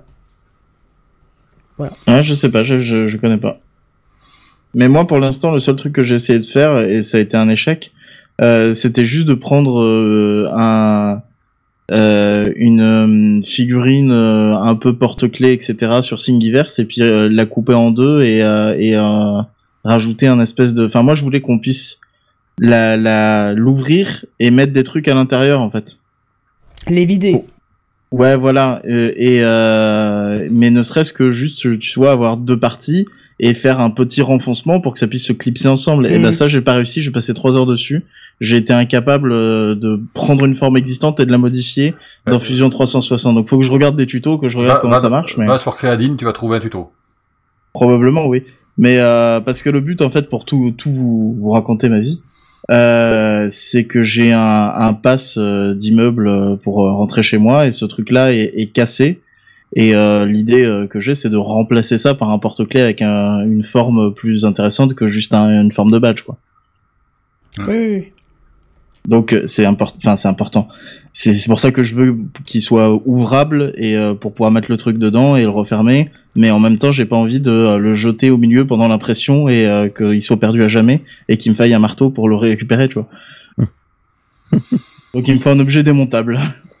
Ouais, je sais pas, je, je, je connais pas. Mais moi, pour l'instant, le seul truc que j'ai essayé de faire, et ça a été un échec, euh, c'était juste de prendre euh, un, euh, une euh, figurine euh, un peu porte-clés, et cetera sur Thingiverse, et puis euh, la couper en deux et, euh, et euh, rajouter un espèce de... Enfin, moi, je voulais qu'on puisse la, la, l'ouvrir et mettre des trucs à l'intérieur, en fait. Les vider. Ouais, voilà. Euh, et euh, mais ne serait-ce que juste, tu vois, avoir deux parties et faire un petit renfoncement pour que ça puisse se clipser ensemble. Mmh. Et ben ça, j'ai pas réussi. J'ai passé trois heures dessus. J'ai été incapable euh, de prendre une forme existante et de la modifier dans Euh, Fusion trois cent soixante. Donc, faut que je regarde des tutos, que je regarde Va, comment va ça dans- marche. Mais va sur Creadine, tu vas trouver un tuto. probablement, oui. Mais euh, parce que le but, en fait, pour tout tout vous, vous raconter ma vie, euh, c'est que j'ai un, un pass euh, d'immeuble euh, pour euh, rentrer chez moi et ce truc-là est, est cassé. Et euh, l'idée euh, que j'ai, c'est de remplacer ça par un porte-clés avec un, une forme plus intéressante que juste un, une forme de badge, quoi. Oui, oui, oui. Donc euh, c'est important. Enfin, c'est important. C'est c'est pour ça que je veux qu'il soit ouvrable et euh, pour pouvoir mettre le truc dedans et le refermer. Mais en même temps, j'ai pas envie de euh, le jeter au milieu pendant l'impression et euh, qu'il soit perdu à jamais et qu'il me faille un marteau pour le récupérer, tu vois. Donc il me faut un objet démontable.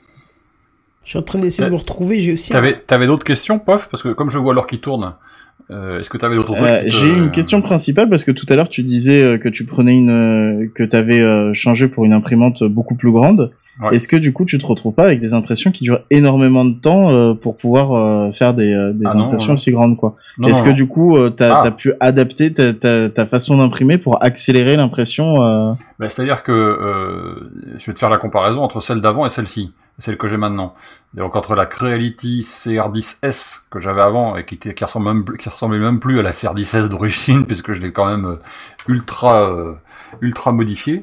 Je suis en train d'essayer de vous retrouver. J'ai aussi. un- T'avais, t'avais d'autres questions, Pof? Parce que comme je vois l'heure qui tourne, euh, est-ce que t'avais d'autres Euh, trucs qui te- j'ai une question principale parce que tout à l'heure tu disais euh, que tu prenais une euh, que t'avais euh, changé pour une imprimante beaucoup plus grande. Ouais. Est-ce que du coup tu te retrouves pas avec des impressions qui durent énormément de temps euh, pour pouvoir euh, faire des, euh, des Ah non, impressions non. aussi grandes, quoi? Non, Est-ce non, que non. du coup euh, t'as Ah. t'as pu adapter ta, ta, ta façon d'imprimer pour accélérer l'impression euh... Ben, c'est-à-dire que euh, je vais te faire la comparaison entre celle d'avant et celle-ci, celle que j'ai maintenant. Donc entre la Creality C R dix S que j'avais avant et qui, était, qui, ressemble même, plus- qui ressemblait même plus à la C R dix S d'origine puisque je l'ai quand même euh, ultra euh, ultra modifiée,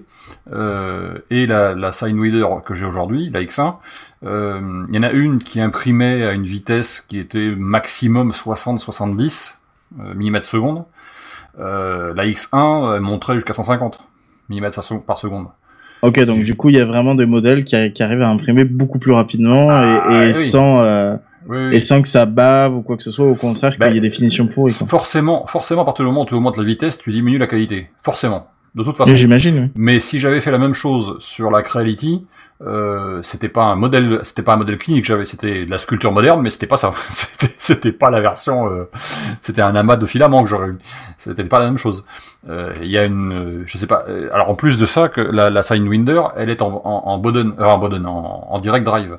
euh, et la, la Signreader que j'ai aujourd'hui, la X un, euh, il y en a une qui imprimait à une vitesse qui était maximum soixante à soixante-dix euh, millimètres seconde. Euh, la X un elle montrait jusqu'à cent cinquante millimètres par seconde. Ok, donc du coup il y a vraiment des modèles qui, qui arrivent à imprimer beaucoup plus rapidement Ah, et, et oui. sans euh, Oui, oui. et sans que ça bave ou quoi que ce soit, au contraire Ben, qu'il y ait des finitions pourries, quoi. Forcément, forcément, à partir du moment où tu augmentes la vitesse, tu diminues la qualité. Forcément. De toute façon. Et j'imagine, oui. Mais si j'avais fait la même chose sur la Creality, euh, c'était pas un modèle, c'était pas un modèle clinique, j'avais, c'était de la sculpture moderne, mais c'était pas ça. C'était, c'était pas la version, euh, c'était un amas de filaments que j'aurais eu. C'était pas la même chose. Euh, Il y a une, euh, je sais pas. euh, Alors en plus de ça, que la, la Signreader, elle est en, en, en Boden, euh, en Boden, en, en direct drive.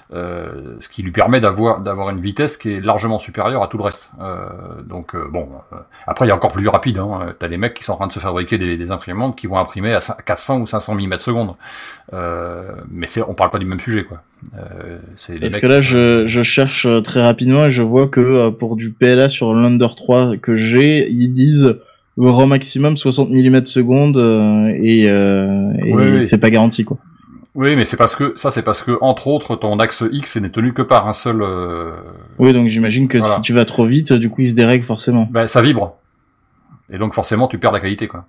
Euh, ce qui lui permet d'avoir d'avoir une vitesse qui est largement supérieure à tout le reste. Euh, donc euh, bon, euh, après il y a encore plus rapide. Hein. T'as des mecs qui sont en train de se fabriquer des, des imprimantes qui vont imprimer à quatre cents ou cinq cents millimètres seconde. Euh, mais c'est, on parle pas du même sujet, quoi. Euh, c'est les Parce mecs que là, qui- je, je cherche euh, très rapidement et je vois que euh, pour du P L A sur l'Under trois que j'ai, ils disent grand maximum soixante millimètres seconde euh, et, euh, et Oui, oui. c'est pas garanti, quoi. Oui, mais c'est parce que ça, c'est parce que entre autres, ton axe X n'est tenu que par un seul. Euh... Oui, donc j'imagine que Voilà. si tu vas trop vite, du coup, il se dérègle forcément. Ben, ça vibre. Et donc forcément, tu perds la qualité, quoi.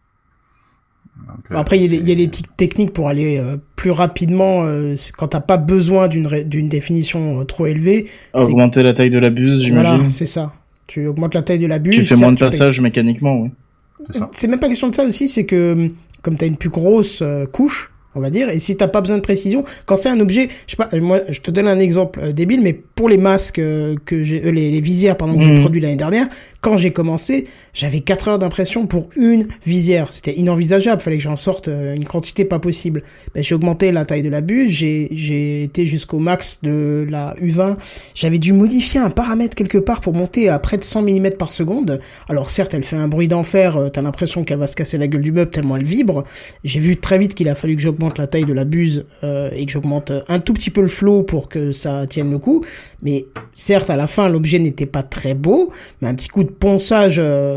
Donc, euh, Après, il y, a des- c'est- il y a des petites techniques pour aller euh, plus rapidement euh, c'est quand t'as pas besoin d'une ré- d'une définition euh, trop élevée. c'est- Augmenter la taille de la buse, j'imagine. Voilà, c'est ça. Tu augmentes la taille de la buse. Tu fais certes, moins de tu payes- passages mécaniquement, oui. C'est ça. C'est même pas question de ça aussi, c'est que comme t'as une plus grosse euh, couche, on va dire. Et si t'as pas besoin de précision, quand c'est un objet, je sais pas, moi, je te donne un exemple euh, débile, mais pour les masques euh, que j'ai, euh, les, les visières, pardon, que mmh. j'ai produit l'année dernière, quand j'ai commencé, j'avais quatre heures d'impression pour une visière. C'était inenvisageable. Fallait que j'en sorte euh, une quantité pas possible. Ben, j'ai augmenté la taille de la buse, j'ai, j'ai été jusqu'au max de la U vingt. J'avais dû modifier un paramètre quelque part pour monter à près de cent millimètres par seconde. Alors certes, elle fait un bruit d'enfer, euh, t'as l'impression qu'elle va se casser la gueule du meuble tellement elle vibre. J'ai vu très vite qu'il a fallu que j'augmente la taille de la buse euh, et que j'augmente un tout petit peu le flow pour que ça tienne le coup. Mais certes, à la fin, l'objet n'était pas très beau, mais un petit coup de ponçage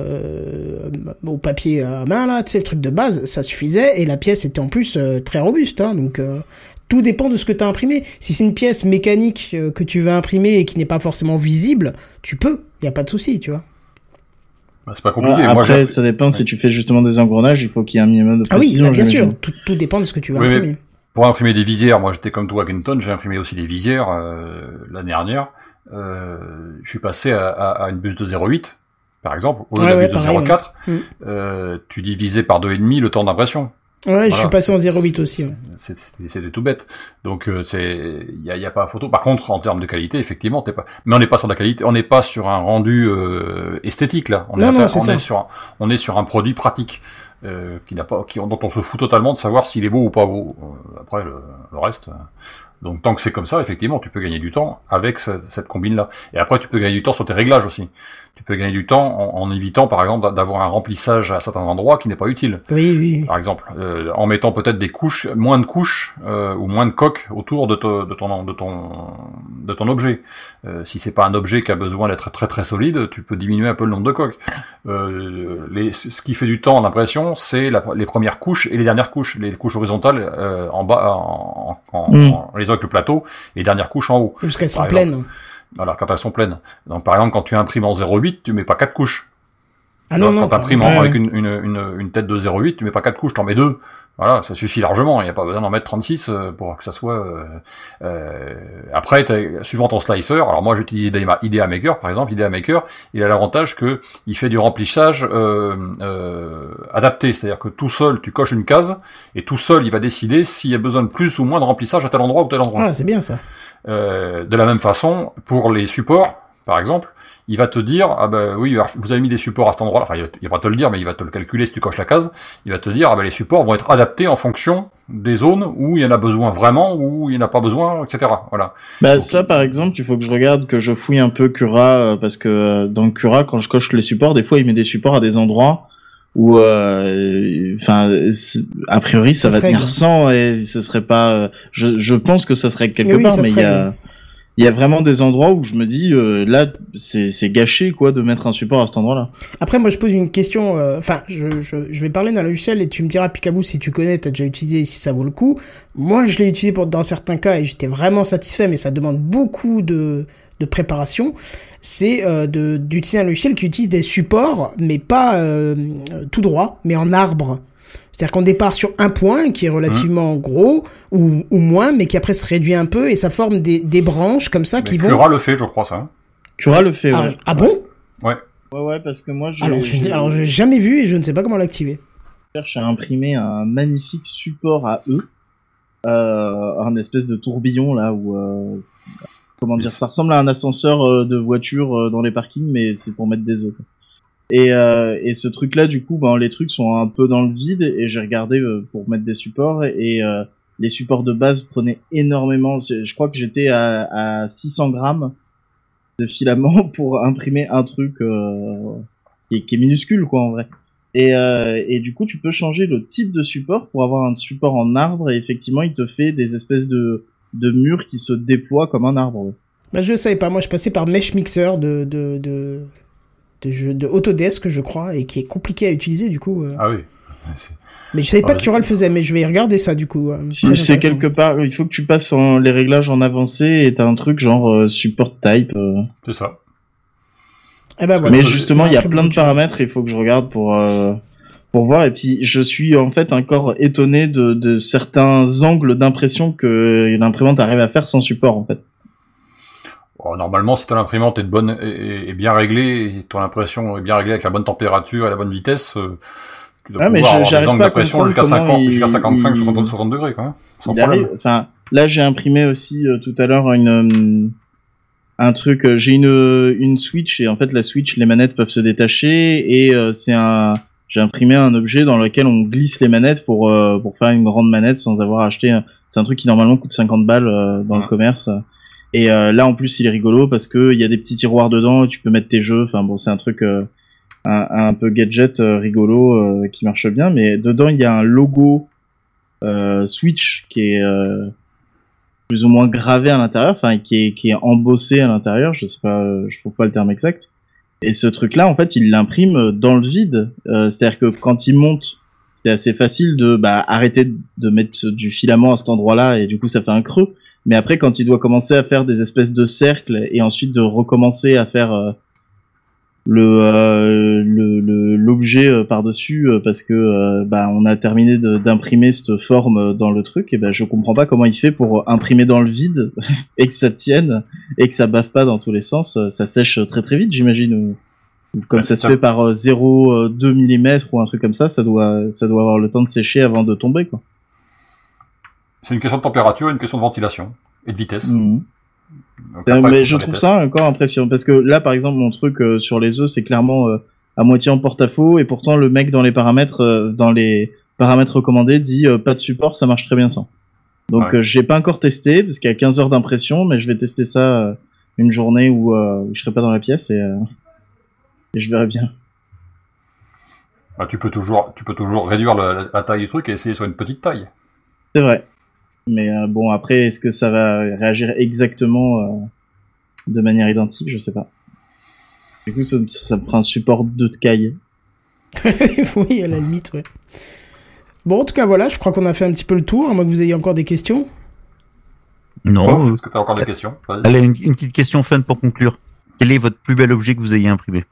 euh, au papier à main, là, tu sais, le truc de base, ça suffisait, et la pièce était en plus euh, très robuste, hein, donc... Euh, tout dépend de ce que tu as imprimé. Si c'est une pièce mécanique euh, que tu veux imprimer et qui n'est pas forcément visible, tu peux, il y a pas de souci, tu vois. Bah, c'est pas compliqué. Ouais, après, Moi, ça dépend. Ouais. Si tu fais justement des engrenages, il faut qu'il y ait un minimum de précision. Ah oui, bah, bien sûr. Tout, tout dépend de ce que tu veux oui, imprimer. Pour imprimer des visières, moi j'étais comme toi, Kenton, j'ai imprimé aussi des visières euh, l'année dernière. Euh, je suis passé à, à, à une buse de zéro virgule huit, par exemple, au lieu ouais, de la ouais, buse de zéro virgule quatre. Ouais. Euh, tu divisais par deux virgule cinq le temps d'impression. Ouais, voilà, je suis passé en zéro virgule huit aussi. Ouais. C'était, c'était tout bête. Donc euh, c'est, il y a, y a pas photo. Par contre, en termes de qualité, effectivement, t'es pas. Mais on n'est pas sur de la qualité. On n'est pas sur un rendu euh, esthétique là. On non, est, non, à, c'est on ça. est sur, un, on est sur un produit pratique euh, qui n'a pas, qui, dont on se fout totalement de savoir s'il est beau ou pas beau. Euh, après le, le reste. Euh... Donc tant que c'est comme ça, effectivement, tu peux gagner du temps avec ce, cette combine-là. Et après, tu peux gagner du temps sur tes réglages aussi. Tu peux gagner du temps en, en évitant, par exemple, d'avoir un remplissage à certains endroits qui n'est pas utile. Oui, oui. Par exemple, euh, en mettant peut-être des couches, moins de couches euh, ou moins de coques autour de, te, de ton de ton de ton objet. Euh, si c'est pas un objet qui a besoin d'être très très solide, tu peux diminuer un peu le nombre de coques. Euh, les, ce qui fait du temps en impression, c'est la, les premières couches et les dernières couches, les couches horizontales euh, en bas, en, en, mm. en, en les avec le plateau, et les dernières couches en haut. Parce qu'elles sont pleines. Voilà, quand elles sont pleines. Donc par exemple, quand tu imprimes en zéro virgule huit, tu mets pas quatre couches. Ah non, non. Quand tu imprimes ouais. avec une, une, une, une tête de zéro virgule huit, tu mets pas quatre couches, t'en mets deux. Voilà, ça suffit largement. Il n'y a pas besoin d'en mettre trente-six pour que ça soit. Euh, euh, après, suivant ton slicer. Alors moi, j'utilise Idea Maker, par exemple. Idea Maker, il a l'avantage que il fait du remplissage euh, euh, adapté, c'est-à-dire que tout seul, tu coches une case et tout seul, il va décider s'il y a besoin de plus ou moins de remplissage à tel endroit ou tel endroit. Ah, c'est bien ça. Euh, de la même façon, pour les supports, par exemple. Il va te dire, ah ben oui, vous avez mis des supports à cet endroit-là, enfin il va, il va pas te le dire, mais il va te le calculer si tu coches la case, il va te dire, ah ben les supports vont être adaptés en fonction des zones où il y en a besoin vraiment, où il n'y en a pas besoin, et cetera. Voilà. Bah donc, ça par exemple, il faut que je regarde, que je fouille un peu Cura, parce que dans Cura, quand je coche les supports, des fois il met des supports à des endroits où, enfin, euh, a priori ça, ça va tenir sans et ce serait pas, je, je pense que ça serait quelque oui, part, mais il y a... Il y a vraiment des endroits où je me dis euh, là c'est c'est gâché quoi de mettre un support à cet endroit-là. Après moi je pose une question, enfin euh, je, je je vais parler d'un logiciel et tu me diras Picaboo si tu connais, t'as déjà utilisé, si ça vaut le coup. Moi je l'ai utilisé pour dans certains cas et j'étais vraiment satisfait, mais ça demande beaucoup de de préparation. C'est euh, de d'utiliser un logiciel qui utilise des supports mais pas euh, tout droit, mais en arbre. C'est-à-dire qu'on départ sur un point qui est relativement mmh. gros ou, ou moins, mais qui après se réduit un peu et ça forme des, des branches comme ça mais qui Cura vont... Cura le fait, je crois, ça. Cura le fait, ah, ouais. Ah bon ? Ouais. Ouais, ouais, parce que moi, je... Alors, je, alors, je l'ai jamais vu et je ne sais pas comment l'activer. Je cherche à imprimer un magnifique support à eux, euh, un espèce de tourbillon, là, où... Euh, comment dire, ça ressemble à un ascenseur euh, de voiture euh, dans les parkings, mais c'est pour mettre des œufs. Et, euh, et ce truc-là, du coup, ben, les trucs sont un peu dans le vide et j'ai regardé euh, pour mettre des supports et euh, les supports de base prenaient énormément. Je crois que j'étais à, à six cents grammes de filament pour imprimer un truc euh, qui, est, qui est minuscule, quoi, en vrai. Et, euh, et du coup, tu peux changer le type de support pour avoir un support en arbre et effectivement, il te fait des espèces de, de murs qui se déploient comme un arbre. Bah, je savais pas. Moi, je passais par Mesh Mixer de... de, de... de jeu de Autodesk, je crois, et qui est compliqué à utiliser, du coup. Euh... Ah oui. C'est... Mais je savais pas ah, que Cura le faisait, mais je vais regarder ça, du coup. Euh, si c'est quelque part, il faut que tu passes en les réglages en avancé et t'as un truc genre euh, support type. Euh... C'est ça. Eh ben, voilà, mais justement, il y a plein de paramètres, il faut que je regarde pour euh, pour voir. Et puis, je suis en fait encore étonné de, de certains angles d'impression que l'imprimante arrive à faire sans support, en fait. Oh, normalement, si ton imprimante est de bonne est, est bien réglée, et ton impression est bien réglée avec la bonne température et la bonne vitesse, euh, Tu dois Ah, mais pouvoir je- avoir j'arrive des angles pas à d'impression comprendre jusqu'à comment cinquante, il- jusqu'à cinquante-cinq, il- soixante, soixante degrés, quand même. Sans Il problème. arrive. Enfin, là, j'ai imprimé aussi euh, tout à l'heure une euh, un truc. euh, J'ai une une Switch et en fait la Switch, les manettes peuvent se détacher et euh, c'est un. J'ai imprimé un objet dans lequel on glisse les manettes pour euh, pour faire une grande manette sans avoir acheté. un- C'est un truc qui normalement coûte cinquante balles euh, dans Ouais. le commerce. Et euh, là, en plus, il est rigolo parce que il y a des petits tiroirs dedans. Tu peux mettre tes jeux. Enfin bon, c'est un truc. Euh, un, un peu gadget euh, rigolo euh, qui marche bien, mais dedans il y a un logo euh, Switch qui est euh, plus ou moins gravé à l'intérieur, enfin qui est qui est embossé à l'intérieur, je sais pas, euh, je trouve pas le terme exact. Et ce truc-là, en fait, il l'imprime dans le vide, euh, c'est-à-dire que quand il monte, c'est assez facile de bah, arrêter de mettre du filament à cet endroit-là et du coup ça fait un creux. Mais après, quand il doit commencer à faire des espèces de cercles et ensuite de recommencer à faire euh, le euh, le- le- l'objet euh, par-dessus euh, parce que euh, bah on a terminé de- d'imprimer cette forme euh, dans le truc et ben je comprends pas comment il fait pour imprimer dans le vide et que ça tienne et que ça baffe pas dans tous les sens. Euh, ça sèche très très vite, j'imagine, ou, ou comme Ouais, ça c'est se ça. fait par euh, zéro virgule deux millimètres ou un truc comme ça, ça doit ça doit avoir le temps de sécher avant de tomber, quoi. C'est une question de température, une question de ventilation et de vitesse. Mhm. Donc Euh, après, mais faut je faire les trouve tests. ça encore impressionnant parce que là, par exemple, mon truc euh, sur les œufs, c'est clairement euh, à moitié en porte-à-faux et pourtant le mec dans les paramètres, euh, dans les paramètres recommandés, dit euh, pas de support, ça marche très bien sans. Donc Ouais. euh, j'ai pas encore testé parce qu'il y a quinze heures d'impression, mais je vais tester ça euh, une journée où, euh, où je serai pas dans la pièce et, euh, et je verrai bien. Bah, tu peux toujours, tu peux toujours réduire la, la- la taille du truc et essayer sur une petite taille. C'est vrai. Mais euh, bon, après, est-ce que ça va réagir exactement euh, de manière identique? Je sais pas. Du coup, ça, ça me fera un support de caille. Oui, à la limite, ouais. Bon, en tout cas, voilà, je crois qu'on a fait un petit peu le tour, à moins que vous ayez encore des questions. Non. Pof, euh, est-ce que tu as encore des questions? Vas-y. Allez, une, une petite question fun pour conclure. Quel est votre plus bel objet que vous ayez imprimé?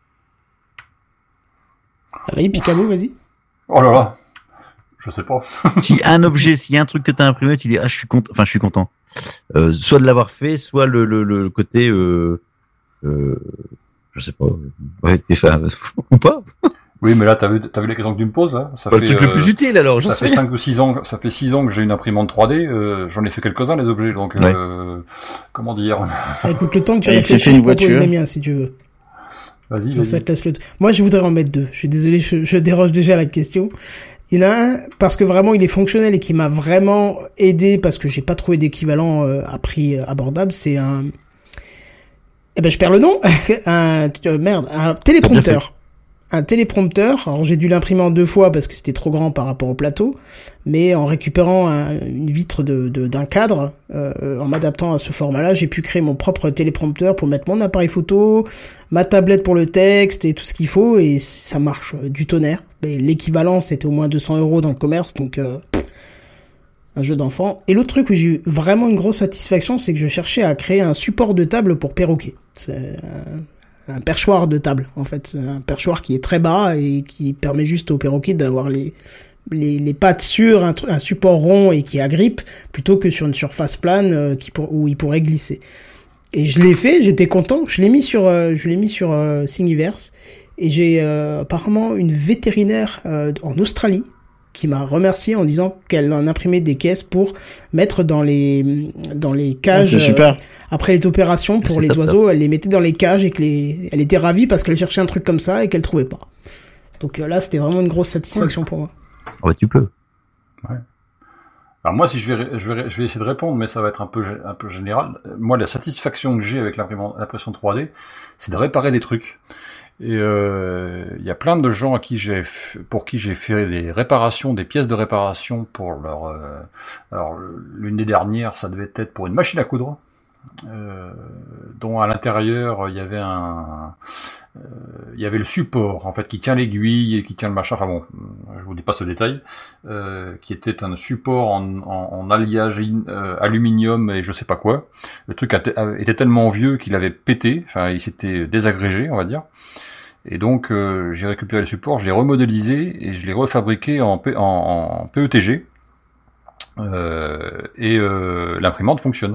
Ah, vas-y, Picabo, vas-y. Oh là là, je sais pas. Si un objet, s'il y a un truc que t'as imprimé, tu dis ah je suis content, enfin je suis content. Euh, soit de l'avoir fait, soit le le, le côté euh, euh, je sais pas, ouais, t'es fan ou pas. Oui, mais là, t'as vu, t'as vu les questions que tu me poses, hein. Ça Pas fait, le truc le euh, plus utile alors. J'en ça sais fait rien. cinq ou six ans, ça fait six ans que j'ai une imprimante trois D, euh, j'en ai fait quelques-uns, les objets, donc, Ouais. euh, comment dire? Ah, écoute, le temps que tu Et il s'est réfléchisses, fait je une propose voiture. les miens, si tu veux. Vas-y, Ça, ça vas-y. te laisse le t- Moi, je voudrais en mettre deux. Je suis désolé, je, je déroge déjà à la question. Il y en a un, parce que vraiment, il est fonctionnel et qui m'a vraiment aidé, parce que j'ai pas trouvé d'équivalent euh, à prix euh, abordable. C'est un... Eh ben, je perds le nom. un... euh, Merde, un téléprompteur. Un téléprompteur. Alors, j'ai dû l'imprimer en deux fois parce que c'était trop grand par rapport au plateau. Mais en récupérant un- une vitre de, de- d'un cadre, euh, en m'adaptant à ce format-là, j'ai pu créer mon propre téléprompteur pour mettre mon appareil photo, ma tablette pour le texte et tout ce qu'il faut, et ça marche euh, du tonnerre. Mais l'équivalent, c'était au moins deux cents euros dans le commerce, donc euh, pff, un jeu d'enfant. Et l'autre truc où j'ai eu vraiment une grosse satisfaction, c'est que je cherchais à créer un support de table pour perroquet. C'est un, un perchoir de table, en fait. C'est un perchoir qui est très bas et qui permet juste au perroquet d'avoir les, les, les pattes sur un, tru- un support rond et qui agrippe, plutôt que sur une surface plane euh, qui pour, où il pourrait glisser. Et je l'ai fait, j'étais content, je l'ai mis sur, euh, je l'ai mis sur euh, Thingiverse, et j'ai euh, apparemment une vétérinaire euh, en Australie qui m'a remercié en disant qu'elle en imprimait des caisses pour mettre dans les dans les Ah, cages c'est super. euh, après les opérations pour C'est les top, oiseaux, elle les mettait dans les cages et que les elle était ravie parce qu'elle cherchait un truc comme ça et qu'elle trouvait pas. Donc euh, là, c'était vraiment une grosse satisfaction pour moi. Ah bah, tu peux. Alors moi, si je vais, je vais, je vais essayer de répondre, mais ça va être un peu, gé- un peu général. Moi, la satisfaction que j'ai avec l'imprimant- l'impression trois D, c'est de réparer des trucs. Et euh, il y a plein de gens à qui j'ai, f- pour qui j'ai fait des réparations, des pièces de réparation pour leur. euh, alors l'une des dernières, ça devait être pour une machine à coudre, euh, dont à l'intérieur il y avait un, euh, il y avait le support en fait qui tient l'aiguille et qui tient le machin. Enfin bon, je vous dis pas ce détail, euh, qui était un support en, en, en alliage in- euh, aluminium et je sais pas quoi. Le truc a te- a- était tellement vieux qu'il avait pété, enfin il s'était désagrégé, on va dire. Et donc euh, j'ai récupéré le support, je l'ai remodélisé et je l'ai refabriqué en, P- en, en P E T G. Euh, et euh, l'imprimante fonctionne.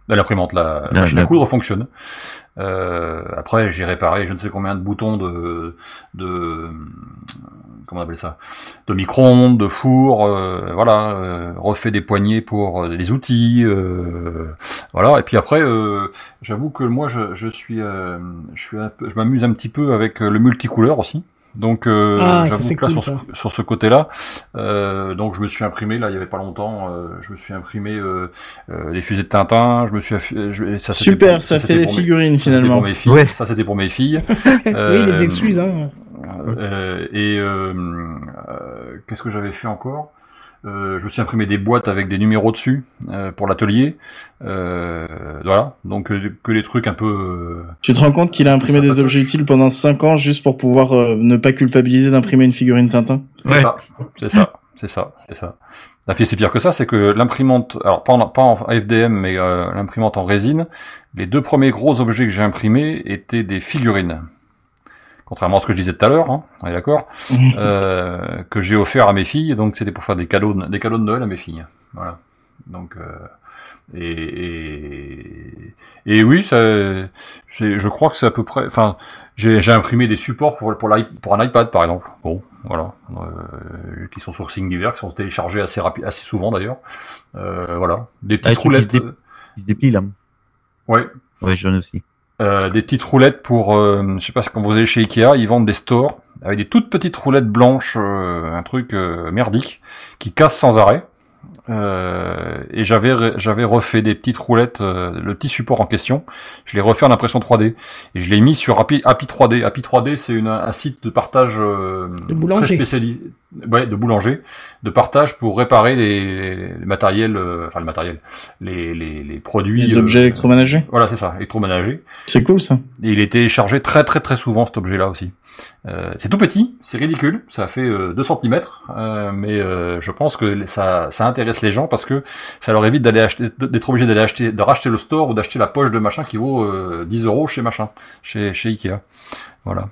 L'imprimante, la, la La- machine la- à coudre fonctionne. Euh, après, j'ai réparé je ne sais combien de boutons de, de comment on appelle ça, de micro-ondes, de fours, euh, voilà, euh, refait des poignées pour euh, les outils, euh, voilà. Et puis après, euh, j'avoue que moi, je, je suis, euh, je suis, un peu, je m'amuse un petit peu avec le multicouleur aussi. Donc, euh, Ah, ça, j'avoue c'est que là, cool, sur, ça. ce, sur ce côté-là, euh, donc je me suis imprimé là, il y avait pas longtemps, euh, je me suis imprimé euh, euh, les fusées de Tintin, je me suis, affi- je, ça, c'était Super, pour- ça c'était fait des pour mes- figurines ça, c'était finalement. pour mes filles. Ouais. Ça, c'était pour mes filles. oui, Euh, les excuses, hein. euh, et euh, euh, qu'est-ce que j'avais fait encore? Euh, je me suis imprimé des boîtes avec des numéros dessus euh, pour l'atelier. Euh, voilà, donc euh, que les trucs un peu. Euh, Tu te rends compte qu'il a imprimé Ça des patoche. objets utiles pendant cinq ans juste pour pouvoir euh, ne pas culpabiliser d'imprimer une figurine Tintin? c'est Ouais. ça, c'est ça, c'est ça, c'est ça. Et puis c'est pire que ça, c'est que l'imprimante, alors pas en, pas en F D M, mais euh, l'imprimante en résine, les deux premiers gros objets que j'ai imprimés étaient des figurines. Contrairement à ce que je disais tout à l'heure, hein, on est d'accord, euh, que j'ai offert à mes filles, donc c'était pour faire des cadeaux, de, des cadeaux de Noël à mes filles. Voilà. Donc euh, et, et et oui, ça, c'est- je crois que c'est à peu près. Enfin, j'ai j'ai imprimé des supports pour pour, l'i- pour un iPad par exemple. Bon, voilà, euh, qui sont sur Thingiverse, qui sont téléchargés assez rapide, assez souvent d'ailleurs. Euh, voilà, des Ah, petites les trucs qui se roulettes. dé- Il se déplie là. Ouais. Ouais, j'en ai aussi. Euh, des petites roulettes pour, euh, je sais pas, quand vous allez chez Ikea, ils vendent des stores avec des toutes petites roulettes blanches, euh, un truc euh, merdique, qui cassent sans arrêt. Euh, et j'avais j'avais refait des petites roulettes, euh, le petit support en question, je l'ai refait en impression trois D et je l'ai mis sur Happy, Happy trois D. Happy trois D, c'est une, un site de partage euh, De boulanger. très spécialisé, ouais, de boulanger, de partage pour réparer les, les matériels, euh, enfin le matériel, les les, les produits, Les objets euh, électroménagers. Voilà, c'est ça, électroménagers. C'est cool ça. Et il est téléchargé très très très souvent cet objet-là aussi. Euh, c'est tout petit, c'est ridicule, ça fait euh, deux centimètres, euh, mais euh, je pense que ça, ça intéresse les gens parce que ça leur évite d'aller acheter, d'être obligé d'aller acheter, de racheter le store ou d'acheter la poche de machin qui vaut euh, dix euros chez machin, chez, chez Ikea. Voilà.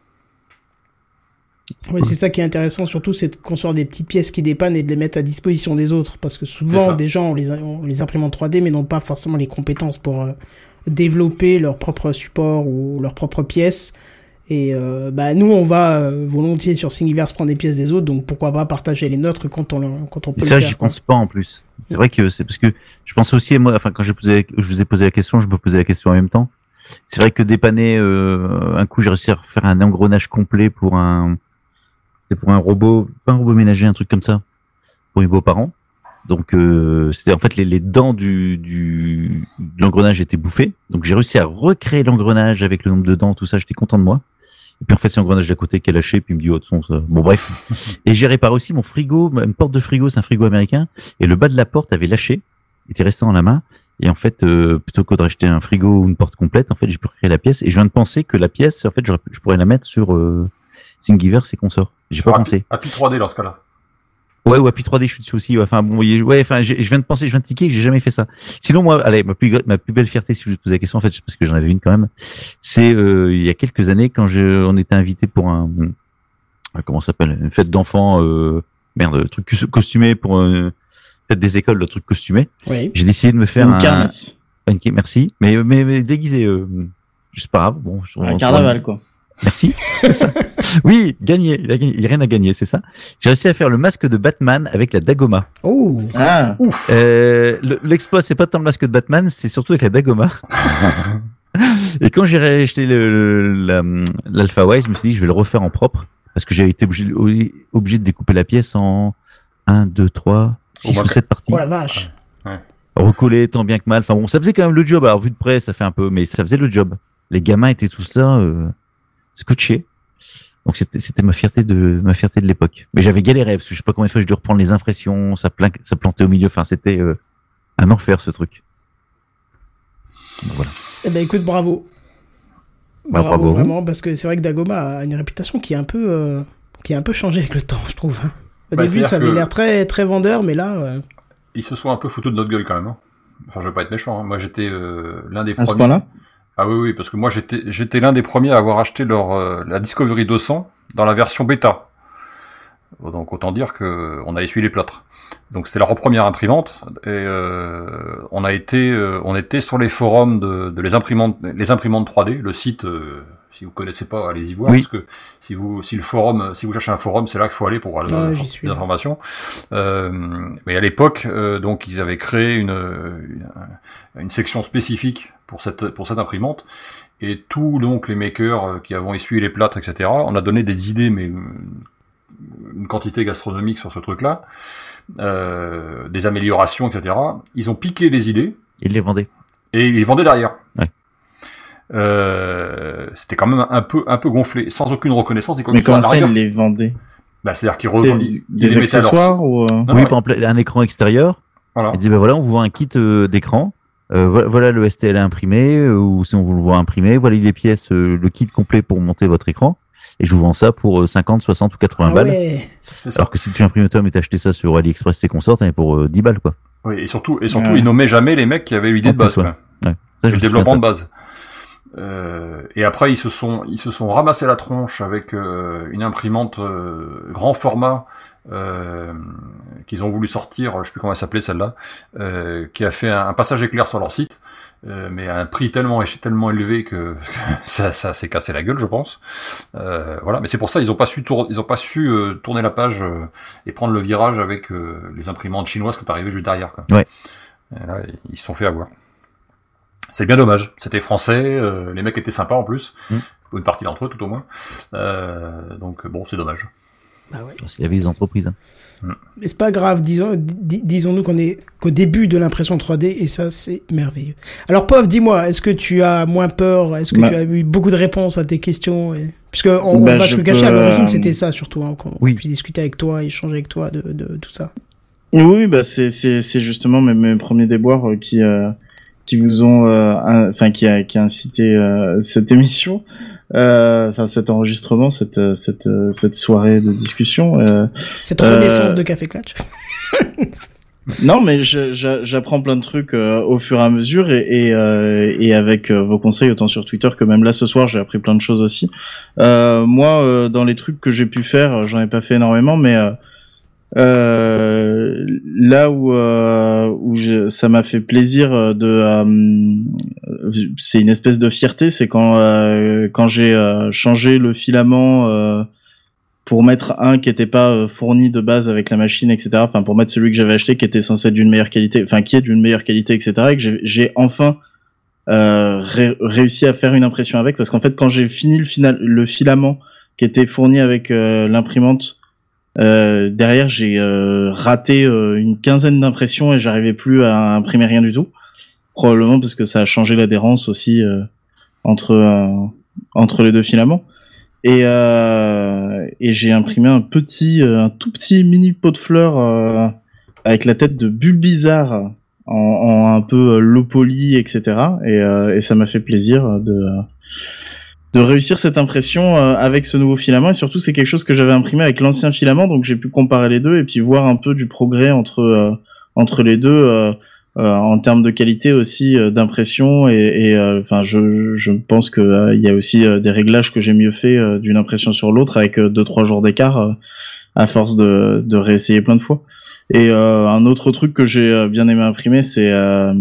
Ouais, c'est ça qui est intéressant, surtout, c'est de construire des petites pièces qui dépannent et de les mettre à disposition des autres. Parce que souvent, des gens ont les, ont les imprimantes trois D, mais n'ont pas forcément les compétences pour euh, développer leur propre support ou leur propre pièce. Et euh, bah nous, on va euh, volontiers sur Thingiverse prendre des pièces des autres, donc pourquoi pas partager les nôtres quand on, quand on peut Et le ça, faire. j'y quoi. pense pas en plus. C'est vrai que c'est parce que je pense aussi, moi, enfin, quand j'ai posé, je vous ai posé la question, je me posais la question en même temps. C'est vrai que dépanner, euh, un coup, j'ai réussi à faire un engrenage complet pour un, c'était pour un robot, pas un robot ménager, un truc comme ça, pour mes beaux-parents. Donc, euh, c'était en fait les, les dents du, du, de l'engrenage étaient bouffées. Donc, j'ai réussi à recréer l'engrenage avec le nombre de dents, tout ça. J'étais content de moi. Et puis en fait, c'est l'engrenage d'à côté qui est lâché, puis il me dit, oh, de son, ça. Bon, bref. Et j'ai réparé aussi mon frigo, une porte de frigo, c'est un frigo américain, et le bas de la porte avait lâché, était resté dans la main. Et en fait, euh, plutôt que de racheter un frigo ou une porte complète, en fait, j'ai pu recréer la pièce. Et je viens de penser que la pièce, en fait, j'aurais pu- je pourrais la mettre sur euh, Thingiverse et consorts. J'ai pas Sur pensé. Happy trois D dans ce cas-là. Ouais, ou Happy trois D, je suis dessus aussi. Ouais, enfin, bon, il- ouais, enfin, j'ai- je viens de penser, je viens de tiquer que j'ai jamais fait ça. Sinon, moi, allez, ma plus, ma plus belle fierté, si je vous pose la question, en fait, parce que j'en avais une quand même, c'est euh, il y a quelques années quand je, on était invité pour un, un- comment ça s'appelle, une fête d'enfants, euh, merde, truc cos- costumé pour une fête des écoles, le truc costumé. Oui. J'ai décidé de me faire Une un, kermesse. Ok, merci, mais mais, mais déguisé, euh, c'est pas grave. Bon, je- Un on- carnaval quoi. Merci, c'est ça. Oui, gagné. Il a gagné. Il y a rien à gagner, c'est ça. J'ai réussi à faire le masque de Batman avec la Dagoma. Oh, Ah, Euh, le- l'exploit, c'est pas tant le masque de Batman, c'est surtout avec la Dagoma. Et quand j'ai racheté le, le- la- l'Alpha Wise, je me suis dit, je vais le refaire en propre, parce que j'avais été obligé, obligé de découper la pièce en un, deux, trois, six Oh, ou bah, sept parties. oh la vache. Recoller tant bien que mal. Enfin bon, ça faisait quand même le job. Alors vu de près, ça fait un peu, mais ça faisait le job. Les gamins étaient tous là, euh, scotchés. Donc c'était c'était ma fierté de ma fierté de l'époque. Mais j'avais galéré parce que je sais pas combien de fois j'ai dû reprendre les impressions, ça pla- ça plantait au milieu. Enfin c'était euh, un enfer ce truc. Donc, voilà. Eh ben écoute, bravo. Bah, bravo, bravo. vraiment, parce que c'est vrai que Dagoma a une réputation qui est un peu, euh, qui est un peu changée avec le temps, je trouve. hein. Au Bah, début, c'est-à-dire ça avait que- l'air très, très vendeur, mais là, euh, Ils se sont un peu foutus de notre gueule quand même. Hein. Enfin, je veux pas être méchant. Hein. Moi, j'étais euh, l'un des à ce premiers. point-là. Ah oui, oui, parce que moi, j'étais, j'étais l'un des premiers à avoir acheté leur euh, la Discovery deux cents dans la version bêta. donc autant dire que on a essuyé les plâtres. Donc c'était leur première imprimante et euh, on a été euh, on était sur les forums de, de les imprimantes les imprimantes trois D, le site euh, si vous connaissez pas, allez-y voir, oui. Parce que si vous si le forum si vous cherchez un forum, c'est là qu'il faut aller pour avoir ah, des informations. Euh, mais à l'époque euh, donc ils avaient créé une, une une section spécifique pour cette pour cette imprimante. Et tous donc les makers qui avons essuyé les plâtres, et cetera, on a donné des idées, mais une quantité gastronomique sur ce truc-là, euh, des améliorations, et cetera. Ils ont piqué les idées. Ils les vendaient. Et ils les vendaient derrière. Ouais. Euh, c'était quand même un peu un peu gonflé, sans aucune reconnaissance. Des mais comment ça, ils les vendaient? Bah, c'est-à-dire qu'ils revendent des, des accessoires ou non, oui, ouais. Par exemple, un écran extérieur. Voilà. Ils disaient, ben voilà, on vous vend un kit euh, d'écran. Euh, voilà le S T L imprimé, euh, ou si on vous le voit imprimé, voilà les pièces, euh, le kit complet pour monter votre écran, et je vous vends ça pour euh, cinquante, soixante ou quatre-vingts ah balles. Ouais. Alors que si tu imprimes toi mais t'as acheté ça sur AliExpress et consorts, t'en es pour euh, dix balles quoi. Oui, et surtout, et surtout, ouais. ils nommaient jamais les mecs qui avaient l'idée de base, ouais. quoi. Ouais. Ça, le développement de base. Euh, et après, ils se sont, ils se sont ramassés la tronche avec euh, une imprimante euh, grand format. Euh, qu'ils ont voulu sortir, je sais plus comment elle s'appelait celle-là, euh, qui a fait un, un passage éclair sur leur site, euh, mais à un prix tellement tellement élevé que, que ça, ça s'est cassé la gueule, je pense. Euh, voilà, mais c'est pour ça ils ont pas su tour, ils ont pas su euh, tourner la page euh, et prendre le virage avec euh, les imprimantes chinoises qui sont arrivées juste derrière, quoi. Ouais. Et là, ils se sont fait avoir. C'est bien dommage. C'était français, euh, les mecs étaient sympas en plus, mmh. Une partie d'entre eux tout au moins. Euh, donc bon, c'est dommage. Ah ouais. Il y avait des entreprises. Hein. Mais c'est pas grave, disons, dis, disons-nous qu'on est qu'au début de l'impression trois D et ça c'est merveilleux. Alors Pov, dis-moi, est-ce que tu as moins peur? Est-ce que bah, tu as eu beaucoup de réponses à tes questions et... Puisque on, bah, on va se le cacher, à l'origine c'était ça surtout, hein, qu'on oui. puisse discuter avec toi, échanger avec toi de, de, de tout ça. Oui, bah c'est c'est c'est justement mes, mes premiers déboires qui euh, qui vous ont, enfin euh, qui a qui a incité euh, cette émission. Euh, enfin cet enregistrement, cette cette cette soirée de discussion, euh, cette renaissance euh... de Café Clutch. Non, mais je, je, j'apprends plein de trucs euh, au fur et à mesure et et, euh, et avec euh, vos conseils autant sur Twitter que même là ce soir, j'ai appris plein de choses aussi. Euh, moi, euh, dans les trucs que j'ai pu faire, j'en ai pas fait énormément, mais euh, Euh, là où euh, où je, ça m'a fait plaisir de euh, c'est une espèce de fierté, c'est quand euh, quand j'ai euh, changé le filament euh, pour mettre un qui était pas fourni de base avec la machine, et cetera. Enfin pour mettre celui que j'avais acheté qui était censé être d'une meilleure qualité, enfin qui est d'une meilleure qualité, et cetera. Et que j'ai, j'ai enfin euh, ré- réussi à faire une impression avec, parce qu'en fait quand j'ai fini le final le filament qui était fourni avec euh, l'imprimante, Euh, derrière, j'ai euh, raté euh, une quinzaine d'impressions et j'arrivais plus à imprimer rien du tout. Probablement parce que ça a changé l'adhérence aussi euh, entre euh, entre les deux filaments. Et euh, et j'ai imprimé un petit, euh, un tout petit mini pot de fleurs euh, avec la tête de Bulbizarre en, en un peu euh, low poly, et cetera. Et, euh, et ça m'a fait plaisir de de réussir cette impression euh, avec ce nouveau filament, et surtout c'est quelque chose que j'avais imprimé avec l'ancien filament, donc j'ai pu comparer les deux et puis voir un peu du progrès entre euh, entre les deux euh, euh, en termes de qualité aussi euh, d'impression et enfin euh, je je pense que euh, il y a aussi euh, des réglages que j'ai mieux fait euh, d'une impression sur l'autre avec euh, deux trois jours d'écart euh, à force de de réessayer plein de fois. Et euh, un autre truc que j'ai bien aimé imprimer, c'est euh,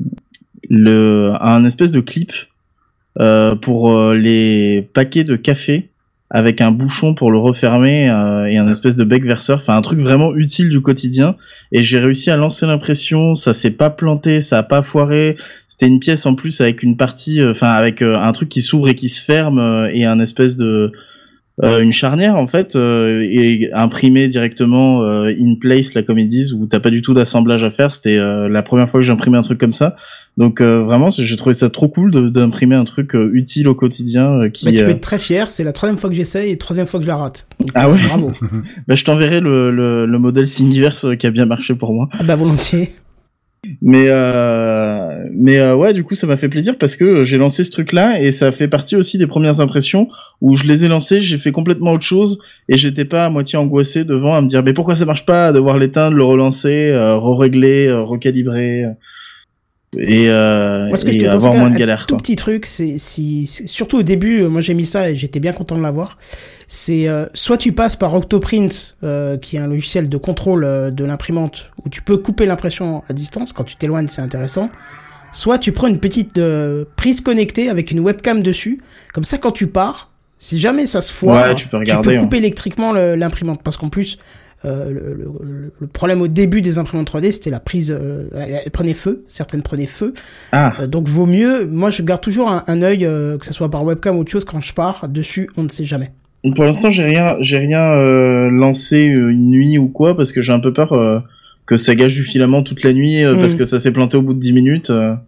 le un espèce de clip Euh, pour euh, les paquets de café avec un bouchon pour le refermer euh, et un espèce de bec verseur, enfin un truc vraiment utile du quotidien. Et j'ai réussi à lancer l'impression, ça s'est pas planté, ça a pas foiré. C'était une pièce en plus avec une partie, enfin euh, avec euh, un truc qui s'ouvre et qui se ferme euh, et un espèce de euh, une charnière en fait euh, et imprimé directement euh, in place là comme ils disent, où t'as pas du tout d'assemblage à faire. C'était euh, la première fois que j'imprimais un truc comme ça. Donc euh, vraiment, j'ai trouvé ça trop cool de, d'imprimer un truc euh, utile au quotidien. Euh, qui, bah, tu peux euh... être très fier, c'est la troisième fois que j'essaye et la troisième fois que je la rate. Donc, ah ouais. Bravo. Bah je t'enverrai le, le, le modèle Thingiverse qui a bien marché pour moi. Ah bah volontiers. Mais euh, mais euh, ouais, du coup ça m'a fait plaisir parce que j'ai lancé ce truc-là et ça fait partie aussi des premières impressions où je les ai lancées, j'ai fait complètement autre chose et j'étais pas à moitié angoissé devant à me dire mais pourquoi ça marche pas, à devoir l'éteindre, le relancer, euh, re-régler, euh, recalibrer. et, euh, moi, ce que et je te avoir conseille, moins de un galères. tout Quoi. petit truc, c'est si surtout au début, moi j'ai mis ça et j'étais bien content de l'avoir. C'est euh, soit tu passes par Octoprint, euh, qui est un logiciel de contrôle euh, de l'imprimante où tu peux couper l'impression à distance. Quand tu t'éloignes, c'est intéressant. Soit tu prends une petite euh, prise connectée avec une webcam dessus. Comme ça, quand tu pars, si jamais ça se foire, ouais, tu peux, regarder, tu peux couper hein. électriquement le, l'imprimante. Parce qu'en plus, euh, le, le, le problème au début des imprimantes trois D, c'était la prise, euh, elle, elle prenait feu, certaines prenaient feu. Ah. Euh, donc vaut mieux, moi je garde toujours un, un œil, euh, que ce soit par webcam ou autre chose, quand je pars dessus, on ne sait jamais. Pour l'instant, j'ai rien, j'ai rien euh, lancé euh, une nuit ou quoi, parce que j'ai un peu peur euh, que ça gâche du filament toute la nuit, euh, mmh. parce que ça s'est planté au bout de dix minutes. Euh...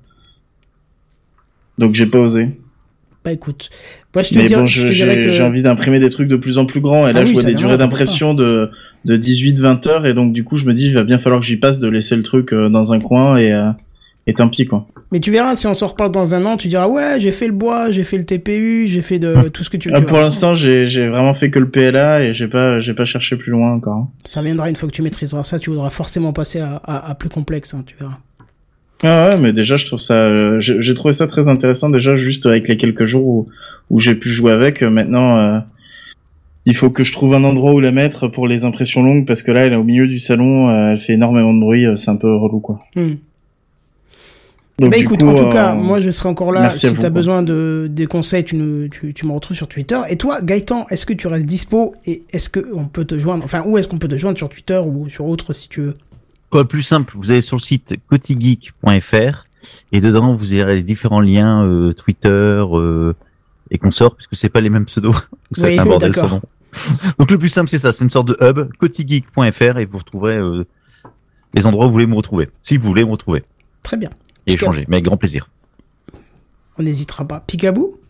Donc j'ai pas osé. Bah écoute, moi je te Mais dirais, bon, je je, te j'ai, dirais que... j'ai envie d'imprimer des trucs de plus en plus grands, et là ah je oui, vois des viendra, durées d'impression de, de dix-huit vingt heures, et donc du coup je me dis, il va bien falloir que j'y passe de laisser le truc euh, dans un coin, et, euh, et tant pis quoi. Mais tu verras, si on s'en reparle dans un an, tu diras ouais, j'ai fait le bois, j'ai fait le T P U, j'ai fait de tout ce que tu veux. Ah, pour l'instant, j'ai j'ai vraiment fait que le P L A et j'ai pas j'ai pas cherché plus loin encore. Hein. Ça viendra une fois que tu maîtriseras ça, tu voudras forcément passer à, à, à plus complexe, hein, tu verras. Ah ouais, mais déjà je trouve ça, euh, j'ai, j'ai trouvé ça très intéressant déjà juste avec les quelques jours où où j'ai pu jouer avec. Maintenant, euh, il faut que je trouve un endroit où la mettre pour les impressions longues parce que là, elle est au milieu du salon, euh, elle fait énormément de bruit, c'est un peu relou quoi. Hmm. Donc, bah écoute, coup, en tout euh, cas, moi je serai encore là. Si vous, t'as quoi. besoin de des conseils, tu, nous, tu, tu me retrouves sur Twitter. Et toi, Gaëtan, est-ce que tu restes dispo et est-ce que on peut te joindre, enfin, où est-ce qu'on peut te joindre sur Twitter ou sur autre si tu veux? Quoi, plus simple, vous allez sur le site cotigeek point f r et dedans vous aurez les différents liens euh, Twitter euh, et consorts, puisque c'est pas les mêmes pseudos. Donc ça oui, va être un bordel d'accord. sans nom. Donc le plus simple c'est ça, c'est une sorte de hub, cotigeek point f r et vous retrouverez euh, les endroits où vous voulez me retrouver, si vous voulez me retrouver. Très bien. Et échanger, mais avec grand plaisir. On n'hésitera pas. Picaboo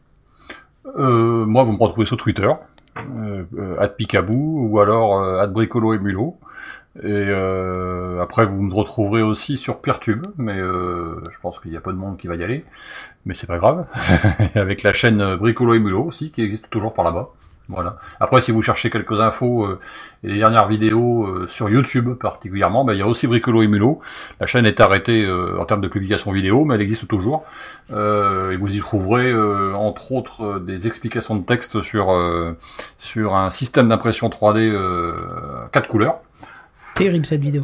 euh, Moi, vous me retrouvez sur Twitter, euh, euh, at Picaboo, ou alors euh, at Bricolo et Mulot. Et euh, après, vous me retrouverez aussi sur Peertube, mais euh, je pense qu'il y a pas de monde qui va y aller, mais c'est pas grave. Avec la chaîne Bricolo et Mulot aussi, qui existe toujours par là-bas. Voilà. Après, si vous cherchez quelques infos euh, et les dernières vidéos euh, sur YouTube particulièrement, ben, il y a aussi Bricolo et Mulot. La chaîne est arrêtée euh, en termes de publication vidéo, mais elle existe toujours. Euh, et vous y trouverez, euh, entre autres, euh, des explications de texte sur euh, sur un système d'impression trois D euh, quatre couleurs. Terrible cette vidéo.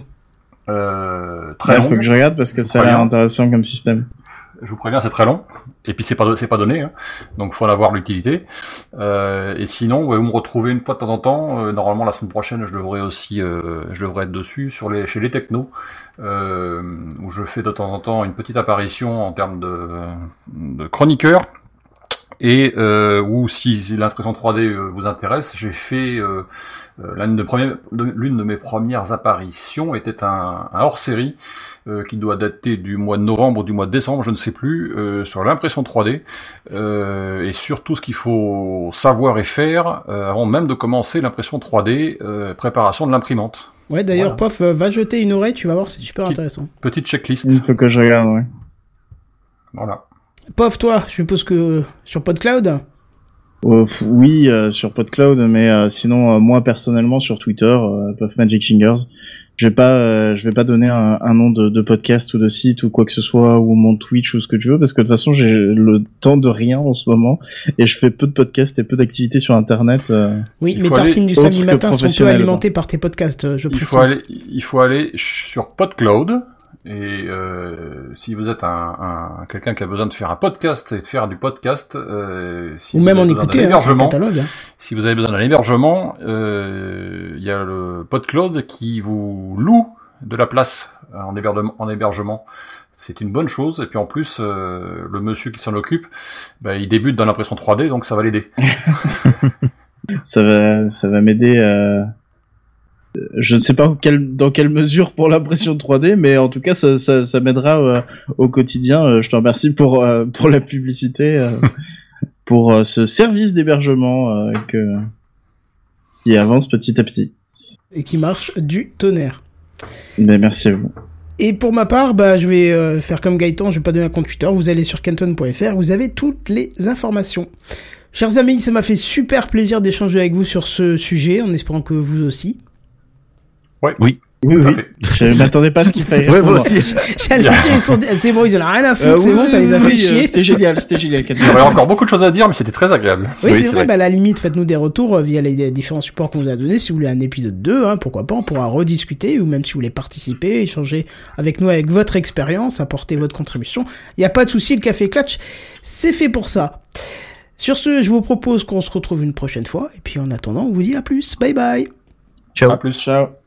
Euh, très Il long. faut que je regarde parce que ça a l'air intéressant comme système. Je vous préviens, c'est très long. Et puis c'est pas c'est pas donné, hein. Donc faut en avoir l'utilité. Euh, et sinon, vous me retrouvez une fois de temps en temps. Euh, normalement, la semaine prochaine, je devrais aussi, euh, je devrais être dessus sur les chez les technos, euh, où je fais de temps en temps une petite apparition en termes de, de chroniqueur. Et euh, ou si l'impression trois D vous intéresse, j'ai fait euh, l'une de, première, l'une de mes premières apparitions était un, un hors-série euh, qui doit dater du mois de novembre ou du mois de décembre, je ne sais plus, euh, sur l'impression trois D euh, et sur tout ce qu'il faut savoir et faire euh, avant même de commencer l'impression trois D, euh, préparation de l'imprimante. Ouais, d'ailleurs, Voilà. Pof, euh, va jeter une oreille, tu vas voir, c'est super Petite, intéressant. Petite checklist. Il faut que je regarde, ouais. Voilà. Pof, toi, je suppose que euh, sur PodCloud euh, Oui, euh, sur PodCloud, mais euh, sinon, euh, moi personnellement, sur Twitter, euh, Puff Magic Fingers, je vais pas, euh, je vais pas donner un, un nom de, de podcast ou de site ou quoi que ce soit, ou mon Twitch ou ce que tu veux, parce que de toute façon, j'ai le temps de rien en ce moment, et je fais peu de podcasts et peu d'activités sur Internet. Euh, oui, mes tartines du samedi matin sont peu alimentées par tes podcasts, je il précise. Faut aller, il faut aller sur PodCloud. Et euh, si vous êtes un, un quelqu'un qui a besoin de faire un podcast et de faire du podcast, euh, si ou même en écouter, hein, c'est un catalogue. Hein. Si vous avez besoin d'un hébergement, il euh, y a le PodCloud qui vous loue de la place en hébergement. En hébergement. C'est une bonne chose. Et puis en plus, euh, le monsieur qui s'en occupe, bah, il débute dans l'impression trois D, donc ça va l'aider. ça va, ça va m'aider. Euh... Je ne sais pas quel, dans quelle mesure pour l'impression trois D, mais en tout cas, ça, ça, ça m'aidera euh, au quotidien. Euh, je te remercie pour, euh, pour la publicité, euh, pour euh, ce service d'hébergement euh, que, qui avance petit à petit. Et qui marche du tonnerre. Mais merci à vous. Et pour ma part, bah, je vais euh, faire comme Gaëtan, je vais pas donner un compte Twitter. Vous allez sur kenton point f r, vous avez toutes les informations. Chers amis, ça m'a fait super plaisir d'échanger avec vous sur ce sujet, en espérant que vous aussi. Ouais. Oui. Oui, oui. Je m'attendais pas à ce qu'il fallait Ouais, répondre. moi aussi. J'allais dire, ils sont, c'est bon, ils en ont rien à foutre, Euh, c'est oui, bon, ça les a oui, fait oui, chier. euh, C'était génial, c'était génial. Il y aurait encore beaucoup de choses à dire, mais c'était très agréable. Oui, Oui, c'est c'est vrai, vrai. bah, à la limite, faites-nous des retours euh, via les différents supports qu'on vous a donnés. Si vous voulez un épisode deux, hein, pourquoi pas, on pourra rediscuter, ou même si vous voulez participer, échanger avec nous avec votre expérience, apporter votre contribution. Il n'y a pas de souci, le Café Clutch, c'est fait pour ça. Sur ce, je vous propose qu'on se retrouve une prochaine fois, et puis en attendant, on vous dit à plus. Bye bye. Ciao. À plus. Ciao.